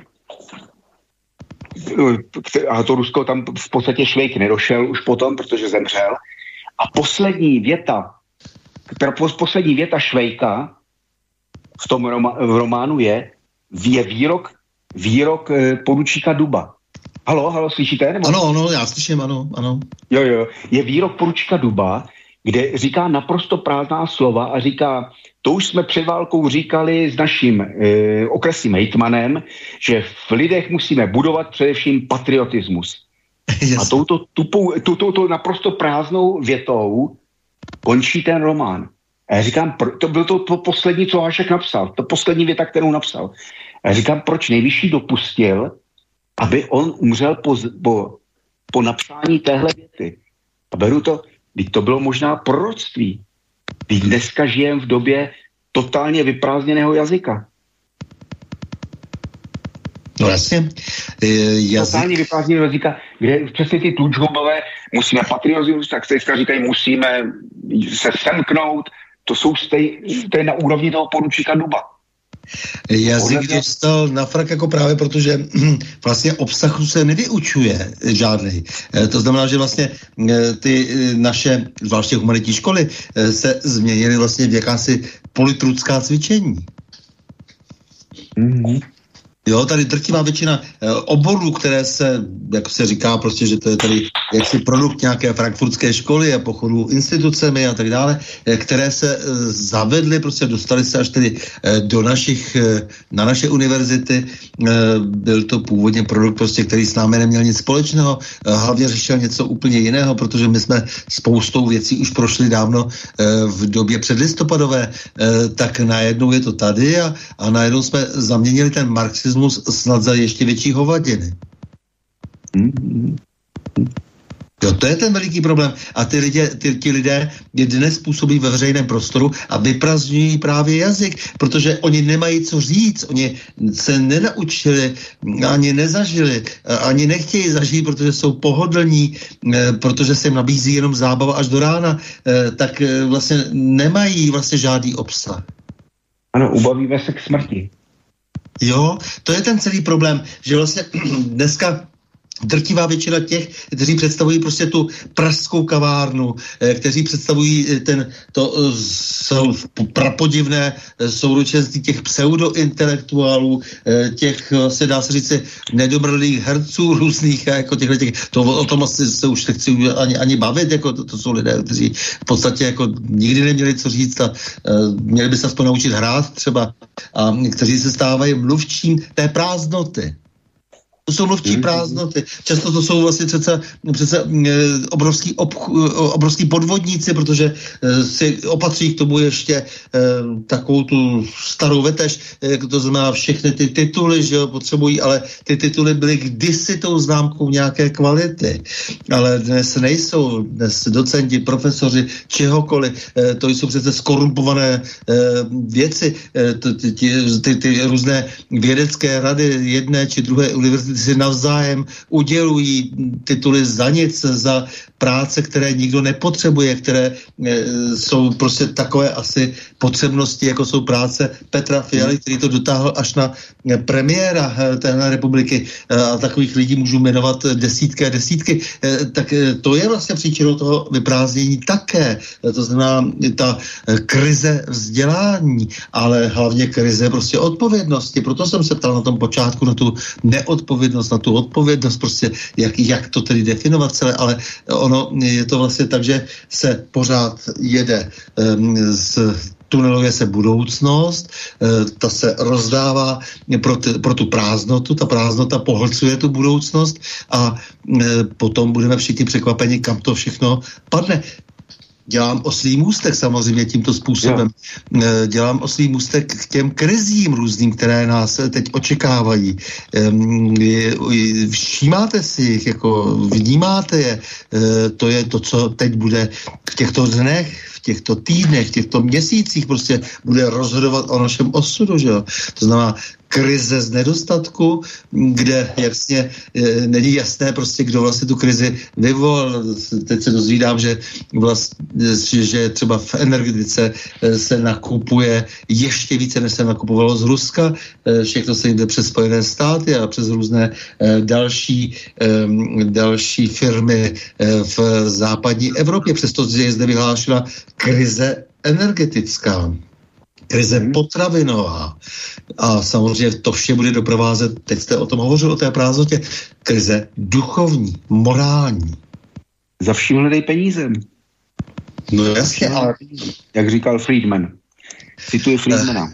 a to Rusko tam v podstatě Švejk nedošel už potom, protože zemřel. A poslední věta, která poslední věta Švejka v tom roma, v románu je, je výrok, výrok eh, poručíka Duba. Halo, halo, slyšíte? Nebo? Ano, ano, já slyším, ano, ano. Jo, jo, je výrok poručíka Duba, kde říká naprosto prázdná slova a říká, to už jsme před válkou říkali s naším eh, okresním hejtmanem, že v lidech musíme budovat především patriotismus. Yes. A touto tupou, touto naprosto prázdnou větou končí ten román. A já říkám, to bylo to, to poslední, co Hašek napsal, to poslední věta, kterou napsal. A já říkám, proč nejvyšší dopustil, aby on umřel po, po, po napsání téhle věty. A beru to, teď to bylo možná proroctví. Teď dneska žijeme v době totálně vyprázdněného jazyka. No jasně. Jazyk. Totálně vyprázdněného jazyka, kde přesně ty tlučhobové musíme patriotismus, tak se dneska říkají, musíme se semknout, to jsou stej, to je na úrovni toho poručíka Duba. Jazyk dostal na frak jako právě protože vlastně obsahu se nevyučuje žádnej. To znamená, že vlastně ty naše, zvláště humanitní školy, se změnily vlastně v jakási politrucká cvičení. Mm-hmm. Jo, tady drtivá většina e, oborů, které se, jak se říká prostě, že to je tady jaksi produkt nějaké frankfurtské školy a pochodu institucemi a tak dále, e, které se e, zavedly, prostě dostali se až tedy e, do našich, e, na naše univerzity. E, byl to původně produkt prostě, který s námi neměl nic společného, e, hlavně řešil něco úplně jiného, protože my jsme spoustou věcí už prošli dávno e, v době předlistopadové, e, tak najednou je to tady a, a najednou jsme zaměnili ten marxismus snad za ještě větší hovadiny. Mm-hmm. Jo, to je ten veliký problém. A ty lidé, ty, ti lidé dnes působí ve veřejném prostoru a vyprazňují právě jazyk, protože oni nemají co říct, oni se nenaučili, ani nezažili, ani nechtějí zažít, protože jsou pohodlní, protože se jim nabízí jenom zábava až do rána, tak vlastně nemají vlastně žádný obsah. Ano, ubavíme se k smrti. Jo, to je ten celý problém, že vlastně dneska drtivá většina těch, kteří představují prostě tu pražskou kavárnu, kteří představují ten, to jsou prapodivné souručenství těch pseudointelektuálů, těch, se dá se říct, nedomrlých herců různých, jako těchto těch, to o tom asi se už nechci ani, ani bavit, jako to, to jsou lidé, kteří v podstatě jako nikdy neměli co říct a uh, měli by se aspoň naučit hrát třeba a kteří se stávají mluvčím té prázdnoty. To jsou mluvčí prázdnoty. Často to jsou vlastně přece, přece obrovský, ob, obrovský podvodníci, protože si opatří k tomu ještě eh, takovou tu starou vetež, eh, to znamená všechny ty tituly, že jo, potřebují, ale ty tituly byly kdysi tou známkou nějaké kvality. Ale dnes nejsou, dnes docenti, profesoři, čehokoliv, eh, to jsou přece skorumpované eh, věci, eh, ty, ty, ty, ty různé vědecké rady jedné či druhé univerzity si navzájem udělují tituly za nic, za práce, které nikdo nepotřebuje, které e, jsou prostě takové asi potřebnosti, jako jsou práce Petra Fialy, který to dotáhl až na premiéra e, téhle republiky. E, a takových lidí můžu jmenovat desítky a desítky. E, tak e, to je vlastně příčinou toho vyprázdnění také. E, to znamená ta e, krize vzdělání, ale hlavně krize prostě odpovědnosti. Proto jsem se ptal na tom počátku na tu neodpovědnost, na tu odpovědnost, prostě jak, jak to tedy definovat celé, ale ono je to vlastně tak, že se pořád jede um, z tuneluje se budoucnost, ta se rozdává pro, t, pro tu prázdnotu, ta prázdnota pohlcuje tu budoucnost a potom budeme všichni překvapeni, kam to všechno padne. Dělám oslý můstek samozřejmě tímto způsobem. Yeah. Dělám oslý můstek k těm krizím různým, které nás teď očekávají. Všímáte si jich, jako vnímáte je. To je to, co teď bude v těchto dnech, v těchto týdnech, v těchto měsících prostě bude rozhodovat o našem osudu, že jo. To znamená krize z nedostatku, kde jasně e, není jasné prostě, kdo vlastně tu krizi vyvolal. Teď se dozvídám, že, vlastně, že třeba v energetice e, se nakupuje ještě více, než se nakupovalo z Ruska. E, všechno se jde přes Spojené státy a přes různé e, další, e, další firmy e, v západní Evropě. Přesto je zde vyhlášena krize energetická. Krize potravinová. A samozřejmě to vše bude doprovázet, teď jste o tom hovořil, o té prázdnotě, krize duchovní, morální. Za vším hledej peníze. No jasně, ale... Jak říkal Friedman. Cituji Friedmana.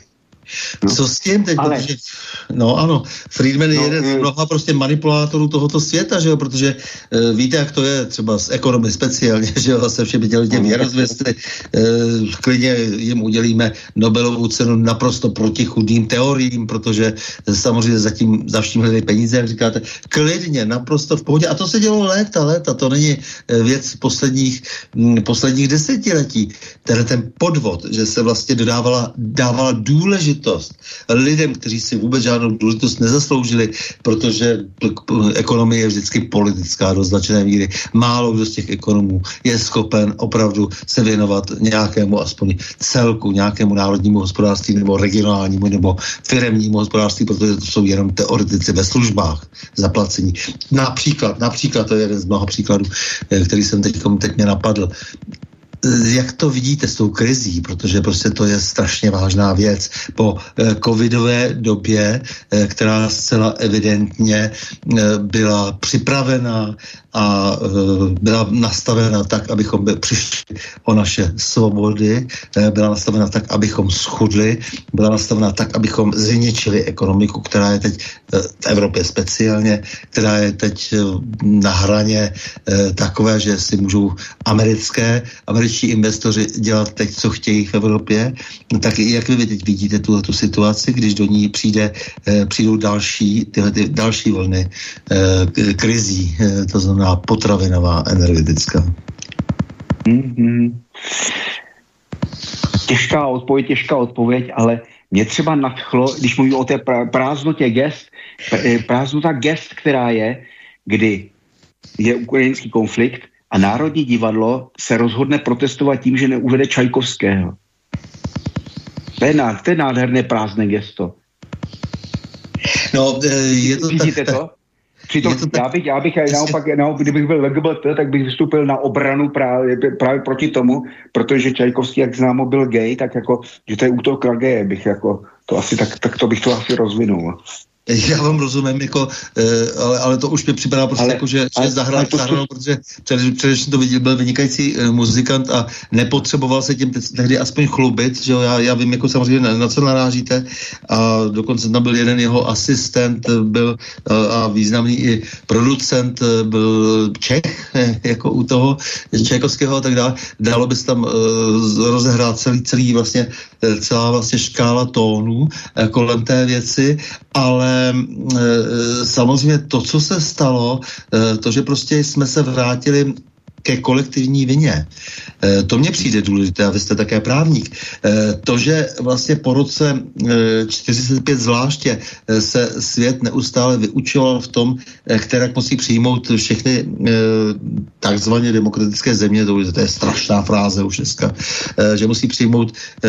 No. Co s tím teď? Ale... Protože, no ano, Friedman je no, jeden z mnoha prostě manipulátorů tohoto světa, že jo, protože e, víte, jak to je třeba s ekonomy speciálně, že jo, se všemi těmi těmi věrozvěstmi, e, klidně jim udělíme Nobelovu cenu naprosto protichůdným teoriím, protože samozřejmě zatím za vším hledají peníze, jak říkáte, klidně, naprosto v pohodě. A to se dělo léta, léta, to není věc posledních, m, posledních desetiletí. Ten, ten podvod, že se vlastně dodávala dávala důležitost lidem, kteří si vůbec žádnou důležitost nezasloužili, protože ekonomie je vždycky politická do značné míry. Málo kdo z těch ekonomů je schopen opravdu se věnovat nějakému aspoň celku, nějakému národnímu hospodářství nebo regionálnímu nebo firemnímu hospodářství, protože to jsou jenom teoretici ve službách zaplacení. Například, například, to je jeden z mnoha příkladů, který jsem teď, teď mě napadl. Jak to vidíte s tou krizí, protože prostě to je strašně vážná věc po eh, covidové době, eh, která zcela evidentně eh, byla připravena a e, byla nastavena tak, abychom by přišli o naše svobody, e, byla nastavena tak, abychom schudli, byla nastavena tak, abychom zničili ekonomiku, která je teď e, v Evropě speciálně, která je teď e, na hraně e, takové, že si můžou americké, američtí investoři dělat teď, co chtějí v Evropě. No, tak jak vy teď vidíte tuhle tu situaci, když do ní přijde, e, přijdou další, tyhle ty další vlny e, krizí, e, to znamená potravinová, energetická. Mm-hmm. Těžká odpověď, těžká odpověď, ale mě třeba nadchlo, když mluvím o té prázdnotě gest, prázdnota gest, která je, kdy je ukrajinský konflikt a Národní divadlo se rozhodne protestovat tím, že neuvede Čajkovského. To je, nád, to je nádherné prázdné gesto. No, je to Vidíte tak, to? Přitom tak... já bych, já bych naopak, naopak, kdybych byl L G B T, tak bych vystoupil na obranu právě, právě proti tomu, protože Čajkovský, jak známo, byl gay, tak jako, že to je útok na geje, bych jako, to asi, tak, tak to bych to asi rozvinul. Já vám rozumím, jako, ale, ale to už mi připadá prostě ale, jako, že, že zahrál, to, zahrál, protože především to viděl, byl vynikající muzikant a nepotřeboval se tím tehdy aspoň chlubit, že jo, já, já vím, jako samozřejmě na, na co narážíte a dokonce tam byl jeden jeho asistent, byl a významný i producent, byl Čech, jako u toho Čajkovského a tak dále. Dalo by se tam uh, rozehrát celý, celý vlastně, celá vlastně škála tónů kolem té věci, ale e, samozřejmě to, co se stalo, e, to, že prostě jsme se vrátili ke kolektivní vině. E, to mně přijde důležité, a vy jste také právník. E, to, že vlastně po roce e, čtyřicet pět zvláště e, se svět neustále vyučoval v tom, e, která musí přijmout všechny e, takzvaně demokratické země, to, to je strašná fráze už dneska, e, že musí přijmout, e,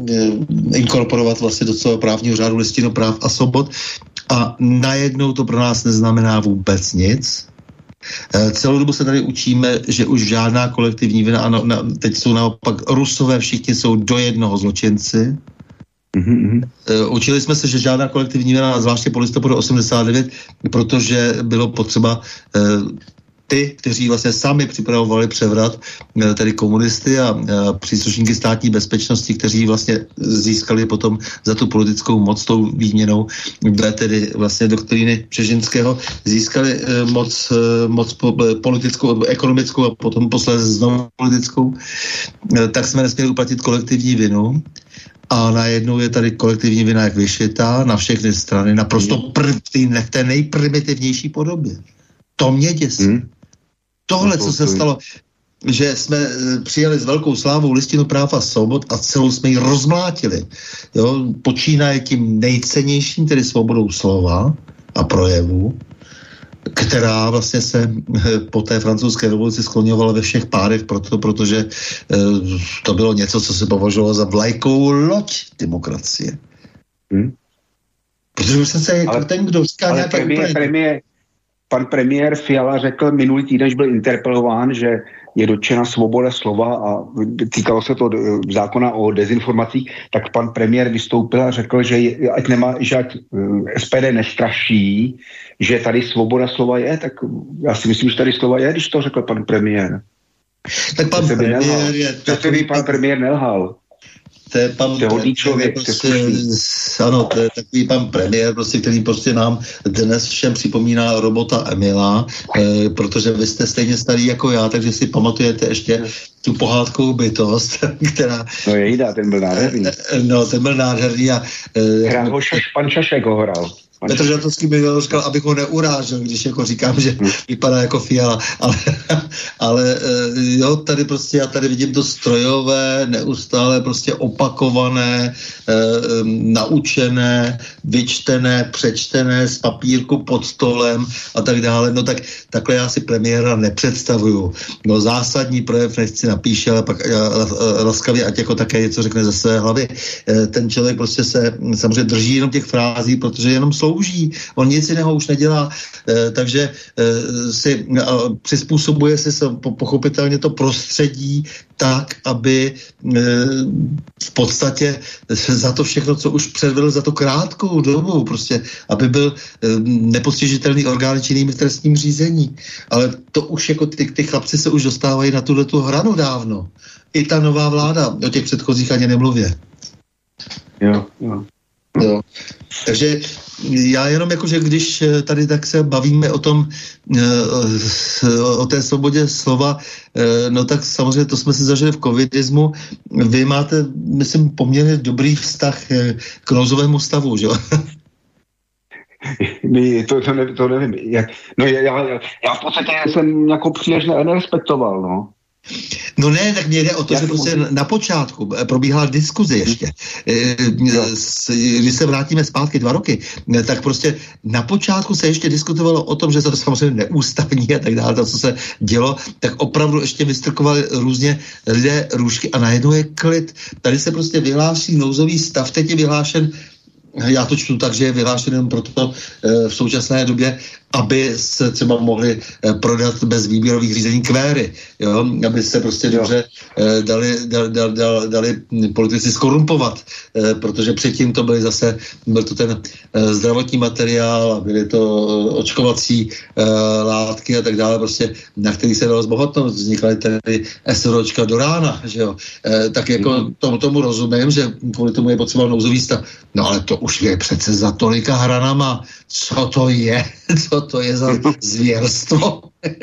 e, inkorporovat vlastně do celého právního řádu listinu práv a svobod a najednou to pro nás neznamená vůbec nic. Celou dobu se tady učíme, že už žádná kolektivní vina, ano, na, teď jsou naopak Rusové, všichni jsou do jednoho zločinci. Mm-hmm. Učili jsme se, že žádná kolektivní vina, zvláště po listopadu osmdesát devět, protože bylo potřeba eh, ty, kteří vlastně sami připravovali převrat, tedy komunisty a, a příslušníky státní bezpečnosti, kteří vlastně získali potom za tu politickou moc tou výměnou, tedy vlastně doktríny Břežinského, získali eh, moc, eh, moc po, politickou, ekonomickou a potom posléze znovu politickou, eh, tak jsme nesměli uplatit kolektivní vinu. A najednou je tady kolektivní vina jak vyšitá na všechny strany, naprosto prv, v té nejprimitivnější podobě. To mě děsí. Hmm. Tohle, co se stalo, že jsme přijali s velkou slávou listinu práv a svobod a celou jsme ji rozmlátili. Jo? Počínaje tím nejcennějším, tedy svobodou slova a projevu, která vlastně se po té francouzské revoluci skloňovala ve všech pádech, proto, protože eh, to bylo něco, co se považovalo za vlajkovou loď demokracie. Hmm. Protože už jsem se ale, ten, kdo říká nějaké premiér, úplně... Premiér, pan premiér Fiala řekl minulý týden, že byl interpelován, že je dotčena svoboda slova a týkalo se to zákona o dezinformacích, tak pan premiér vystoupil a řekl, že ať, nemá, že ať S P D nestraší, že tady svoboda slova je, tak já si myslím, že tady slova je, když to řekl pan premiér. Tak pan premiér je... To by pan premiér nelhal. to je pan... To je hodný člověk, prostě, ano, to je takový pan premiér, prostě, který prostě nám dnes všem připomíná robota Emila, eh, protože vy jste stejně starý jako já, takže si pamatujete ještě tu pohádkovou bytost, která... No je jída, ten byl nádherný. No, ten byl nádherný a... Eh, Hrál ho šaš, pan Šašek ho hrál. Petr Žantovský mi říkal, abych ho neurážel, když jako říkám, že vypadá jako Fiala. Ale, ale jo, tady prostě já tady vidím to strojové, neustále prostě opakované, eh, naučené, vyčtené, přečtené z papírku pod stolem a tak dále. No tak takhle já si premiéra nepředstavuju. No zásadní projev nechci napíše, ale pak laskavě ať jako také něco řekne ze své hlavy. Eh, ten člověk prostě se samozřejmě drží jenom těch frází, protože jenom slouží. On nic jiného už nedělá, eh, takže eh, si eh, přizpůsobuje si se po, pochopitelně to prostředí tak, aby eh, v podstatě za to všechno, co už předvedl za to krátkou dobu, prostě, aby byl eh, nepostižitelný orgán činným v trestním řízení. Ale to už jako ty, ty chlapci se už dostávají na tuhletu hranu dávno. I ta nová vláda, o těch předchozích ani nemluvě. Jo, jo. Jo. Takže já jenom jako, že když tady tak se bavíme o tom, o té svobodě slova, no tak samozřejmě to jsme si zažili v covidismu. Vy máte, myslím, poměrně dobrý vztah k nouzovému stavu, že jo? My, to, to, ne, to nevím. Jak, no já, já, já v podstatě jsem jako příliš nerespektoval, no. No ne, tak mě jde o to, Já že prostě můžu... na počátku probíhala diskuze ještě. Když se vrátíme zpátky dva roky, tak prostě na počátku se ještě diskutovalo o tom, že to samozřejmě neústavní a tak dále, to, co se dělo, tak opravdu ještě vystrkovali různě lidé růžky a najednou je klid. Tady se prostě vyhláší nouzový stav, teď je vyhlášen, já to čtu tak, že je vyhlášen jenom proto v současné době, aby se třeba mohli prodat bez výběrových řízení kvéry, jo? Aby se prostě dobře eh, dali, dali, dali, dali politici skorumpovat, eh, protože předtím to byly zase, byl to ten eh, zdravotní materiál a byly to očkovací eh, látky a tak dále, prostě, na který se dalo zbohatnout, vznikaly tady SROčka do rána, že jo? Eh, tak jako tomu, tomu rozumím, že kvůli tomu je potřeba nouzový stav. No ale to už je přece za tolika hranama. Co to je? Co to je za zvěrstvo?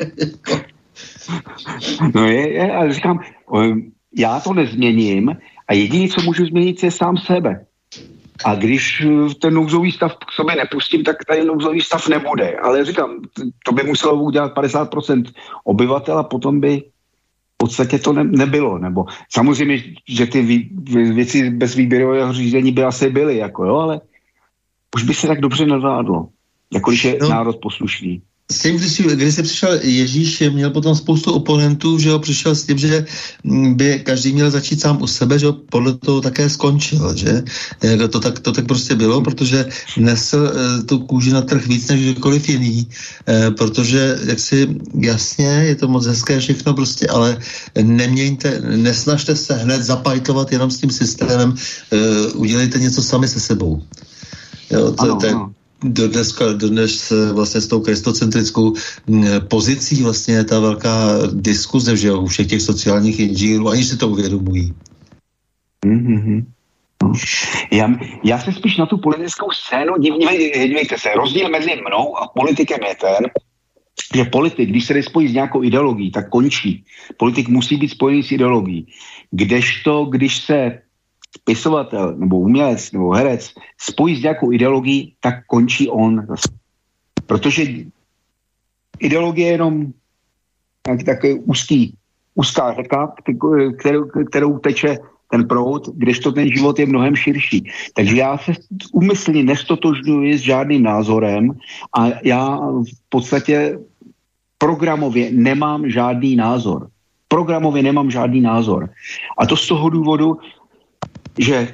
No je, je, ale říkám, já to nezměním a jediné, co můžu změnit, je sám sebe. A když ten nouzový stav k sobě nepustím, tak tady nouzový stav nebude. Ale říkám, to by muselo udělat padesát procent obyvatel a potom by v podstatě to ne, nebylo. Nebo samozřejmě, že ty vý, věci bez výběrového řízení by asi byly, jako jo, ale už by se tak dobře nezvládlo, jako když je no, národ poslušný. S tím, když, když se přišel Ježíš, měl potom spoustu oponentů, že jo, přišel s tím, že by každý měl začít sám u sebe, že jo, podle toho také skončil, že? To tak, to tak prostě bylo, protože nesl e, tu kůži na trh víc než kdokoliv jiný, e, protože jaksi jasně, je to moc hezké všechno prostě, ale nemějte, nesnažte se hned zapajtlovat jenom s tím systémem, e, udělejte něco sami se sebou. Jo, to, ano, to je do dneska, do dnes vlastně s tou kristocentrickou pozicí vlastně ta velká diskuze, že jo, u všech těch sociálních inžírů, ani si to uvědomují. Mm-hmm. Já, já se spíš na tu politickou scénu, dívejte se, rozdíl mezi mnou a politikem je ten, že politik, když se nespojí s nějakou ideologií, tak končí. Politik musí být spojený s ideologií. Kdežto, když se spisovatel, nebo umělec, nebo herec spojí s nějakou ideologií, tak končí on. Protože ideologie je jenom takový úzký, úzká řeka, kterou, kterou teče ten proud, kdežto ten život je mnohem širší. Takže já se úmyslně nestotožňuji s žádným názorem a já v podstatě programově nemám žádný názor. Programově nemám žádný názor. A to z toho důvodu, že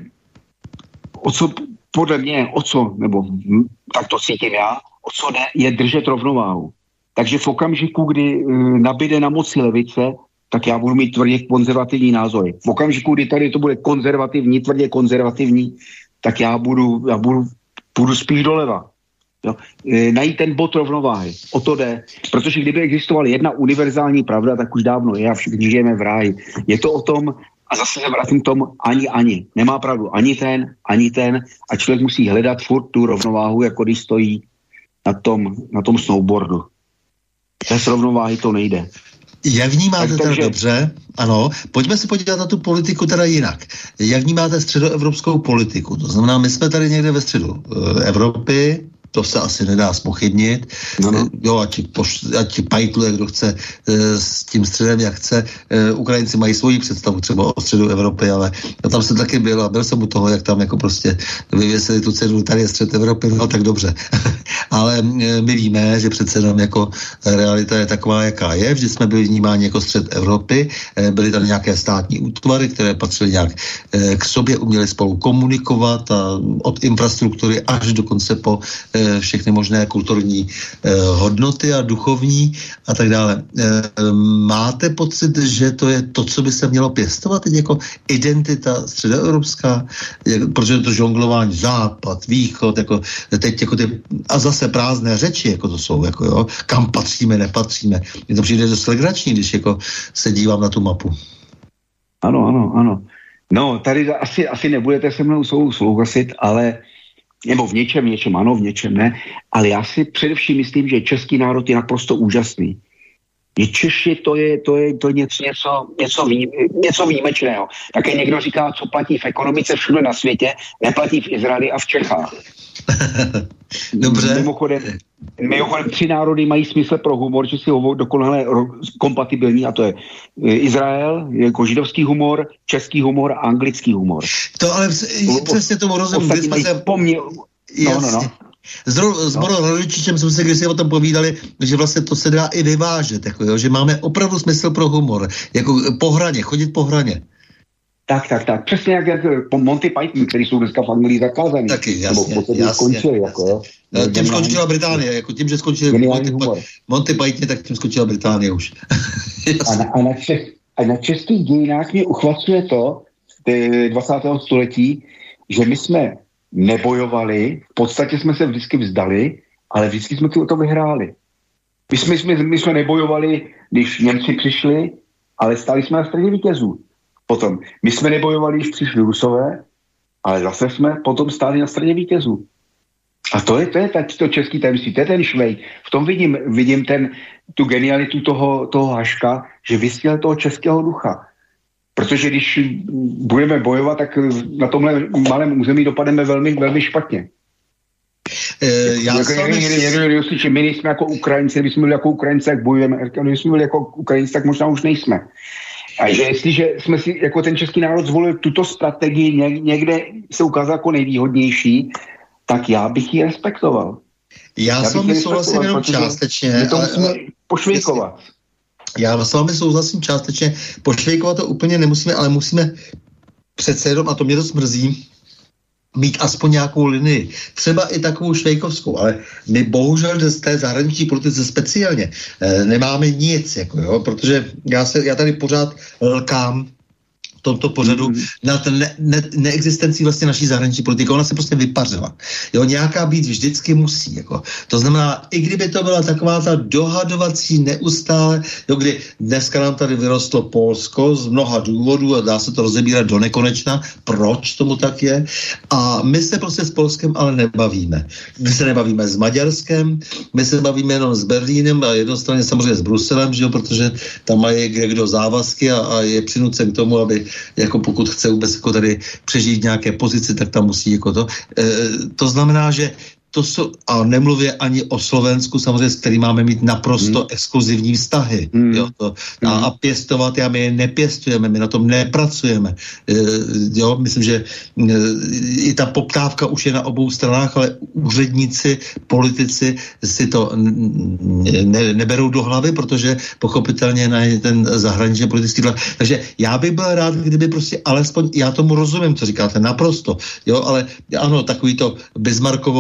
o co podle mě, o co, nebo tak to cítím já, o co jde, je držet rovnováhu. Takže v okamžiku, kdy uh, nabíde na moci levice, tak já budu mít tvrdě konzervativní názory. V okamžiku, kdy tady to bude konzervativní, tvrdě konzervativní, tak já budu, já budu, budu spíš doleva. Jo? E, najít ten bod rovnováhy. O to jde. Protože kdyby existovala jedna univerzální pravda, tak už dávno je a všichni žijeme v ráji. Je to o tom, A zase se vrátím k tomu, ani, ani. Nemá pravdu, ani ten, ani ten. A člověk musí hledat furt tu rovnováhu, jako když stojí na tom, na tom snowboardu. Bez rovnováhy to nejde. Jak vnímáte tak, teda takže... dobře? Ano, pojďme se podívat na tu politiku teda jinak. Jak vnímáte středoevropskou politiku? To znamená, my jsme tady někde ve středu Evropy, to se asi nedá zpochybnit. No, no. Jo, ať, poš, ať pajtluje, kdo chce e, s tím středem, jak chce. E, Ukrajinci mají svoji představu třeba o středu Evropy, ale no, tam jsem taky byl a byl jsem u toho, jak tam jako prostě vyvěsili tu cenu, tady je střed Evropy, no tak dobře. Ale e, my víme, že přece jenom jako realita je taková, jaká je. Vždy jsme byli vnímáni jako střed Evropy. E, byly tam nějaké státní útvary, které patřily nějak e, k sobě, uměli spolu komunikovat a od infrastruktury až dokonce po e, všechny možné kulturní eh, hodnoty a duchovní a tak dále. Eh, máte pocit, že to je to, co by se mělo pěstovat teď jako identita středoevropská, jak, protože to žonglování západ, východ, jako teď jako ty, a zase prázdné řeči, jako to jsou, jako jo, kam patříme, nepatříme. Mně to přijde dost legrační, když jako se dívám na tu mapu. Ano, ano, ano. No, tady asi, asi nebudete se mnou souhlasit, ale nebo v něčem, něčem ano, v něčem ne, ale já si především myslím, že český národ je naprosto úžasný. Je Češi, to je, to je, to je něco, něco, něco, vý, něco výjimečného. Také někdo říká, co platí v ekonomice všude na světě, neplatí v Izraeli a v Čechách. Dobře. Mimochodem, mimochodem tři národy mají smysl pro humor, že si ho dokonale kompatibilní, a to je Izrael, jako židovský humor, český humor a anglický humor. To ale přesně tomu rozumím. Ostatní mají se... pomě... No, no, no. S, Ro- s Moro Rodičičem jsme se kdysi o tom povídali, že vlastně to se dá i vyvážet, jako jo, že máme opravdu smysl pro humor, jako po hraně, chodit po hraně. Tak, tak, tak. Přesně jak, jak po Monty Python, který jsou dneska v Anglii zakázaný. Taky, jasně, nebo jasně. Skončili, jako, jo. Tím skončila Británie, jako tím, že skončili Monty, Monty Python, tak tím skončila Británie už. a, na, a, na čes, a na českých dějinách mě uchvacuje to dvacátého století, že my jsme nebojovali, v podstatě jsme se vždycky vzdali, ale vždycky jsme to, to vyhráli. My jsme, my, my jsme nebojovali, když Němci přišli, ale stáli jsme na straně vítězů. Potom, my jsme nebojovali, když přišli Rusové, ale zase jsme potom stáli na straně vítězů. A to je, to je to český tajemství, to je ten švej. V tom vidím, vidím ten, tu genialitu toho, toho Haška, že vysílal toho českého ducha. Protože když budeme bojovat, tak na tomhle malém území dopademe velmi, velmi špatně. E, já jak, sami... někdy, někdy, někdy, že my nejsme jako Ukrajinci, kdyby jsme byli jako Ukrajinci, jak bojujeme, když jsme byli jako Ukrajinci, tak možná už nejsme. A že jestliže jsme si jako ten český národ zvolil tuto strategii, někde se ukázal jako nejvýhodnější, tak já bych ji respektoval. Já, já s vámi souhlasím jenom částečně. To musíme ale... pošvejkovat. Já s vámi souhlasím částečně. Pošvejkovat to úplně nemusíme, ale musíme přece jenom, a to mě dost mrzí, mít aspoň nějakou linii. Třeba i takovou švejkovskou, ale my bohužel z té zahraniční politice speciálně e, nemáme nic, jako jo, protože já, se, já tady pořád lkám v tomto pořadu mm-hmm. nad ne, ne, neexistencí vlastně naší zahraniční politiky. Ona se prostě vypařila. Jo, nějaká být vždycky musí. Jako. To znamená, i kdyby to byla taková ta dohadovací neustále, jo, kdy dneska nám tady vyrostlo Polsko z mnoha důvodů a dá se to rozebírat do nekonečna, proč tomu tak je. A my se prostě s Polskem ale nebavíme. My se nebavíme s Maďarskem, my se bavíme jenom s Berlínem a jednostranně samozřejmě s Bruselem, že jo, protože tam mají kdo závazky a, a je přinucen k tomu, aby jako pokud chce vůbec jako tady přežít nějaké pozici, tak tam musí jako to. E, to znamená, že to jsou, a nemluvě ani o Slovensku, samozřejmě, s kterým máme mít naprosto hmm. exkluzivní vztahy. Hmm. Jo, to, a, a pěstovat, a my je nepěstujeme, my na tom nepracujeme. E, jo, myslím, že e, i ta poptávka už je na obou stranách, ale úředníci, politici si to ne, neberou do hlavy, protože pochopitelně na ten zahraničně politický tlak. Takže já bych byl rád, kdyby prostě alespoň, já tomu rozumím, co říkáte, naprosto, jo, ale ano, takový to Bismarckovo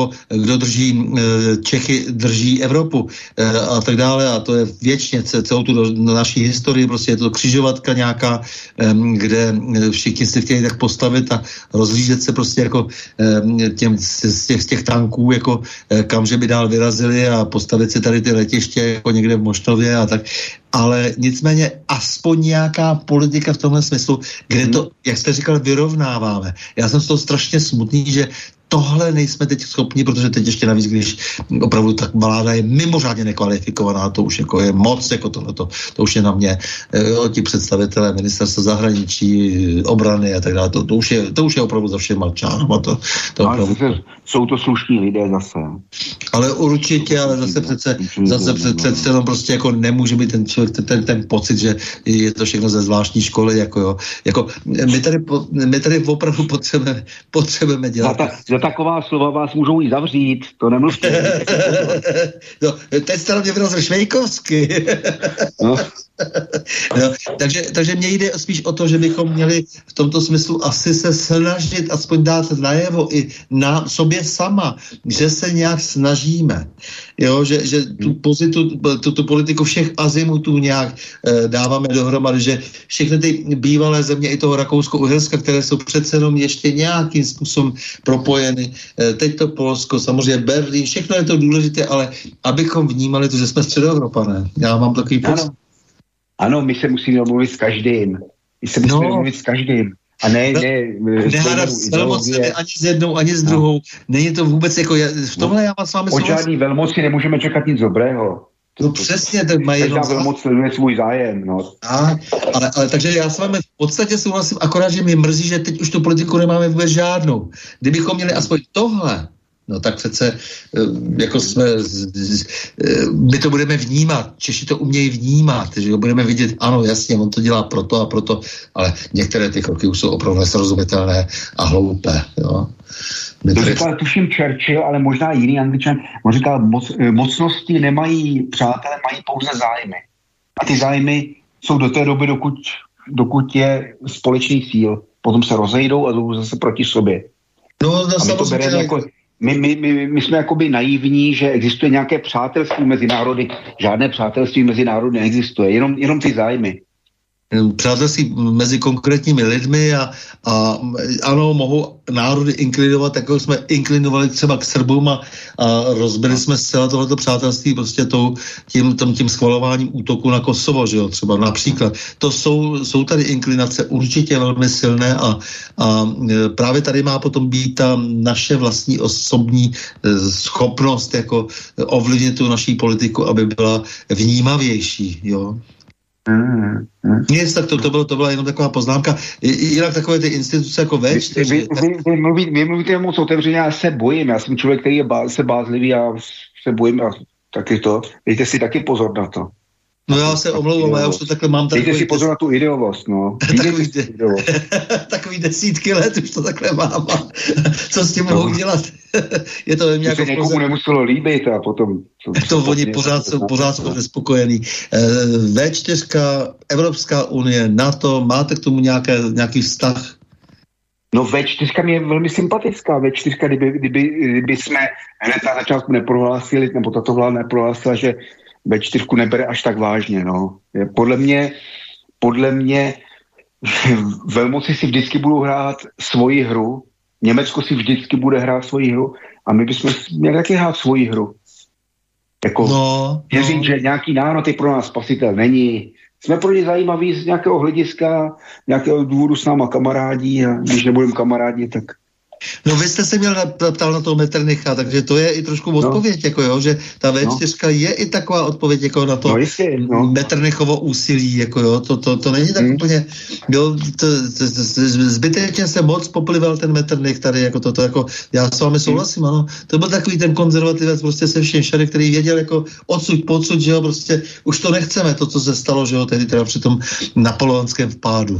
kdo drží Čechy, drží Evropu a tak dále a to je věčně celou tu naší historii, prostě je to křižovatka nějaká, kde všichni se chtějí tak postavit a rozlížet se prostě jako těm, z, těch, z těch tanků, jako kam, že by dál vyrazili a postavit si tady ty letiště jako někde v Mošnově a tak. Ale nicméně aspoň nějaká politika v tomhle smyslu, kde to, jak jste říkal, vyrovnáváme. Já jsem z toho strašně smutný, že tohle nejsme teď schopni, protože teď ještě navíc, když opravdu tak vláda je mimořádně nekvalifikovaná, to už jako je moc, jako tohleto, to už je na mě, jo, ti představitelé ministerstva zahraničí, obrany a tak dále, to, to, už, je, to už je opravdu za všem malčáno. To, to opravdu... Jsou to slušní lidé zase. Ale určitě, ale zase přece, zase přece, přece jenom prostě jako nemůže být ten člověk, ten, ten pocit, že je to všechno ze zvláštní školy, jako jo. Jako, my tady, my tady opravdu potřebujeme, potřebujeme dělat. Za, ta, za taková slova vás můžou i zavřít, to nemluvte. No, teď jste na mě vyrazil švejkovsky. No. No, takže, takže mně jde spíš o to, že bychom měli v tomto smyslu asi se snažit aspoň dát najevo i na sobě sama, že se nějak snažíme. Jo, že, že tu pozitu, tu, tu politiku všech azimutů nějak e, dáváme dohromady, že všechny ty bývalé země i toho Rakousko-Uherska, které jsou přece jenom ještě nějakým způsobem propojeny, e, teď to Polsko, samozřejmě Berlín, všechno je to důležité, ale abychom vnímali to, že jsme středoevropané. Já mám takový pocit. Ano, my se musíme domluvit s každým. My se musíme no. domluvit s každým. A ne, ne... Nehádat s velmocemi ani s jednou, ani s druhou. No. Není to vůbec jako... V tomhle já vás s vámi souhlasím. Od žádný velmoci nemůžeme čekat nic dobrého. No to, přesně, tak mají jenom... Každá velmoc sleduje svůj zájem, no. A, ale, ale takže já s vámi v podstatě souhlasím, akorát, že mě mrzí, že teď už tu politiku nemáme vůbec žádnou. Kdybychom měli aspoň tohle, no tak přece, jako jsme, my to budeme vnímat, Češi to umějí vnímat, že jo, budeme vidět, ano, jasně, on to dělá proto a proto, ale některé ty kroky už jsou opravdu nesrozumitelné a hloupé, jo. My to říkal, tuším Churchill, ale možná jiný Angličan, on říkal, moc, mocnosti nemají přátelé, mají pouze zájmy. A ty zájmy jsou do té doby, dokud, dokud je společný cíl. Potom se rozejdou a jdou zase proti sobě. No, a my to bereme jako... My, my, my, my jsme jakoby naivní, že existuje nějaké přátelství mezi národy. Žádné přátelství mezi národy neexistuje, jenom, jenom ty zájmy. Přátelství mezi konkrétními lidmi a, a ano, mohou národy inklinovat, jako jsme inklinovali třeba k Srbům a, a rozbili jsme zcela tohleto přátelství prostě tou, tím, tím, tím schvalováním útoku na Kosovo, že jo, třeba například. To jsou, jsou tady inklinace určitě velmi silné a, a právě tady má potom být ta naše vlastní osobní schopnost jako ovlivnit tu naší politiku, aby byla vnímavější, jo. Mm, mm. Nic, tak to, to, bylo, to byla jenom taková poznámka. Jinak takové ty instituce jako več. Vy, vy, vy, vy, mluví, vy mluvíte moc otevřeně, já se bojím. Já jsem člověk, který je bá, se bázlivý a se bojím a taky to. Dejte si taky pozor na to. No já se omlouvám, já už to takhle mám. Dejte si pozor na tu ideovost, no. takový, de, takový desítky let už to takhle mám. Co s tím mohou no. dělat? Je to nějak se někomu nemuselo líbit a potom... To, to oni pořád jsou, pořád jsou nespokojený. vé čtyři, Evropská unie, NATO, máte k tomu nějaké, nějaký vztah? No vé čtyři mě je velmi sympatická. vé čtyři, kdyby, kdyby, kdyby jsme hned na začátku neprohlásili, nebo tato vláda neprohlásila, že vé čtyři nebere až tak vážně, no. Podle mě, podle mě velmoci si vždycky budou hrát svoji hru, Německo si vždycky bude hrát svoji hru a my bychom měli taky hrát svoji hru. Jako no, věřím, no. že nějaký národ je pro nás spasitel není. Jsme pro ně zajímaví z nějakého hlediska, nějakého důvodu s náma kamarádí a když nebudeme kamarádi, tak... No vy jste se měl ptal na toho Metternicha, takže to je i trošku odpověď, no. jako jo, že ta vé čtyři no. je i taková odpověď jako na to no, jistě, no. Metternichovo úsilí, jako jo, to, to, to není tak hmm. úplně, jo, to, to, to, zbytečně se moc poplival ten Metternich tady, jako toto, to, jako, já s vámi souhlasím, ano, to byl takový ten konzervativec prostě se všem všade, který věděl jako odsud, podsud, že jo, prostě už to nechceme, to, co se stalo, že jo, tehdy teda při tom napoleonském vpádu.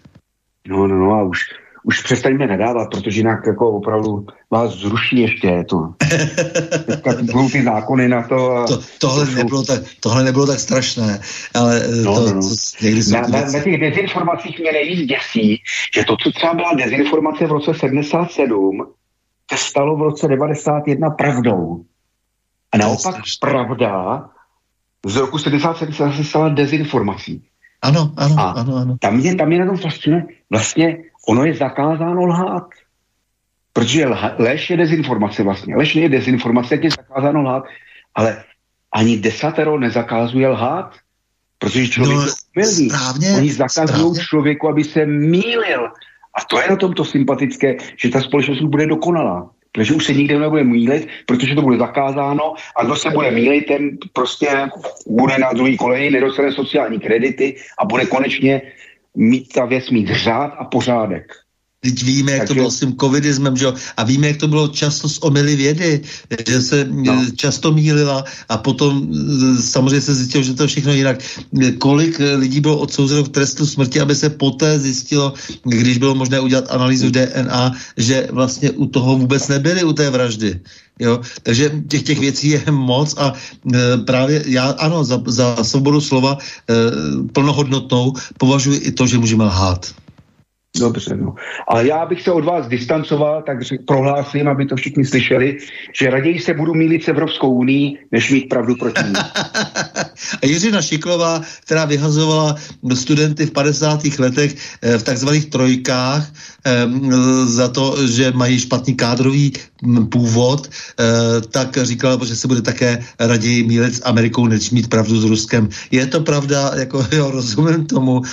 No, no, no a už Už přestaňme nadávat, protože jinak jako opravdu vás zruší ještě to. Teďka budou ty zákony na to. A to tohle, to nebylo tak, tohle nebylo tak strašné, ale no, to, no. Co, někdy na, na, na těch dezinformacích mě nejvíc děsí, že to, co třeba byla dezinformace v roce sedmdesát sedm, se stalo v roce devadesát jedna pravdou. A naopak pravda z roku sedmdesát sedm se stala dezinformací. Ano, ano, a ano, ano. Tam mě, tam mě na tom fascinuje, vlastně ono je zakázáno lhát. Protože lha, lež je dezinformace vlastně. Lež je dezinformace, jak je zakázáno lhát, ale ani desatero nezakázuje lhát, protože člověk no, je umylný. Oni zakazují člověku, aby se mýlil. A to je na tomto sympatické, že ta společnost bude dokonalá. Protože už se nikde nebude mýlit, protože to bude zakázáno a kdo se bude mýlit, ten prostě bude na druhý koleji, nedostane sociální kredity a bude konečně mít ta věc mít řád a pořádek. Teď víme, jak Takže... to bylo s tím covidismem, že jo? A víme, jak to bylo často s omyly vědy, že se no. často mýlila a potom samozřejmě se zjistilo, že to je všechno jinak. Kolik lidí bylo odsouzeno k trestu smrti, aby se poté zjistilo, když bylo možné udělat analýzu D N A, že vlastně u toho vůbec nebyli, u té vraždy. Jo? Takže těch, těch věcí je moc a e, právě já ano, za, za svobodu slova e, plnohodnotnou považuji i to, že můžeme lhát. Dobře, no. Ale já bych se od vás distancoval, tak prohlásím, aby to všichni slyšeli, že raději se budu mýlit s Evropskou unii, než mít pravdu proti ní. A Jiřina Šiklová, která vyhazovala studenty v padesátých letech v takzvaných trojkách za to, že mají špatný kádrový původ, tak říkala, že se bude také raději mýlit s Amerikou, než mít pravdu s Ruskem. Je to pravda? Jako, jo, rozumím tomu.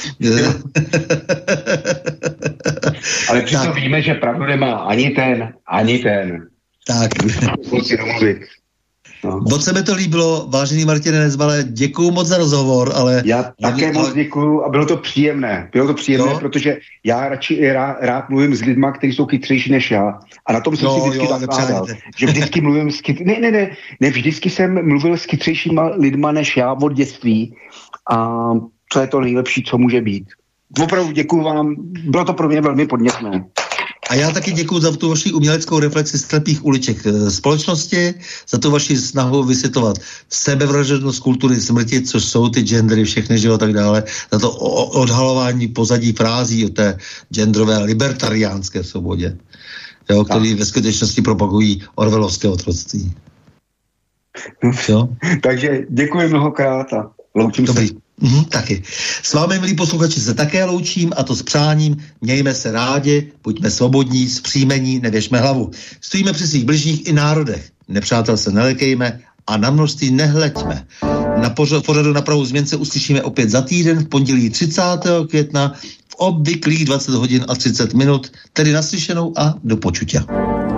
Ale přitom víme, že pravdu nemá ani ten, ani ten. Tak. Musí domluvit. No. Moc se mi to líbilo, vážený Martine Nezvale, děkuju moc za rozhovor, ale... Já také moc děkuju a bylo to příjemné. Bylo to příjemné, no. Protože já radši rád, rád mluvím s lidma, kteří jsou chytřejší než já. A na tom jsem no, si vždycky zakládal. Že vždycky mluvím s chyt... Ne, ne, ne, ne, vždycky jsem mluvil s chytřejšíma lidma než já od dětství. A to je to nejlepší, co může být. Opravdu děkuju vám, bylo to pro mě velmi podnětné. A já taky děkuju za tu vaši uměleckou reflexi slepých uliček společnosti, za tu vaši snahu vysvětlovat sebevražednost kultury smrti, což jsou ty gendery, všechny, že jo, tak dále, za to odhalování pozadí frází o té genderové libertariánské svobodě, jo, který ve skutečnosti propagují orwellovské otroctví. Takže děkuji mnohokrát a loučím Dobrý. se. Mhm, taky. S vámi, milí posluchači, se také loučím a to s přáním. Mějme se rádi, buďme svobodní, zpříjmení, nevěšme hlavu. Stojíme při svých bližních i národech. Nepřátel se nelekejme a na množství nehleďme. Na pořadu Na pravou změn se uslyšíme opět za týden v pondělí třicátého května v obvyklých dvacet hodin a třicet minut, tedy naslyšenou a do počutia.